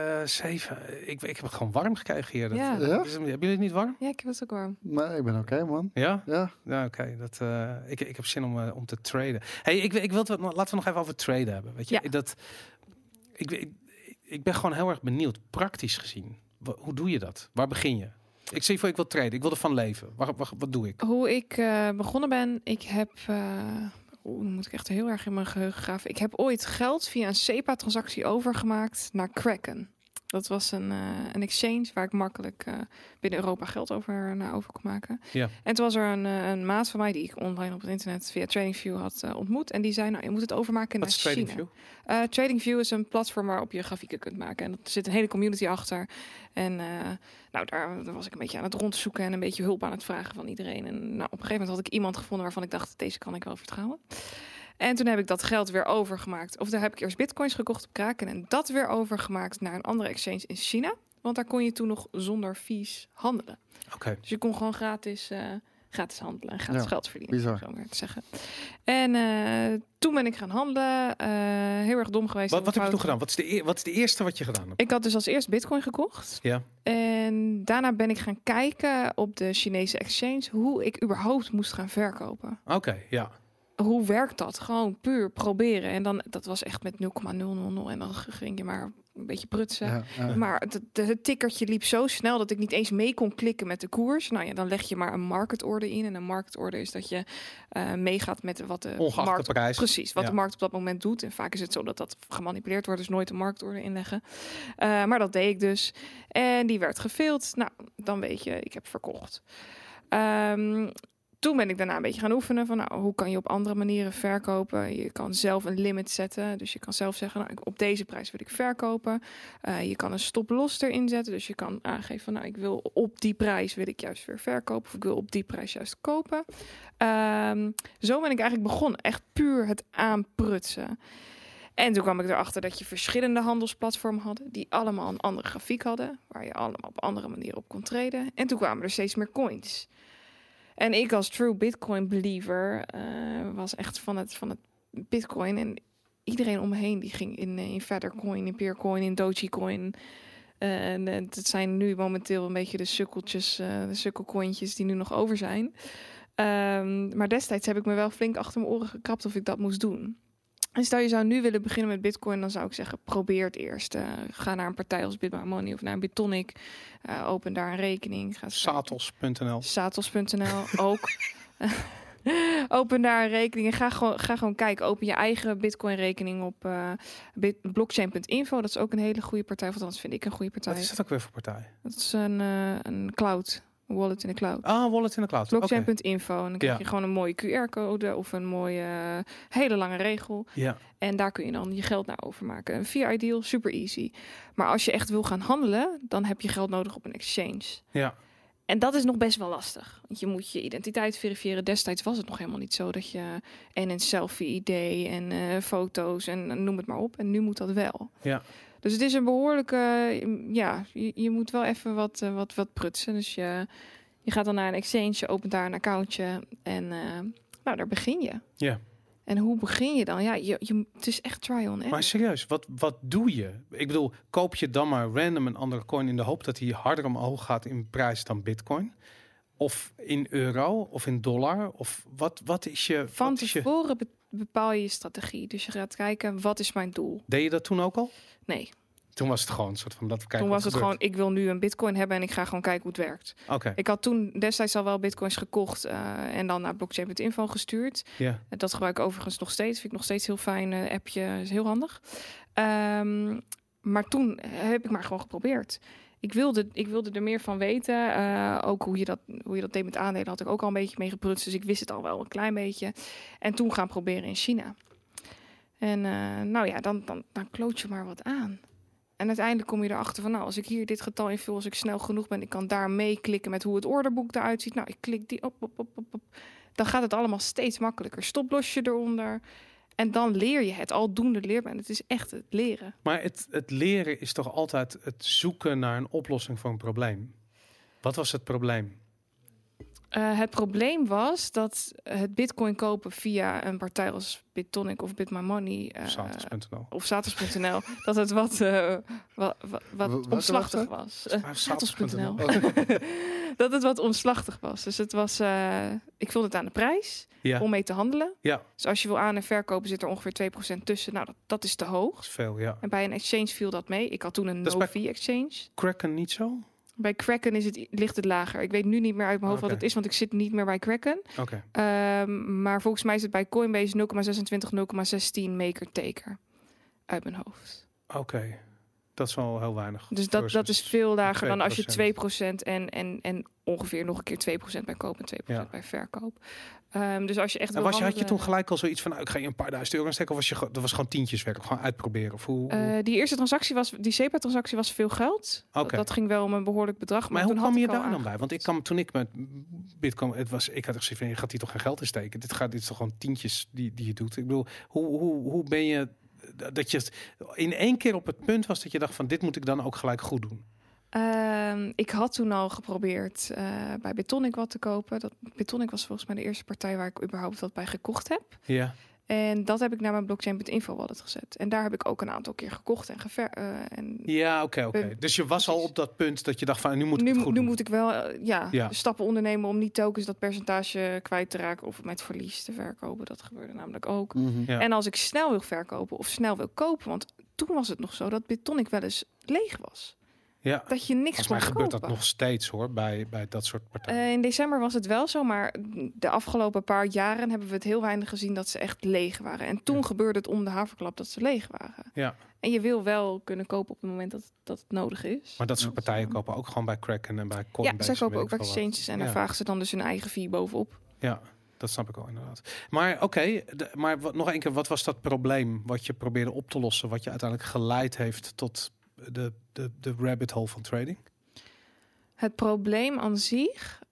7. Ik heb het gewoon warm gekregen hier. Ja. Ja? Hebben jullie het niet warm? Ja, ik heb het ook warm. Nee, ik ben oké, man. Ja? Ja, Ja, oké. Ik heb zin om te traden. Hey, laten we nog even over traden hebben. Weet je, Ja. ik ben gewoon heel erg benieuwd, praktisch gezien. Hoe doe je dat? Waar begin je? Ik zie voor ik wil traden. Ik wil ervan leven. Wat doe ik? Hoe ik begonnen ben, ik heb... nu moet ik echt heel erg in mijn geheugen graven. Ik heb ooit geld via een SEPA-transactie overgemaakt naar Kraken. Dat was een exchange waar ik makkelijk binnen Europa geld naar over kon maken. Ja. En toen was er een maat van mij die ik online op het internet via TradingView had ontmoet. En die zei, nou, je moet het overmaken Wat naar is China. TradingView? TradingView is een platform waarop je grafieken kunt maken. En er zit een hele community achter. En daar was ik een beetje aan het rondzoeken en een beetje hulp aan het vragen van iedereen. En op een gegeven moment had ik iemand gevonden waarvan ik dacht, deze kan ik wel vertrouwen. En toen heb ik dat geld weer overgemaakt. Of daar heb ik eerst bitcoins gekocht op Kraken en dat weer overgemaakt naar een andere exchange in China. Want daar kon je toen nog zonder fees handelen. Oké. Dus je kon gewoon gratis handelen en gratis Ja, geld verdienen. bizar. Zo maar te zeggen. En toen ben ik gaan handelen. Heel erg dom geweest. Wat heb je Fout. toen gedaan? Wat is de eerste wat je gedaan hebt? Ik had dus als eerst bitcoin gekocht. Ja. En daarna ben ik gaan kijken op de Chinese exchange hoe ik überhaupt moest gaan verkopen. Oké, ja. Hoe werkt dat? Gewoon puur proberen. En dan, dat was echt met 0,000. En dan ging je maar een beetje prutsen. ja. Maar het tikkertje liep zo snel dat ik niet eens mee kon klikken met de koers. Nou ja, dan leg je maar een market order in. En een market order is dat je meegaat met wat de Ongeacht markt... de prijs. Precies, wat Ja. de markt op dat moment doet. En vaak is het zo dat dat gemanipuleerd wordt. Dus nooit een marktorder inleggen. Maar dat deed ik dus. En die werd gefaild. Nou, dan weet je, ik heb verkocht. Toen ben ik daarna een beetje gaan oefenen van hoe kan je op andere manieren verkopen. Je kan zelf een limit zetten. Dus je kan zelf zeggen, op deze prijs wil ik verkopen. Je kan een stop-loss erin zetten. Dus je kan aangeven van ik wil op die prijs wil ik juist weer verkopen. Of ik wil op die prijs juist kopen. Zo ben ik eigenlijk begonnen. Echt puur het aanprutsen. En toen kwam ik erachter dat je verschillende handelsplatformen hadden. Die allemaal een andere grafiek hadden. Waar je allemaal op andere manieren op kon traden. En toen kwamen er steeds meer coins. En ik als true Bitcoin believer was echt van het Bitcoin. En iedereen om me heen die ging in Feathercoin, in Peercoin, in Dogecoin. En het zijn nu momenteel een beetje de sukkeltjes, de sukkelcointjes die nu nog over zijn. Maar destijds heb ik me wel flink achter mijn oren gekrapt of ik dat moest doen. En stel je zou nu willen beginnen met Bitcoin, dan zou ik zeggen, probeer het eerst. Ga naar een partij als BitMyMoney of naar een BitTonic. Open daar een rekening. Satos.nl. Satos.nl ook. Open daar een rekening en ga gewoon kijken. Open je eigen Bitcoin-rekening op blockchain.info. Dat is ook een hele goede partij. Of althans vind ik een goede partij. Wat is dat ook weer voor partij? Dat is een cloud. Een wallet in de cloud. Ah, wallet in de cloud. Blockchain.info. En dan krijg je gewoon een mooie QR-code of een mooie hele lange regel. Ja. En daar kun je dan je geld naar overmaken. Een via Ideal, super easy. Maar als je echt wil gaan handelen, dan heb je geld nodig op een exchange. Ja. En dat is nog best wel lastig. Want je moet je identiteit verifiëren. Destijds was het nog helemaal niet zo dat je een selfie-ID en foto's en noem het maar op. En nu moet dat wel. Ja. Dus het is een behoorlijke... je moet wel even wat prutsen. Dus je gaat dan naar een exchange, je opent daar een accountje en daar begin je. Ja. En hoe begin je dan? Ja, het is echt trial and error. Maar serieus, wat doe je? Ik bedoel, koop je dan maar random een andere coin in de hoop dat hij harder omhoog gaat in prijs dan Bitcoin? Of in euro of in dollar? Of wat is je... Van tevoren bepaal je strategie. Dus je gaat kijken, wat is mijn doel? Deed je dat toen ook al? Nee. Toen was het gewoon een soort van dat we kijken. Toen was het gewoon, ik wil nu een Bitcoin hebben en ik ga gewoon kijken hoe het werkt. Oké. Ik had toen destijds al wel Bitcoins gekocht en dan naar blockchain.info gestuurd. Ja. Dat gebruik ik overigens nog steeds. Vind ik nog steeds heel fijn. Appje is heel handig. Maar toen heb ik maar gewoon geprobeerd. Ik wilde er meer van weten. Ook hoe je dat deed met aandelen had ik ook al een beetje mee geprutst. Dus ik wist het al wel een klein beetje. En toen gaan proberen in China. En dan kloot je maar wat aan. En uiteindelijk kom je erachter van, als ik hier dit getal invul, als ik snel genoeg ben, ik kan daar meeklikken met hoe het orderboek eruit ziet. Nou, ik klik die op. Dan gaat het allemaal steeds makkelijker. Stoplosje eronder. En dan leer je het. Aldoende leert men. Het is echt het leren. Maar het leren is toch altijd het zoeken naar een oplossing voor een probleem. Wat was het probleem? Het probleem was dat het Bitcoin kopen via een partij als BitTonic of BitMyMoney Satos.nl. Satos.nl dat het wat omslachtig was. Satos.nl dat het wat omslachtig was. Dus het was, ik vulde het aan de prijs om mee te handelen. Ja. Dus als je wil aan- en verkopen zit er ongeveer 2% tussen. Nou, dat is te hoog. Dat is veel, ja. En bij een exchange viel dat mee. Ik had toen een no-fee exchange. Kraken niet zo? Bij Kraken ligt het lager. Ik weet nu niet meer uit mijn hoofd wat het is, want ik zit niet meer bij Kraken. Maar volgens mij is het bij Coinbase 0,26, 0,16 maker-taker. Uit mijn hoofd. Oké. Dat is wel heel weinig. Dus dat is veel lager dan als je 2% en ongeveer nog een keer 2% bij koop en 2% bij verkoop. Dus als je echt wil had je toen gelijk al zoiets van, ik ga je een paar duizend euro insteken, of dat was gewoon tientjes werk, gewoon uitproberen? Of hoe? Die eerste transactie die SEPA-transactie was veel geld. Dat ging wel om een behoorlijk bedrag. Maar hoe kwam je daar dan bij? Want toen ik met Bitcoin, ik had gezegd van, je gaat hier toch geen geld in steken? Dit is toch gewoon tientjes die je doet? Ik bedoel, hoe ben je dat je in één keer op het punt was dat je dacht van, dit moet ik dan ook gelijk goed doen? Ik had toen al geprobeerd bij BitTonic wat te kopen. BitTonic was volgens mij de eerste partij waar ik überhaupt wat bij gekocht heb. Ja. En dat heb ik naar mijn blockchain.info wallet gezet. En daar heb ik ook een aantal keer gekocht en Ja, oké. Dus je was al op dat punt dat je dacht van, nu moet ik het goed doen. Nu moet ik wel stappen ondernemen om niet telkens dat percentage kwijt te raken of met verlies te verkopen. Dat gebeurde namelijk ook. Mm-hmm. Ja. En als ik snel wil verkopen of snel wil kopen, want toen was het nog zo dat BitTonic wel eens leeg was. Ja. Dat je niks kon Volgens mij gebeurt kopen. dat nog steeds hoor, bij dat soort partijen. In december was het wel zo, maar de afgelopen paar jaren hebben we het heel weinig gezien dat ze echt leeg waren. En toen gebeurde het om de haverklap dat ze leeg waren. Ja. En je wil wel kunnen kopen op het moment dat het nodig is. Maar dat soort partijen kopen ook gewoon bij Kraken en bij Coinbase. Ja, zij kopen ook bij exchanges en daar vragen ze dan dus hun eigen fee bovenop. Ja, dat snap ik wel inderdaad. Maar nog één keer, wat was dat probleem wat je probeerde op te lossen, wat je uiteindelijk geleid heeft tot de rabbit hole van trading? Het probleem aan zich,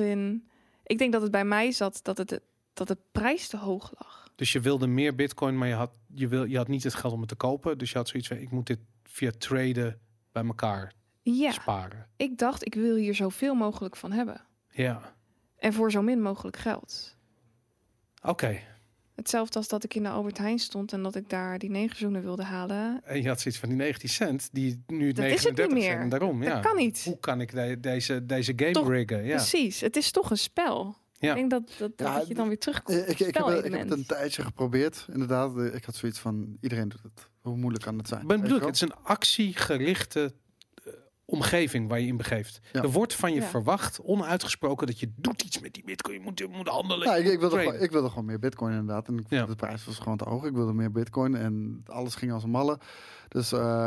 ik denk dat het bij mij zat dat de prijs te hoog lag. Dus je wilde meer Bitcoin, maar je had niet het geld om het te kopen. Dus je had zoiets van, ik moet dit via traden bij elkaar sparen. Ik dacht, ik wil hier zoveel mogelijk van hebben. Ja. En voor zo min mogelijk geld. Oké. Hetzelfde als dat ik in de Albert Heijn stond en dat ik daar die negerzoenen wilde halen. En je had zoiets van die 19 cent, die nu Dat is het 39 niet cent. meer. En daarom, Dat ja. kan niet. Hoe kan ik deze game Toch, riggen? Ja. Precies, het is toch een spel. Ja. Ik denk dat je dan weer terugkomt. Ik heb Spelelement. het een tijdje geprobeerd, inderdaad. Ik had zoiets van, iedereen doet het. Hoe moeilijk kan het zijn? Maar Weet bedoel je ik, wel? het is een actiegerichte omgeving waar je in begeeft. Ja. Er wordt van je Ja. verwacht, onuitgesproken, dat je doet iets met die bitcoin. Je moet handelen. Ja, je moet ik wilde traden. gewoon, ik wilde gewoon meer bitcoin inderdaad. En ik vond Ja. de prijs was gewoon te hoog. Ik wilde meer bitcoin en alles ging als een malle. Dus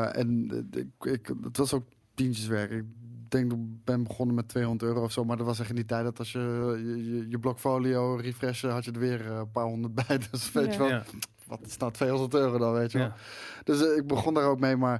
het was ook tientjeswerk. Ik denk dat ik ben begonnen met €200 of zo. Maar dat was echt in die tijd dat als je blokfolio refreshen, had je er weer een paar honderd bij. Dus weet je wel, Ja. wat staat €200 dan, weet je wel. Ja. Dus ik begon daar ook mee, maar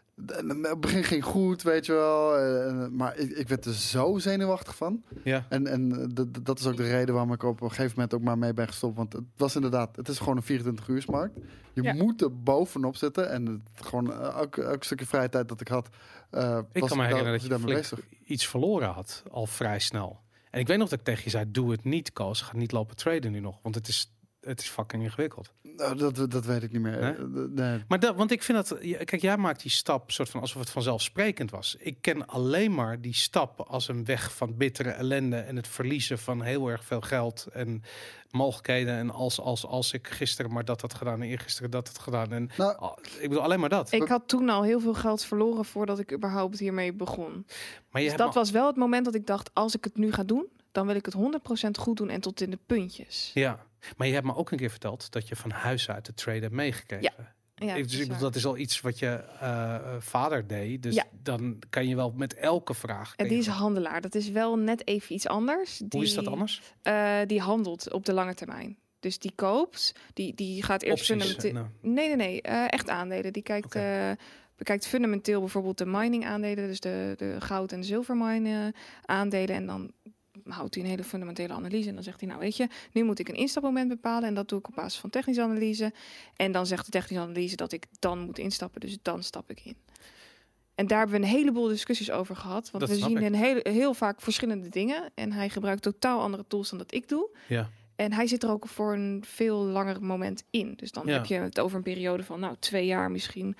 het begin ging goed, weet je wel. Maar ik werd er zo zenuwachtig van. Ja. En dat is ook de reden waarom ik op een gegeven moment ook maar mee ben gestopt. Want het was inderdaad, het is gewoon een 24-uursmarkt. Je Ja. moet er bovenop zitten. En gewoon elk stukje vrije tijd dat ik had, Ik kan me herinneren dat je daarmee flink iets verloren had, al vrij snel. En ik weet nog dat ik tegen je zei, doe het niet, Koos. Ga niet lopen traden nu nog, want het is fucking ingewikkeld. Nou, dat weet ik niet meer. Nee? Nee. Maar want ik vind dat, kijk, jij maakt die stap soort van alsof het vanzelfsprekend was. Ik ken alleen maar die stap als een weg van bittere ellende en het verliezen van heel erg veel geld en mogelijkheden. En als ik gisteren maar dat had gedaan en eergisteren dat had gedaan. En Nou, ik bedoel alleen maar dat. Ik had toen al heel veel geld verloren voordat ik überhaupt hiermee begon. Maar je Dus hebt dat was wel het moment dat ik dacht, als ik het nu ga doen, dan wil ik het 100% goed doen en tot in de puntjes. Ja, maar je hebt me ook een keer verteld dat je van huis uit de trade hebt meegekregen. Ja, Dus ik bedoel, dat is al iets wat je vader deed. Dus Ja. dan kan je wel met elke vraag. En die is handelaar. Dat is wel net even iets anders. Hoe is dat anders? Die handelt op de lange termijn. Dus die koopt, die gaat eerst Opties, fundamenteel... nou. Nee, echt aandelen. Die kijkt, bekijkt fundamenteel bijvoorbeeld de mining aandelen, dus de goud- en zilvermine aandelen. En dan houdt hij een hele fundamentele analyse. En dan zegt hij, nou weet je, nu moet ik een instapmoment bepalen. En dat doe ik op basis van technische analyse. En dan zegt de technische analyse dat ik dan moet instappen. Dus dan stap ik in. En daar hebben we een heleboel discussies over gehad. Want Dat we snap zien ik. heel vaak verschillende dingen. En hij gebruikt totaal andere tools dan dat ik doe. Ja. En hij zit er ook voor een veel langer moment in. Dus dan Ja. heb je het over een periode van 2 jaar misschien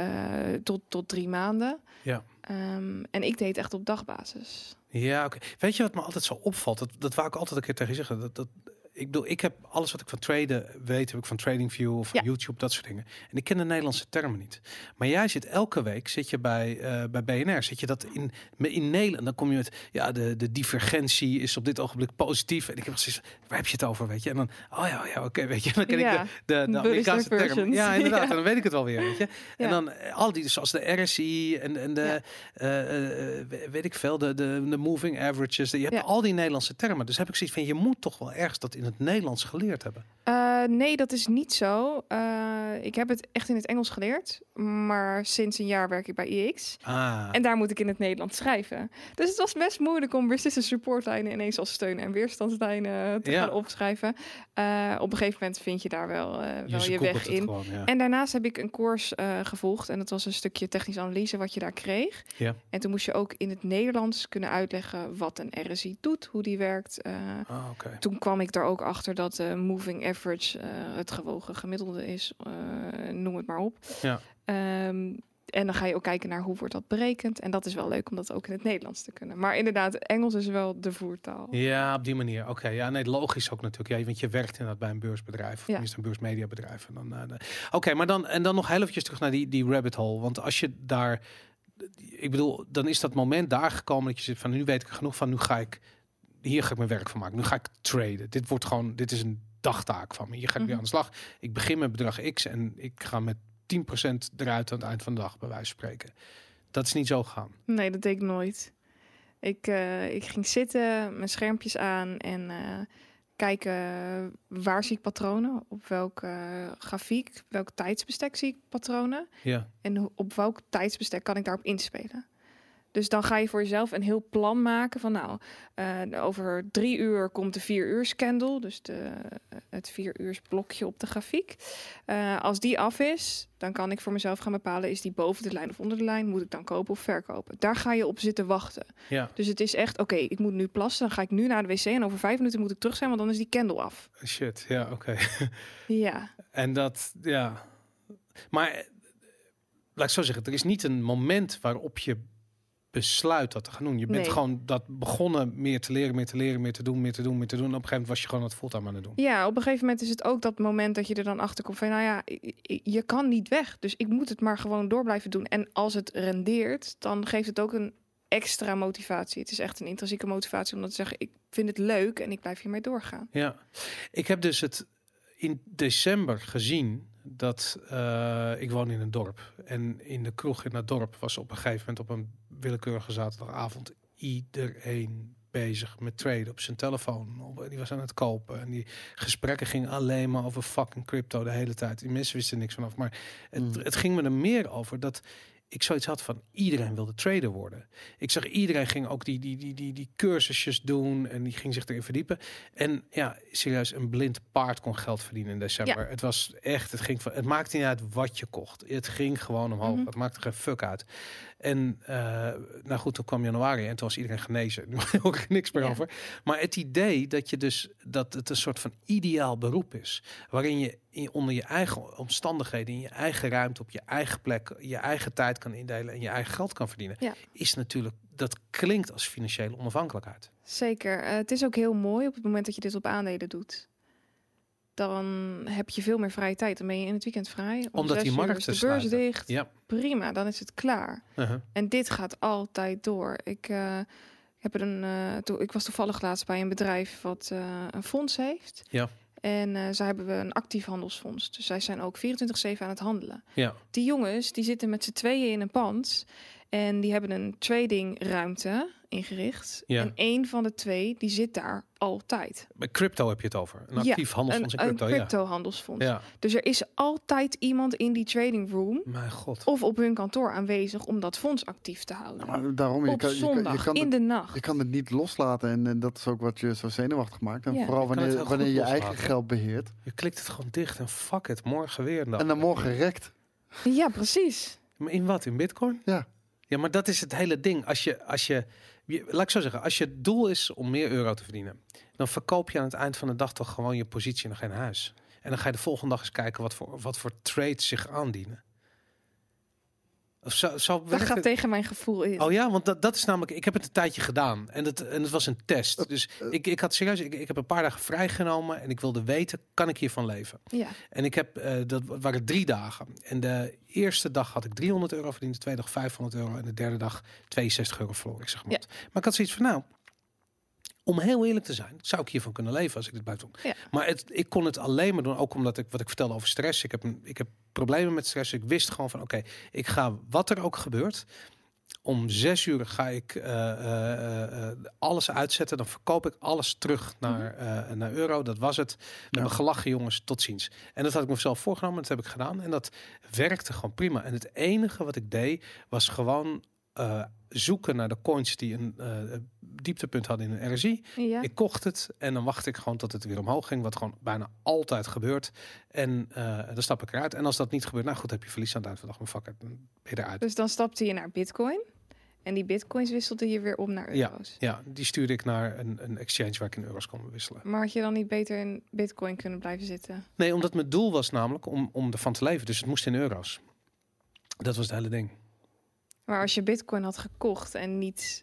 tot 3 maanden. Ja. En ik deed het echt op dagbasis. Ja, oké. Weet je wat me altijd zo opvalt? Dat wou ik altijd een keer tegen je zeggen. Ik bedoel, ik heb alles wat ik van traden weet, heb ik van TradingView of van YouTube, dat soort dingen. En ik ken de Nederlandse termen niet. Maar jij zit elke week, bij BNR, zit je dat in Nederland. Dan kom je met, de divergentie is op dit ogenblik positief. En ik heb gezegd, waar heb je het over, weet je? En dan, oké, weet je. Dan ken ik de Amerikaanse termen. versions. Ja, inderdaad. Ja. En dan weet ik het wel weer, weet je. Ja. En dan al die, zoals de RSI en de, weet ik veel, de moving averages. Je hebt al die Nederlandse termen. Dus heb ik zoiets van, je moet toch wel ergens dat in het Nederlands geleerd hebben. Nee, dat is niet zo. Ik heb het echt in het Engels geleerd. Maar sinds een jaar werk ik bij IX. En daar moet ik in het Nederlands schrijven. Dus het was best moeilijk om business supportlijnen ineens als steun- en weerstandslijnen te gaan opschrijven. Op een gegeven moment vind je daar wel je weg in. Gewoon, ja. En daarnaast heb ik een course gevolgd. En dat was een stukje technische analyse wat je daar kreeg. Ja. En toen moest je ook in het Nederlands kunnen uitleggen wat een RSI doet, hoe die werkt. Okay. Toen kwam ik er ook achter dat moving average het gewogen gemiddelde is. Noem het maar op. Ja. En dan ga je ook kijken naar hoe wordt dat berekend. En dat is wel leuk om dat ook in het Nederlands te kunnen. Maar inderdaad, Engels is wel de voertaal. Ja, op die manier. Oké, ja, nee, logisch ook natuurlijk. Ja, want je werkt inderdaad bij een beursbedrijf. Of tenminste een beursmediabedrijf. Oké, maar dan nog heel eventjes terug naar die rabbit hole. Want als je daar... Ik bedoel, dan is dat moment daar gekomen dat je zit van... Nu weet ik er genoeg van, hier ga ik mijn werk van maken. Nu ga ik traden. Dit is een dagtaak van me. Hier ga ik weer aan de slag. Ik begin met bedrag X en ik ga met 10% eruit aan het eind van de dag, bij wijze van spreken. Dat is niet zo gegaan. Nee, dat deed ik nooit. Ik ging zitten, mijn schermpjes aan en kijken waar zie ik patronen, op welke grafiek, welk tijdsbestek zie ik patronen. Ja. En op welk tijdsbestek kan ik daarop inspelen. Dus dan ga je voor jezelf een heel plan maken van over 3 uur komt de 4 uur candle. Dus het 4 uur blokje op de grafiek. Als die af is, dan kan ik voor mezelf gaan bepalen, is die boven de lijn of onder de lijn? Moet ik dan kopen of verkopen? Daar ga je op zitten wachten. Ja. Dus het is echt, oké, ik moet nu plassen. Dan ga ik nu naar de wc en over 5 minuten moet ik terug zijn, want dan is die candle af. Shit, ja, oké. Ja. En dat, ja. Maar laat ik zo zeggen, er is niet een moment waarop je besluit dat te gaan doen. Je bent gewoon dat begonnen meer te leren, meer te doen. En op een gegeven moment was je gewoon het fulltime aan het doen. Ja, op een gegeven moment is het ook dat moment dat je er dan achter komt van, je kan niet weg. Dus ik moet het maar gewoon door blijven doen. En als het rendeert, dan geeft het ook een extra motivatie. Het is echt een intrinsieke motivatie om dan te zeggen, ik vind het leuk en ik blijf hiermee doorgaan. Ja, ik heb dus het in december gezien dat ik woon in een dorp. En in de kroeg in dat dorp was op een gegeven moment op een willekeurige zaterdagavond iedereen bezig met traden op zijn telefoon. Die was aan het kopen. En die gesprekken gingen alleen maar over fucking crypto de hele tijd. Die mensen wisten niks vanaf. Maar het ging me er meer over dat ik zoiets had van iedereen wilde trader worden. Ik zag iedereen ging ook die cursusjes doen en die ging zich erin verdiepen. En ja, serieus, een blind paard kon geld verdienen in december. Ja. Het was echt, het maakte niet uit wat je kocht. Het ging gewoon omhoog. Het maakte geen fuck uit. En nou goed, toen kwam januari en toen was iedereen genezen. Nu hoor ik niks meer over. Maar het idee dat je dus dat het een soort van ideaal beroep is, waarin je onder je eigen omstandigheden, in je eigen ruimte, op je eigen plek, je eigen tijd kan indelen en je eigen geld kan verdienen, is natuurlijk, dat klinkt als financiële onafhankelijkheid. Zeker. Het is ook heel mooi op het moment dat je dit op aandelen doet. Dan heb je veel meer vrije tijd. Dan ben je in het weekend vrij. Omdat die markt is de beurs dicht. Ja. Prima, dan is het klaar. En dit gaat altijd door. Ik was toevallig laatst bij een bedrijf wat een fonds heeft. Ja. En zij hebben we een actief handelsfonds. Dus zij zijn ook 24/7 aan het handelen. Ja. Die jongens die zitten met z'n tweeën in een pand. En die hebben een tradingruimte ingericht. Ja. En één van de twee die zit daar altijd. Bij crypto heb je het over. Een actief handelsfonds in crypto. Een crypto-handelsfonds. Ja. Dus er is altijd iemand in die trading room. Mijn god. Of op hun kantoor aanwezig om dat fonds actief te houden. Maar daarom, op zondag, in de nacht. Je kan het niet loslaten. En dat is ook wat je zo zenuwachtig maakt. En vooral wanneer je eigen geld beheert. Je klikt het gewoon dicht en fuck it. Morgen weer. En dan morgen rekt. Ja, precies. Maar in wat? In Bitcoin? Ja. Ja, maar dat is het hele ding. Als je laat ik zo zeggen, als je het doel is om meer euro te verdienen, dan verkoop je aan het eind van de dag toch gewoon je positie nog geen huis. En dan ga je de volgende dag eens kijken wat voor trades zich aandienen. Of dat gaat tegen mijn gevoel in. Oh ja, want dat is namelijk, ik heb het een tijdje gedaan en het was een test. Dus ik had serieus, ik heb een paar dagen vrijgenomen en ik wilde weten, kan ik hiervan leven? Ja. En ik heb, dat waren 3 dagen. En de eerste dag had ik €300 verdiend, de tweede dag €500 en de derde dag €62 verloren. Ik zeg maar. Ja. Maar ik had zoiets van, nou, om heel eerlijk te zijn, zou ik hiervan kunnen leven als ik dit blijf doen. Ja. Maar ik kon het alleen maar doen, ook omdat wat ik vertelde over stress. Ik heb problemen met stress. Ik wist gewoon van, oké, ik ga wat er ook gebeurt. Om 6 uur ga ik alles uitzetten. Dan verkoop ik alles terug naar euro. Dat was het. We hebben gelachen, jongens. Tot ziens. En dat had ik mezelf voorgenomen. Dat heb ik gedaan. En dat werkte gewoon prima. En het enige wat ik deed, was gewoon zoeken naar de coins die een dieptepunt hadden in een RSI. Ja. Ik kocht het en dan wacht ik gewoon tot het weer omhoog ging, wat gewoon bijna altijd gebeurt. En dan stap ik eruit. En als dat niet gebeurt, nou goed, heb je verlies aan het eind van de dag, maar fuck it, dan ben je eruit. Dus dan stapte je naar Bitcoin en die Bitcoins wisselde je weer om naar euro's? Ja, die stuurde ik naar een exchange waar ik in euro's kon wisselen. Maar had je dan niet beter in Bitcoin kunnen blijven zitten? Nee, omdat mijn doel was namelijk om ervan te leven. Dus het moest in euro's. Dat was het hele ding. Maar als je Bitcoin had gekocht en niet...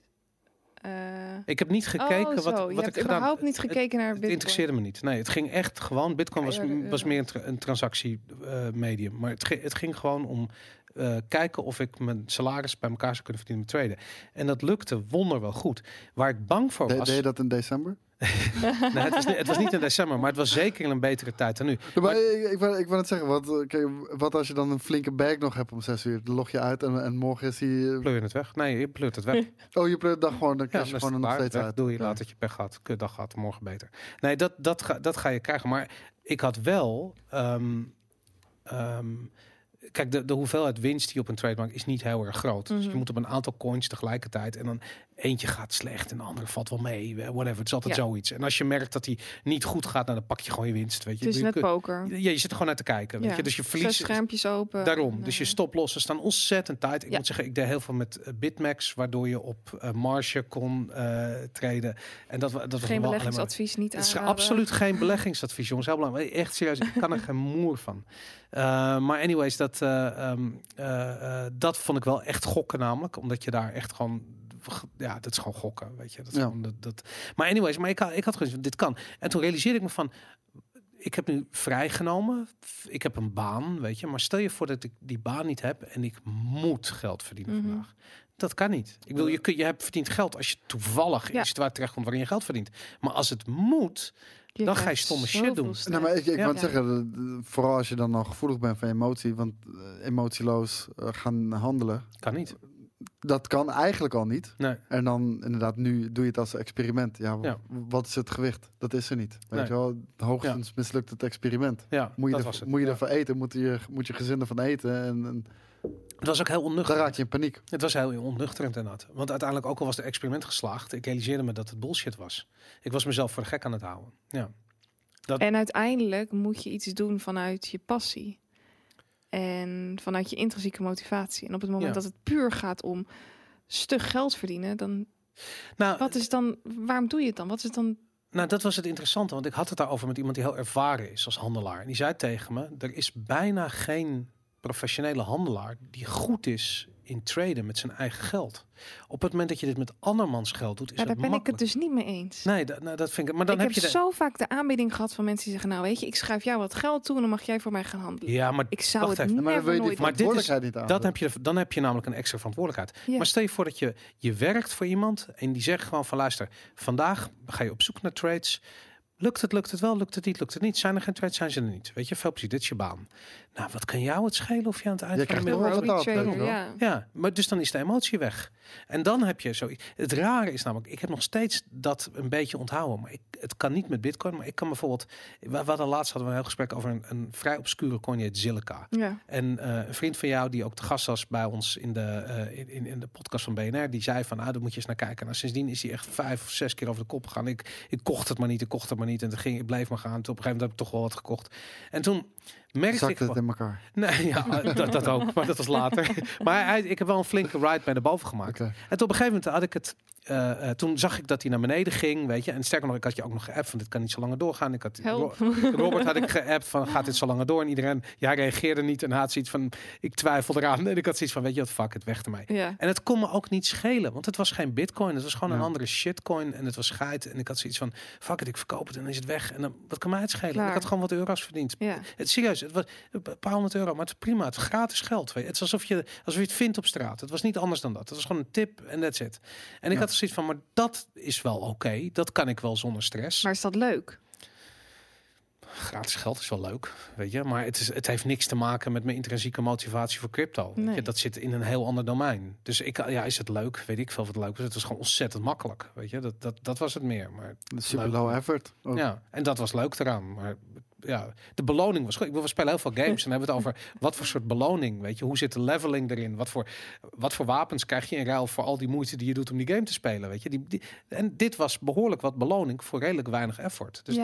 Ik heb niet gekeken wat ik gedaan. Je hebt überhaupt niet gekeken naar Bitcoin? Het interesseerde me niet. Nee, het ging echt gewoon... Bitcoin was meer een transactiemedium. Maar het ging gewoon om kijken of ik mijn salaris bij elkaar zou kunnen verdienen met traden. En dat lukte wonderwel goed. Waar ik bang voor was... Deed je dat in december? Nee, het was niet in december, maar het was zeker in een betere tijd dan nu. Maar ik wil het zeggen, wat als je dan een flinke bag nog hebt om 6 uur? Dan log je uit en morgen is die... Pleur je het weg? Nee, je pleurt het weg. Oh, je pleurt het gewoon, dan krijg je gewoon nog steeds uit. Doe je laat dat je pech gehad. Kutdag gehad, morgen beter. Nee, dat ga je krijgen. Maar ik had wel... kijk, de hoeveelheid winst die op een trade maakt is niet heel erg groot. Dus je moet op een aantal coins tegelijkertijd en dan eentje gaat slecht en de andere valt wel mee. Whatever, het is altijd zoiets. En als je merkt dat die niet goed gaat, dan pak je gewoon je winst. Weet je. Het is net poker. Ja, je zit er gewoon naar te kijken. Weet je. Dus je verliest 6 schermpjes open. Daarom. Dus je stoplossen staan ontzettend tight. Ik Ja. moet zeggen, ik deed heel veel met Bitmax, waardoor je op marge kon traden. En dat was Geen wel alleen maar. beleggingsadvies, niet Het is aanraden. absoluut geen beleggingsadvies, jongens. Heel belangrijk. Echt serieus, ik kan er geen moer van. Maar anyways, dat vond ik wel echt gokken namelijk. Omdat je daar echt gewoon... Ja, dat is gewoon gokken, weet je. Dat is gewoon, maar anyways, maar ik had gezegd, dit kan. En toen realiseerde ik me van... Ik heb nu vrijgenomen. Ik heb een baan, weet je. Maar stel je voor dat ik die baan niet heb... en ik moet geld verdienen vandaag. Dat kan niet. Ik wil, je hebt verdient geld als je toevallig in een situatie terechtkomt waarin je geld verdient. Maar als het moet... dan ga je stomme shit doen. Nou, maar ik wou zeggen, vooral als je dan nog gevoelig bent van emotie, want emotieloos gaan handelen. Kan niet. Dat kan eigenlijk al niet. Nee. En dan inderdaad, nu doe je het als experiment. Ja, wat is het gewicht? Dat is er niet. Weet je wel, hoogstens mislukt het experiment. Ja, moet je ervan eten, moet je gezin ervan eten. En het was ook heel onnuchterend. Dan raak je in paniek. Het was heel onnuchterend inderdaad. Want uiteindelijk, ook al was het experiment geslaagd, ik realiseerde me dat het bullshit was. Ik was mezelf voor de gek aan het houden. Ja. En uiteindelijk moet je iets doen vanuit je passie. En vanuit je intrinsieke motivatie. En op het moment dat het puur gaat om stug geld verdienen, dan... wat is dan... Waarom doe je het dan? Wat is het dan... Nou, dat was het interessante. Want ik had het daarover met iemand die heel ervaren is als handelaar. En die zei tegen me, er is bijna geen professionele handelaar die goed is in traden met zijn eigen geld. Op het moment dat je dit met andermans geld doet, is daar het ben makkelijk. ik het dus niet mee eens. Nee, dat vind ik. Maar dan ik heb je zo vaak de aanbieding gehad van mensen die zeggen, nou weet je, ik schrijf jou wat geld toe en dan mag jij voor mij gaan handelen. Ja, maar ik zou het even. never maar dan nooit. maar dit is dan heb je namelijk een extra verantwoordelijkheid. Ja. Maar stel je voor dat je werkt voor iemand en die zegt gewoon van luister, vandaag ga je op zoek naar trades. Lukt het wel, lukt het niet? Zijn er geen trades, zijn ze er niet? Weet je, veel plezier, dit is je baan. Nou, wat kan jou het schelen of je aan het eind van de middag... Ja, maar dus dan is de emotie weg. En dan heb je zo... Het rare is namelijk, ik heb nog steeds dat een beetje onthouden. Maar het kan niet met Bitcoin, maar ik kan bijvoorbeeld... We hadden laatst een heel gesprek over een vrij obscure coin, die heet Zilliqa. Ja. En een vriend van jou, die ook te gast was bij ons in de podcast van BNR, die zei van, daar moet je eens naar kijken. Nou, sindsdien is hij echt 5 of 6 keer over de kop gegaan. Ik kocht het maar niet, En ik bleef maar gaan. Toen op een gegeven moment heb ik toch wel wat gekocht. En toen merkte ik... het in elkaar. Nee, ja, dat ook. Maar dat was later. Maar ik heb wel een flinke ride bij de boven gemaakt. Okay. En op een gegeven moment had ik het... toen zag ik dat hij naar beneden ging, weet je. En sterker nog, ik had je ook nog geappt van dit kan niet zo langer doorgaan. Ik had Robert had ik geappt van gaat dit zo langer door? En iedereen, reageerde niet. En hij had zoiets van, ik twijfel eraan. En ik had zoiets van, weet je wat, fuck het, weg ermee. Ja. En het kon me ook niet schelen, want het was geen Bitcoin. Het was gewoon een andere shitcoin. En het was scheid. En ik had zoiets van, fuck het, ik verkoop het en dan is het weg. En dan, wat kan mij het schelen? Klaar. Ik had gewoon wat euro's verdiend. Ja. Het serieus, het was een paar €100, maar het is prima. Het is gratis geld. Weet je. Het is alsof je het vindt op straat. Het was niet anders dan dat. Het was gewoon een tip en that's it. En ik had zoiets van, maar dat is wel oké. Dat kan ik wel zonder stress. Maar is dat leuk? Gratis geld is wel leuk, weet je. Maar het heeft niks te maken met mijn intrinsieke motivatie voor crypto. Nee. Weet je, dat zit in een heel ander domein. Dus is het leuk? Weet ik veel wat het leuk is. Het was gewoon ontzettend makkelijk, weet je. Dat was het meer. Maar super low effort. Ook. Ja, en dat was leuk eraan. Maar ja, de beloning was goed. We spelen heel veel games en hebben het over wat voor soort beloning, weet je. Hoe zit de leveling erin? Wat voor wapens krijg je in ruil voor al die moeite die je doet om die game te spelen, weet je. En dit was behoorlijk wat beloning voor redelijk weinig effort. Dus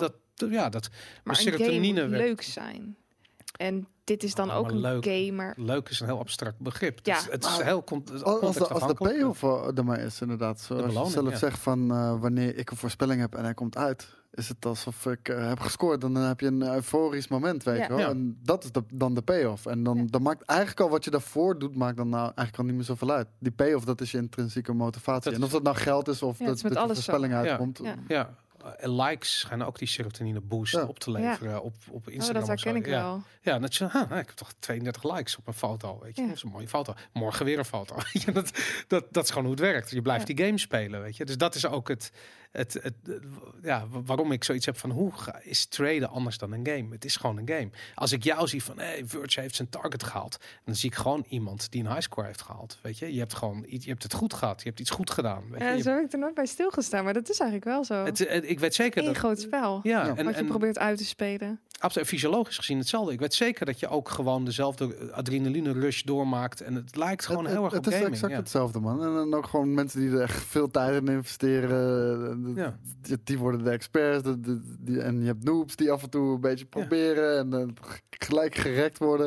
maar een game moet leuk zijn. En dit is dan ook een game, maar... Leuk is een heel abstract begrip. Ja. Dus het is heel als de payoff er maar is, inderdaad. Zoals je zelf zegt van wanneer ik een voorspelling heb en hij komt uit, is het alsof ik heb gescoord. Dan heb je een euforisch moment, weet je wel. Ja. En dat is dan de payoff. En dan maakt eigenlijk al wat je daarvoor doet, maakt dan nou eigenlijk al niet meer zoveel uit. Die payoff, dat is je intrinsieke motivatie. En of dat nou geld is of dat de voorspelling uitkomt. Ja. Likes schijnen ook die serotonine boost op te leveren op Instagram. Dat herken ik wel. Ja, dat je, ik heb toch 32 likes op een foto, weet je. Dat is een mooie foto. Morgen weer een foto. dat is gewoon hoe het werkt. Je blijft die game spelen, weet je. Dus dat is ook waarom ik zoiets heb van is traden anders dan een game? Het is gewoon een game. Als ik jou zie van Verge heeft zijn target gehaald, dan zie ik gewoon iemand die een highscore heeft gehaald. Weet je, je hebt het goed gehad, je hebt iets goed gedaan. Weet je? Zo heb ik er nooit bij stilgestaan, maar dat is eigenlijk wel zo. Ik weet zeker Een groot spel. Ja, wat je probeert uit te spelen. Absoluut, fysiologisch gezien hetzelfde. Ik weet zeker dat je ook gewoon dezelfde adrenaline rush doormaakt en het lijkt gewoon heel erg op gaming. Het is exact hetzelfde, man. En dan ook gewoon mensen die er echt veel tijd in investeren. Die worden de experts. En je hebt noobs die af en toe een beetje proberen en gelijk gerekt worden.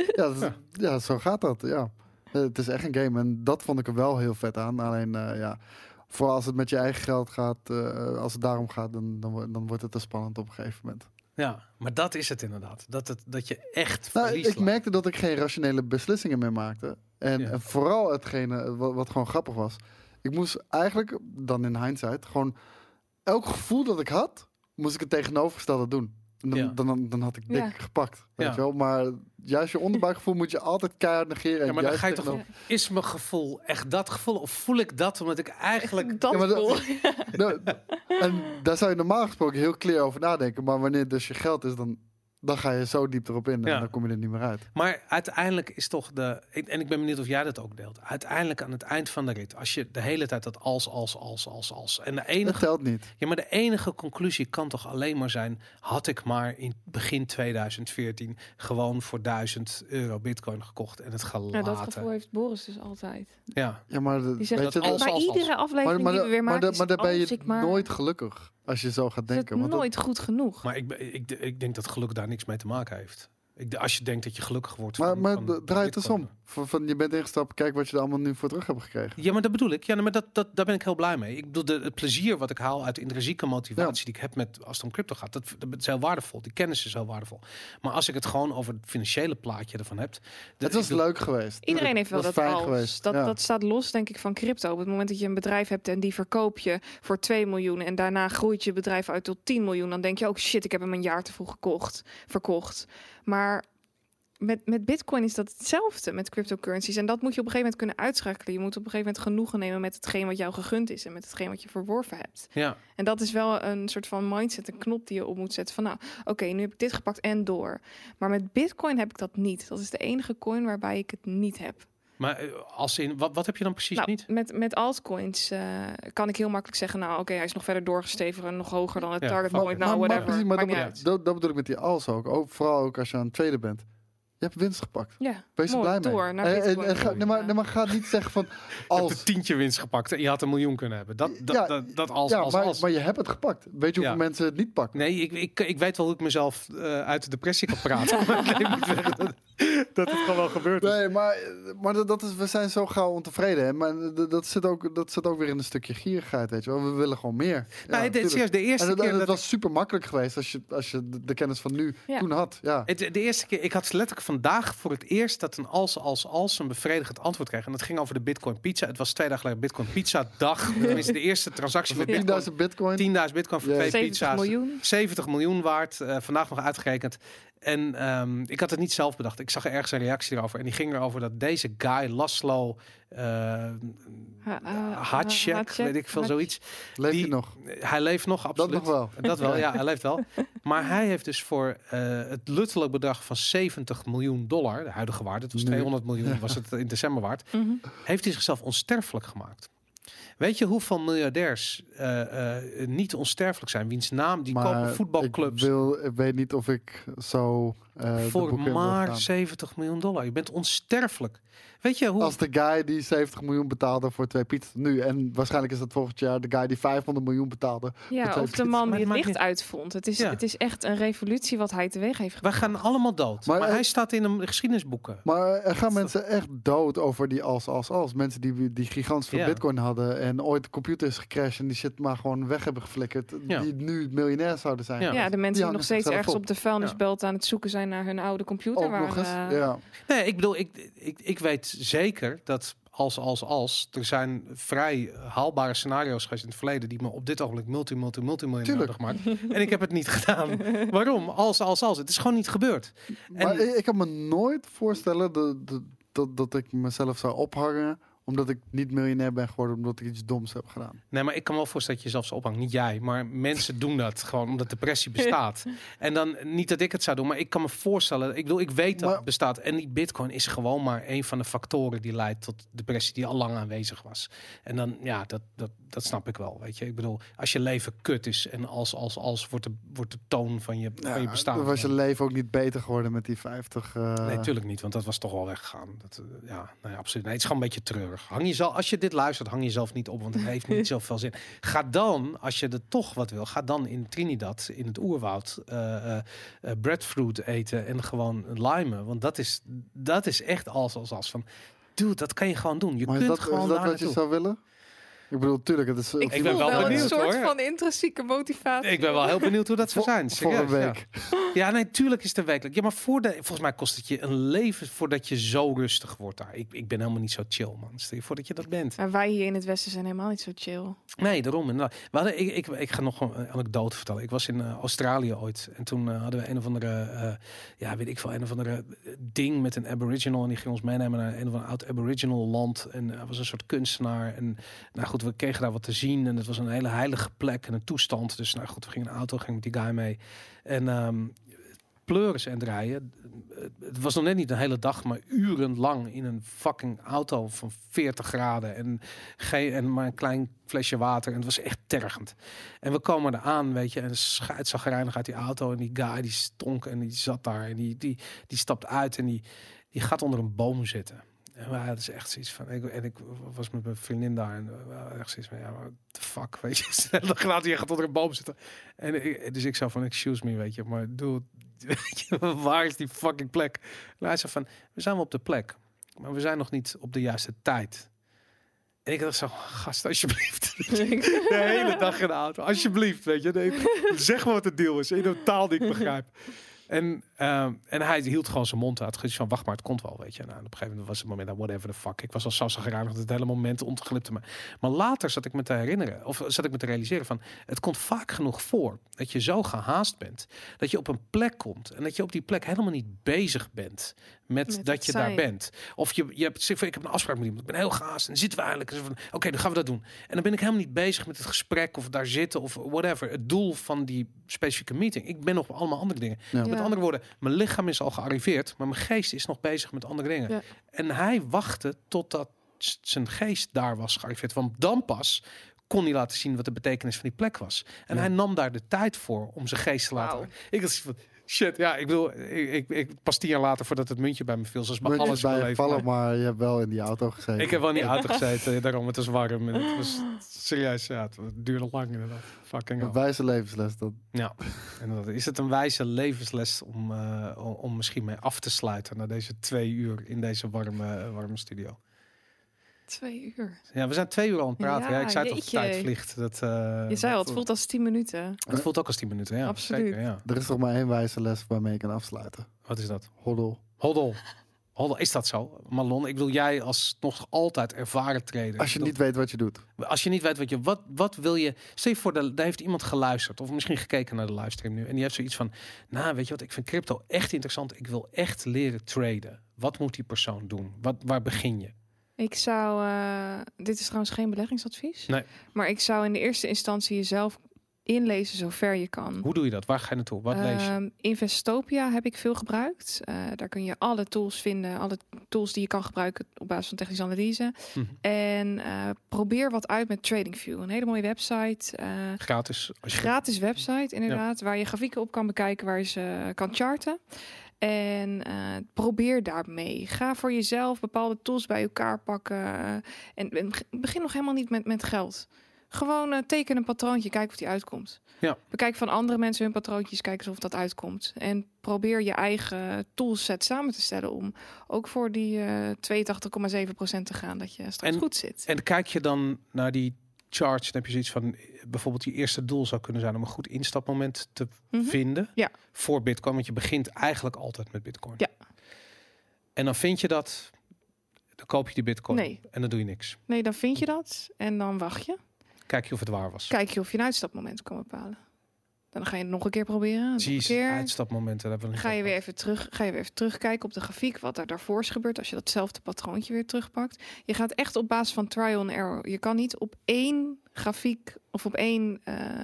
Zo gaat dat. Ja. Het is echt een game en dat vond ik er wel heel vet aan. Alleen, vooral als het met je eigen geld gaat, als het daarom gaat, dan wordt het te spannend op een gegeven moment. Ja, maar dat is het inderdaad. Dat je echt verliest. Ik merkte dat ik geen rationele beslissingen meer maakte. En vooral hetgene wat gewoon grappig was. Ik moest eigenlijk, dan in hindsight, gewoon elk gevoel dat ik had, moest ik het tegenovergestelde doen. En dan had ik dik gepakt. Weet je wel? Maar juist je onderbuikgevoel moet je altijd keihard negeren. Ja, maar dan ga je toch... Is mijn gevoel echt dat gevoel? Of voel ik dat omdat ik eigenlijk... Dat gevoel. En daar zou je normaal gesproken heel clear over nadenken. Maar wanneer het dus je geld is, dan ga je zo diep erop in. En dan kom je er niet meer uit. Maar uiteindelijk is toch en ik ben benieuwd of jij dat ook deelt. Uiteindelijk aan het eind van de rit, als je de hele tijd dat als. En dat telt niet. Ja, maar de enige conclusie kan toch alleen maar zijn, had ik maar in begin 2014 gewoon voor €1000 bitcoin gekocht en het gelaten. Ja, dat gevoel heeft Boris dus altijd. Ja, maar die zegt dat bij iedere aflevering die we weer maken, maar daar ben je nooit gelukkig. Als je zo gaat denken. Het is nooit goed genoeg. Maar ik denk dat geluk daar niks mee te maken heeft. Als je denkt dat je gelukkig wordt. Maar draai het eens om. Van je bent ingestapt, kijk wat je er allemaal nu voor terug hebt gekregen. Ja, maar dat bedoel ik. Ja, maar daar ben ik heel blij mee. Ik bedoel, het plezier wat ik haal uit de intrinsieke motivatie die ik heb als het om crypto gaat, dat is heel waardevol. Die kennis is heel waardevol. Maar als ik het gewoon over het financiële plaatje ervan heb. Het was leuk geweest. Iedereen heeft wel dat fijn als. Geweest. Dat staat los, denk ik, van crypto. Op het moment dat je een bedrijf hebt en die verkoop je voor 2 miljoen en daarna groeit je bedrijf uit tot 10 miljoen, dan denk je ook, shit, ik heb hem een jaar te vroeg verkocht. Maar met Bitcoin is dat hetzelfde met cryptocurrencies. En dat moet je op een gegeven moment kunnen uitschakelen. Je moet op een gegeven moment genoegen nemen met hetgeen wat jou gegund is en met hetgeen wat je verworven hebt. Ja. En dat is wel een soort van mindset, een knop die je op moet zetten van oké, nu heb ik dit gepakt en door. Maar met Bitcoin heb ik dat niet. Dat is de enige coin waarbij ik het niet heb. Maar wat heb je dan precies niet? Met altcoins kan ik heel makkelijk zeggen, oké, hij is nog verder doorgestevig en nog hoger dan het target point. Whatever. Maar dat bedoel ik met die als ook. Vooral ook als je aan het traden bent. Je hebt winst gepakt. Ja, wees er blij door mee. Naar Bitcoin. Maar ga niet zeggen van als... Je hebt een tientje winst gepakt en je had 1 miljoen kunnen hebben. Maar je hebt het gepakt. Weet je hoeveel mensen het niet pakken? Nee, ik weet wel hoe ik mezelf uit de depressie kan praten. Maar ik neem niet weg dat het gewoon wel gebeurd is. Nee, maar we zijn zo gauw ontevreden. Hè? Maar dat zit ook weer in een stukje gierigheid, weet je wel. We willen gewoon meer. De eerste keer... Het was super makkelijk geweest als je de kennis van nu toen had. Ja. De eerste keer, ik had letterlijk vandaag voor het eerst dat een als een bevredigend antwoord kreeg. En dat ging over de Bitcoin Pizza. Het was 2 dagen geleden Bitcoin Pizza dag. Tenminste, de eerste transactie met Bitcoin. 10.000 Bitcoin. 10.000 Bitcoin voor 2 pizza's. 70 miljoen waard. Vandaag nog uitgerekend. En ik had het niet zelf bedacht. Ik zag ergens een reactie erover. En die ging erover dat deze guy, Laszlo Hacek, weet ik veel, zoiets. Leeft hij nog? Hij leeft nog, absoluut. Dat nog wel. Dat wel, ja, hij leeft wel. Maar hij heeft dus voor het luttelijk bedrag van $70 miljoen, de huidige waarde, het was 200 miljoen, was het in december waard, heeft hij zichzelf onsterfelijk gemaakt. Weet je hoeveel miljardairs niet onsterfelijk zijn? Wiens naam, die kopen voetbalclubs. Ik weet niet of ik zo... voor maar $70 miljoen. Je bent onsterfelijk. Weet je hoe... Als de guy die 70 miljoen betaalde voor 2 pizza's nu. En waarschijnlijk is dat volgend jaar de guy die 500 miljoen betaalde. Ja, of de man die het licht uitvond. Het is echt een revolutie wat hij teweeg heeft gebracht. Wij gaan allemaal dood. Maar hij staat in de geschiedenisboeken. Maar er gaan mensen echt dood over die als. Mensen die gigantisch veel bitcoin hadden. En ooit de computer is gecrashed. En die shit maar gewoon weg hebben geflikkerd. Die nu miljonair zouden zijn. Ja, de mensen die nog steeds ergens op de vuilnisbelt aan het zoeken zijn naar hun oude computer. Ook nog eens, Nee, ik bedoel, ik weet zeker dat er zijn vrij haalbare scenario's geweest in het verleden die me op dit ogenblik multimiljoen nodig maakt. En ik heb het niet gedaan. Waarom? Als. Het is gewoon niet gebeurd. Maar ik kan me nooit voorstellen dat ik mezelf zou ophangen omdat ik niet miljonair ben geworden omdat ik iets doms heb gedaan. Nee, maar ik kan me wel voorstellen dat je jezelf zo ophangt. Niet jij, maar mensen doen dat gewoon omdat depressie bestaat. En dan, niet dat ik het zou doen, maar ik kan me voorstellen... Ik weet dat Maar- het bestaat. En die bitcoin is gewoon maar een van de factoren die leidt tot depressie die al lang aanwezig was. En dan, ja, dat snap ik wel, weet je. Ik bedoel, als je leven kut is en als wordt de toon van je bestaan... Dan was je leven ook niet beter geworden met die 50... Nee, natuurlijk niet, want dat was toch wel weggegaan. Absoluut. Nee, het is gewoon een beetje treurig. Als je dit luistert, hang jezelf niet op, want het heeft niet zoveel zin. Ga dan, als je er toch wat wil, ga dan in Trinidad, in het oerwoud, breadfruit eten en gewoon limen. Want dat is echt als van, dude, dat kan je gewoon doen. Je Maar kunt is dat gewoon daar wat je naartoe. zou willen? Ik bedoel, tuurlijk, het is... Ik ben voel wel wel een benieuwd, soort hoor. van intrinsieke motivatie. Ik ben wel heel benieuwd hoe dat zou zijn. voor Serieus, een ja. week. Ja, nee, tuurlijk is het wekelijk. Ja, maar volgens mij kost het je een leven voordat je zo rustig wordt daar. Ik ben helemaal niet zo chill, man. Stel je voor dat je dat bent. Maar wij hier in het Westen zijn helemaal niet zo chill. Nee, daarom. Inderdaad. We hadden, ik ga nog een anekdote vertellen. Ik was in Australië ooit. En toen hadden we een of andere, een of andere ding met een aboriginal. En die ging ons meenemen naar een of een oud aboriginal land. En hij was een soort kunstenaar. En nou goed, we kregen daar wat te zien. En het was een hele heilige plek en een toestand. Dus nou goed, we gingen in een auto, gingen met die guy mee. En pleuris en draaien. Het was nog net niet een hele dag, maar urenlang in een fucking auto van 40 graden en maar een klein flesje water. En het was echt tergend. En we komen eraan, weet je, en het zag reinig uit die auto en die guy die stonk en die zat daar en die stapt uit en die gaat onder een boom zitten. Maar het is echt zoiets van... Ik was met mijn vriendin daar en echt zoiets van... Ja, what the fuck, weet je. Dan gaat hij onder een boom zitten. Dus ik zou van, excuse me, weet je. Maar dude, weet je, waar is die fucking plek? En hij zei van, we zijn wel op de plek. Maar we zijn nog niet op de juiste tijd. En ik dacht zo, gast, alsjeblieft. De hele dag in de auto. Alsjeblieft, weet je. Nee, zeg maar wat de deal is. In een taal die ik begrijp. En hij hield gewoon zijn mond uit. Dus van, wacht maar, het komt wel, weet je. Nou, op een gegeven moment was het moment, whatever the fuck. Ik was al zo zagrijnig dat het hele moment ontglipte me. Maar later zat ik me te herinneren, of zat ik me te realiseren van, het komt vaak genoeg voor dat je zo gehaast bent, dat je op een plek komt en dat je op die plek helemaal niet bezig bent met dat je daar bent. Of je hebt, ik heb een afspraak met iemand, ik ben heel gehaast en zitten we eigenlijk. Oké, dan gaan we dat doen. En dan ben ik helemaal niet bezig met het gesprek of daar zitten of whatever. Het doel van die specifieke meeting. Ik ben nog allemaal andere dingen. Ja. Met andere woorden, mijn lichaam is al gearriveerd, maar mijn geest is nog bezig met andere dingen. Ja. En hij wachtte totdat zijn geest daar was gearriveerd. Want dan pas kon hij laten zien wat de betekenis van die plek was. En hij nam daar de tijd voor om zijn geest te laten. Wauw. Ik dacht van, shit, ja, ik bedoel, ik pas 10 jaar later voordat het muntje bij me viel. Zoals bij Muntjes alles in bij mijn je leven. vallen, maar je hebt wel in die auto gezeten. Ik heb wel in die auto gezeten, daarom het was warm. En het was serieus, ja, het duurde lang inderdaad. Fucking Een hell. wijze levensles. Dat. Ja, inderdaad. Is het een wijze levensles om misschien mee af te sluiten na deze 2 uur in deze warme studio? 2 uur. Ja, we zijn 2 uur al aan het praten. Ja, Ja, ik zei toch, de jeetje. tijd vliegt. Je zei al, het voelt als 10 minuten. Het voelt ook als 10 minuten, ja. Absoluut. Zeker, ja. Er is toch maar één wijze les waarmee je kan afsluiten. Wat is dat? Hoddel. Hoddel. Hoddel, is dat zo? Malon, ik bedoel, jij als nog altijd ervaren trader. Als je niet weet wat je doet. Als je niet weet wat je... Wat wil je... Stel je voor, daar heeft iemand geluisterd. Of misschien gekeken naar de livestream nu. En die heeft zoiets van... Nou, weet je wat? Ik vind crypto echt interessant. Ik wil echt leren traden. Wat moet die persoon doen? Waar begin je? Ik zou... dit is trouwens geen beleggingsadvies. Nee. Maar ik zou in de eerste instantie jezelf inlezen zover je kan. Hoe doe je dat? Waar ga je naartoe? Wat lees je? Investopia heb ik veel gebruikt. Daar kun je alle tools vinden. Alle tools die je kan gebruiken op basis van technische analyse. Mhm. En probeer wat uit met TradingView. Een hele mooie website. Gratis. Als je... Gratis website, inderdaad. Waar je grafieken op kan bekijken. Waar je ze kan charten. En probeer daarmee. Ga voor jezelf bepaalde tools bij elkaar pakken. En begin nog helemaal niet met geld. Gewoon teken een patroontje, kijk of die uitkomt. Ja. Bekijk van andere mensen hun patroontjes, kijk eens of dat uitkomt. En probeer je eigen toolset samen te stellen om ook voor die 82,7% te gaan, dat je straks goed zit. En kijk je dan naar die charts, dan heb je zoiets van, bijvoorbeeld je eerste doel zou kunnen zijn om een goed instapmoment te vinden Ja. voor Bitcoin, want je begint eigenlijk altijd met Bitcoin. Ja. En dan vind je dat, dan koop je die Bitcoin Nee. en dan doe je niks. Nee, dan vind je dat en dan wacht je. Kijk je of het waar was. Kijk je of je een uitstapmoment kan bepalen. Dan ga je het nog een keer proberen. Nog een Jeez, keer. uitstapmomenten. Daar hebben we Ga je weer even terugkijken op de grafiek wat er daarvoor is gebeurd als je datzelfde patroontje weer terugpakt. Je gaat echt op basis van trial and error. Je kan niet op één grafiek of op één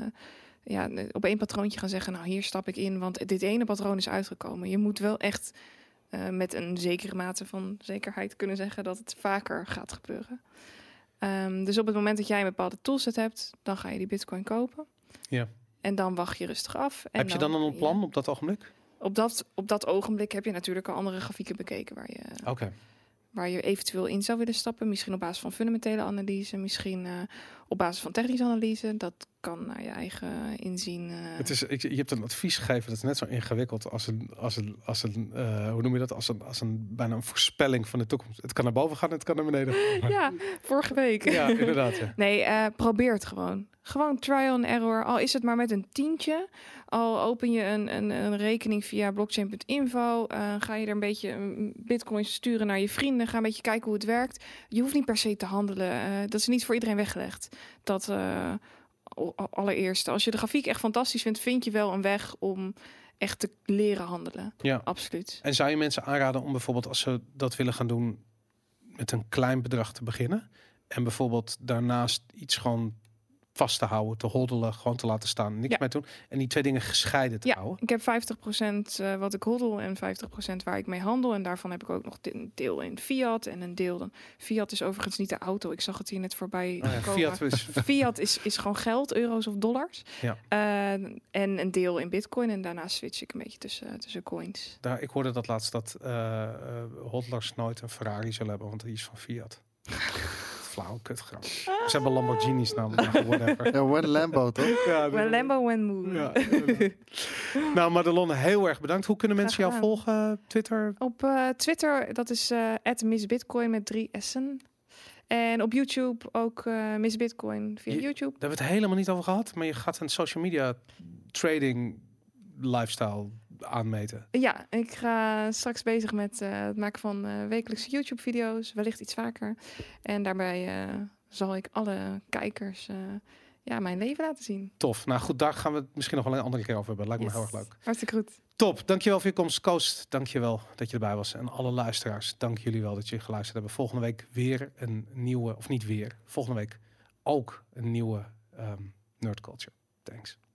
patroontje gaan zeggen, nou hier stap ik in, want dit ene patroon is uitgekomen. Je moet wel echt met een zekere mate van zekerheid kunnen zeggen dat het vaker gaat gebeuren. Dus op het moment dat jij een bepaalde toolset hebt, dan ga je die Bitcoin kopen. Ja. En dan wacht je rustig af. En Heb je dan een plan op dat ogenblik? Op dat ogenblik heb je natuurlijk al andere grafieken bekeken waar je eventueel in zou willen stappen. Misschien op basis van fundamentele analyse, misschien op basis van technische analyse. Dat kan naar je eigen inzien. Je hebt een advies gegeven, dat is net zo ingewikkeld als een hoe noem je dat? Als een bijna een voorspelling van de toekomst. Het kan naar boven gaan, het kan naar beneden gaan. Ja, vorige week. Ja, inderdaad. Ja. Nee, probeer het gewoon. Gewoon trial and error. Al is het maar met een tientje. Al open je een rekening via blockchain.info. Ga je er een beetje bitcoins sturen naar je vrienden. Ga een beetje kijken hoe het werkt. Je hoeft niet per se te handelen. Dat is niet voor iedereen weggelegd. Dat allereerst. Als je de grafiek echt fantastisch vindt, vind je wel een weg om echt te leren handelen. Ja. Absoluut. En zou je mensen aanraden om bijvoorbeeld, als ze dat willen gaan doen, met een klein bedrag te beginnen en bijvoorbeeld daarnaast iets gewoon vast te houden, te hoddelen, gewoon te laten staan, niks mee doen en die twee dingen gescheiden te houden? Ik heb 50% wat ik hoddel en 50% waar ik mee handel. En daarvan heb ik ook nog een deel in fiat en een deel dan. Fiat is overigens niet de auto. Ik zag het hier net voorbij komen. Fiat is gewoon geld, euro's of dollars. Ja. En een deel in bitcoin. En daarna switch ik een beetje tussen coins. Ik hoorde dat laatst dat hodlers nooit een Ferrari zullen hebben, want die is van Fiat. Flauw, kutgrap. Ze hebben Lamborghinis namelijk. Whatever. Ja, when Lambo, toch? Ja, When Lambo, when move. Ja, nou, Madelon, heel erg bedankt. Hoe kunnen mensen jou volgen? Twitter? Op Twitter, dat is @missbitcoin met 3 S'en. En op YouTube ook Miss Bitcoin via YouTube. Daar hebben we het helemaal niet over gehad, maar je gaat een social media trading lifestyle aanmeten. Ja, ik ga straks bezig met het maken van wekelijkse YouTube-video's, wellicht iets vaker. En daarbij zal ik alle kijkers mijn leven laten zien. Tof. Nou goed, daar gaan we het misschien nog wel een andere keer over hebben. Lijkt me heel erg leuk. Hartstikke goed. Top. Dankjewel voor je komst. Koos, dankjewel dat je erbij was. En alle luisteraars, dank jullie wel dat je geluisterd hebben. Volgende week weer een nieuwe, of niet weer, volgende week ook een nieuwe Nerd Culture. Thanks.